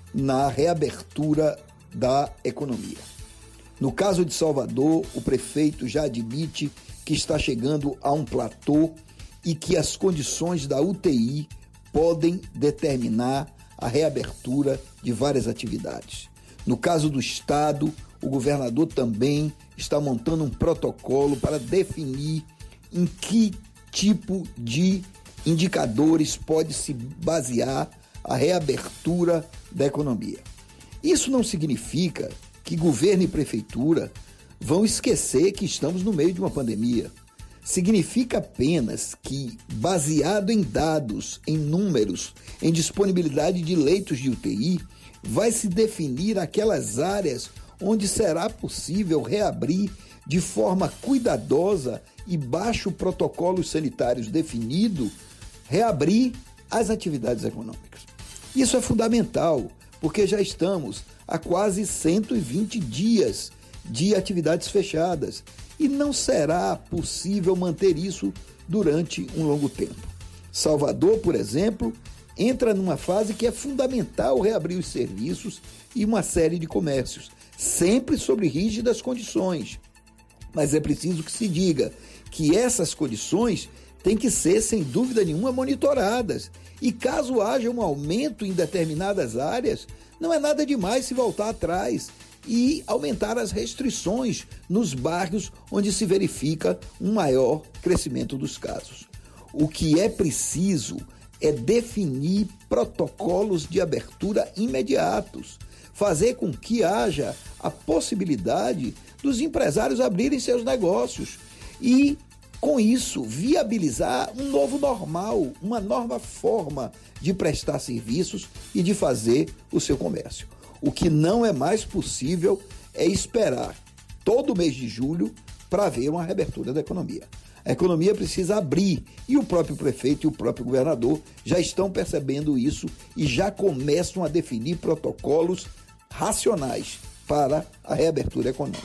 na reabertura da economia. No caso de Salvador, o prefeito já admite que está chegando a um platô e que as condições da U T I podem determinar a reabertura de várias atividades. No caso do Estado, o governador também está montando um protocolo para definir em que tipo de indicadores pode se basear a reabertura da economia. Isso não significa que governo e prefeitura vão esquecer que estamos no meio de uma pandemia. Significa apenas que, baseado em dados, em números, em disponibilidade de leitos de U T I, vai se definir aquelas áreas onde será possível reabrir de forma cuidadosa e baixo protocolos sanitários definido, reabrir as atividades econômicas. Isso é fundamental, porque já estamos há quase cento e vinte dias de atividades fechadas e não será possível manter isso durante um longo tempo. Salvador, por exemplo, entra numa fase que é fundamental reabrir os serviços e uma série de comércios, sempre sob rígidas condições. Mas é preciso que se diga que essas condições têm que ser, sem dúvida nenhuma, monitoradas. E caso haja um aumento em determinadas áreas, não é nada demais se voltar atrás e aumentar as restrições nos bairros onde se verifica um maior crescimento dos casos. O que é preciso é definir protocolos de abertura imediatos, fazer com que haja a possibilidade dos empresários abrirem seus negócios e, com isso, viabilizar um novo normal, uma nova forma de prestar serviços e de fazer o seu comércio. O que não é mais possível é esperar todo mês de julho para ver uma reabertura da economia. A economia precisa abrir e o próprio prefeito e o próprio governador já estão percebendo isso e já começam a definir protocolos racionais para a reabertura econômica.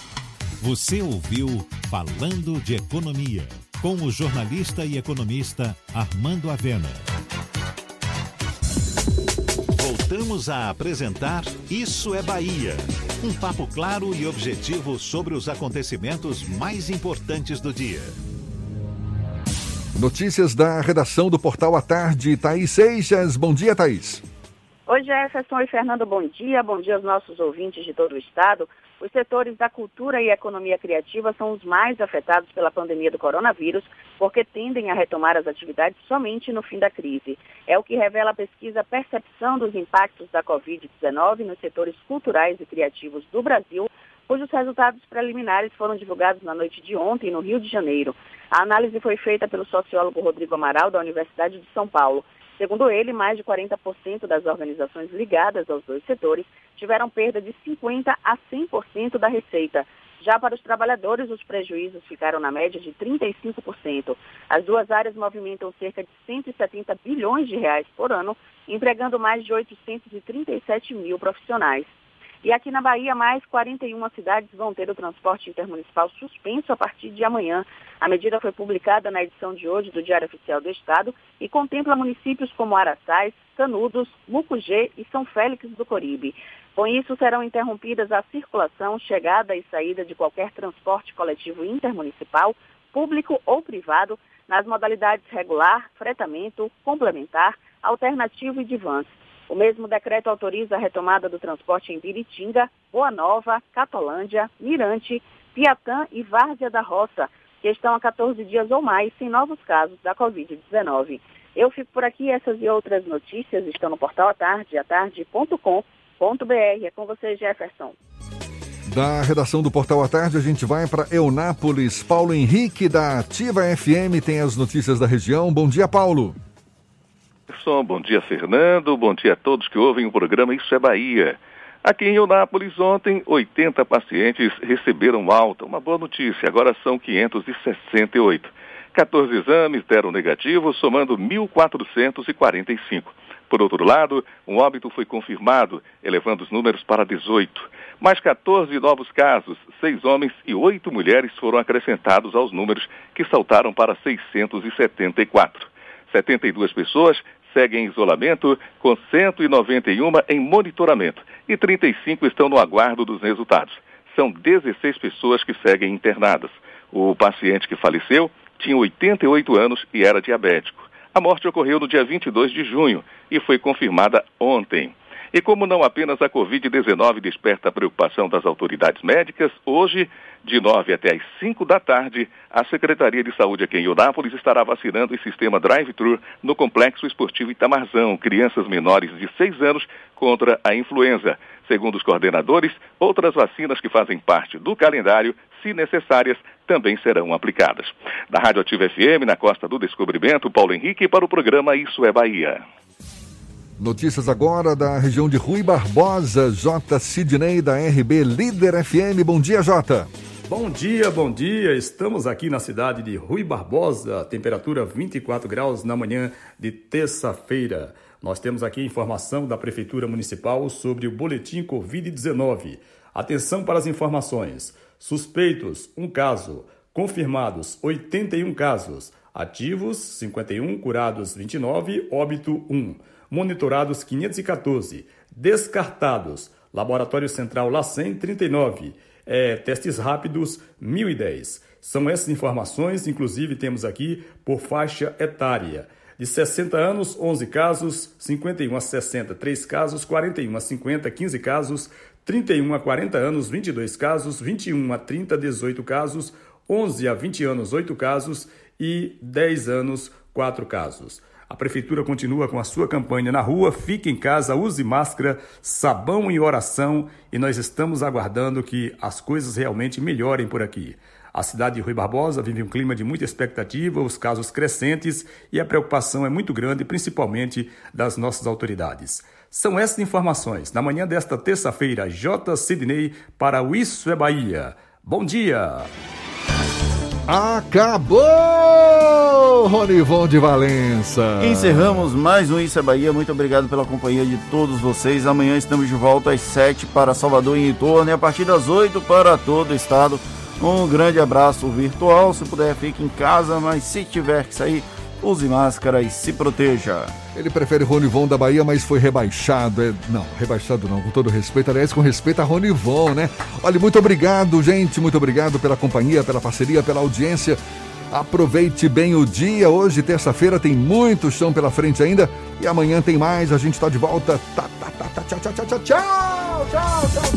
Você ouviu Falando de Economia, com o jornalista e economista Armando Avena. Voltamos a apresentar Isso é Bahia. Um papo claro e objetivo sobre os acontecimentos mais importantes do dia. Notícias da redação do Portal à Tarde, Thaís Seixas. Bom dia, Thaís. Oi, Jefferson e Fernando, bom dia. Bom dia aos nossos ouvintes de todo o estado. Os setores da cultura e economia criativa são os mais afetados pela pandemia do coronavírus, porque tendem a retomar as atividades somente no fim da crise. É o que revela a pesquisa Percepção dos Impactos da covid dezenove nos setores culturais e criativos do Brasil, cujos resultados preliminares foram divulgados na noite de ontem no Rio de Janeiro. A análise foi feita pelo sociólogo Rodrigo Amaral, da Universidade de São Paulo. Segundo ele, mais de quarenta por cento das organizações ligadas aos dois setores tiveram perda de cinquenta por cento a cem por cento da receita. Já para os trabalhadores, os prejuízos ficaram na média de trinta e cinco por cento. As duas áreas movimentam cerca de cento e setenta bilhões de reais por ano, empregando mais de oitocentos e trinta e sete mil profissionais. E aqui na Bahia, mais quarenta e uma cidades vão ter o transporte intermunicipal suspenso a partir de amanhã. A medida foi publicada na edição de hoje do Diário Oficial do Estado e contempla municípios como Araçás, Canudos, Mucugê e São Félix do Coribe. Com isso, serão interrompidas a circulação, chegada e saída de qualquer transporte coletivo intermunicipal, público ou privado, nas modalidades regular, fretamento, complementar, alternativo e de vans. O mesmo decreto autoriza a retomada do transporte em Biritinga, Boa Nova, Catolândia, Mirante, Piatã e Várzea da Roça, que estão há quatorze dias ou mais sem novos casos da covid dezenove. Eu fico por aqui, essas e outras notícias estão no portal atarde, atarde ponto com ponto br. É com você, Jefferson. Da redação do Portal à Tarde, a gente vai para Eunápolis. Paulo Henrique, da Ativa F M, tem as notícias da região. Bom dia, Paulo. Bom dia, Fernando. Bom dia a todos que ouvem o programa Isso é Bahia. Aqui em Eunápolis, ontem, oitenta pacientes receberam alta. Uma boa notícia, agora são quinhentos e sessenta e oito. quatorze exames deram negativo, somando mil quatrocentos e quarenta e cinco. Por outro lado, um óbito foi confirmado, elevando os números para dezoito. Mais quatorze novos casos, seis homens e oito mulheres foram acrescentados aos números que saltaram para seiscentos e setenta e quatro. setenta e duas pessoas seguem em isolamento, com cento e noventa e um em monitoramento e trinta e cinco estão no aguardo dos resultados. São dezesseis pessoas que seguem internadas. O paciente que faleceu tinha oitenta e oito anos e era diabético. A morte ocorreu no dia vinte e dois de junho e foi confirmada ontem. E como não apenas a covid dezenove desperta a preocupação das autoridades médicas, hoje, de nove até às cinco da tarde, a Secretaria de Saúde aqui em Eunápolis estará vacinando em sistema drive-thru no Complexo Esportivo Itamarzão, crianças menores de seis anos contra a influenza. Segundo os coordenadores, outras vacinas que fazem parte do calendário, se necessárias, também serão aplicadas. Da Rádio Ativa F M, na Costa do Descobrimento, Paulo Henrique, para o programa Isso é Bahia. Notícias agora da região de Rui Barbosa, J. Sidney, da R B Líder F M. Bom dia, J. Bom dia, bom dia. Estamos aqui na cidade de Rui Barbosa, temperatura vinte e quatro graus na manhã de terça-feira. Nós temos aqui informação da Prefeitura Municipal sobre o boletim covid dezenove. Atenção para as informações. Suspeitos, um caso. Confirmados, oitenta e um casos. Ativos, cinquenta e um. Curados, vinte e nove. Óbito, um. Monitorados, quinhentos e quatorze. Descartados, Laboratório Central LACEN, trinta e nove. É, testes rápidos, mil e dez. São essas informações, inclusive temos aqui por faixa etária. De sessenta anos, onze casos, cinquenta e um a sessenta, três casos, quarenta e um a cinquenta, quinze casos, trinta e um a quarenta anos, vinte e dois casos, vinte e um a trinta, dezoito casos, onze a vinte anos, oito casos e dez anos, quatro casos. A Prefeitura continua com a sua campanha na rua, fique em casa, use máscara, sabão e oração, e nós estamos aguardando que as coisas realmente melhorem por aqui. A cidade de Rui Barbosa vive um clima de muita expectativa, os casos crescentes e a preocupação é muito grande, principalmente das nossas autoridades. São essas informações. Na manhã desta terça-feira, J. Sidney para o Isso é Bahia. Bom dia! Acabou, Ronivon de Valença. Encerramos mais um Isso é Bahia. Muito obrigado pela companhia de todos vocês. Amanhã estamos de volta às sete para Salvador e em torno e a partir das oito para todo o estado. Um grande abraço virtual. Se puder, fique em casa, mas se tiver que sair, use máscara e se proteja. Ele prefere Ronivon da Bahia, mas foi rebaixado. É... Não, rebaixado não, com todo respeito. Aliás, com respeito a Ronivon, né? Olha, muito obrigado, gente. Muito obrigado pela companhia, pela parceria, pela audiência. Aproveite bem o dia. Hoje, terça-feira, tem muito chão pela frente ainda. E amanhã tem mais. A gente está de volta. Tá, tá, tá, tá. Tchau, tchau, tchau, tchau, tchau, tchau.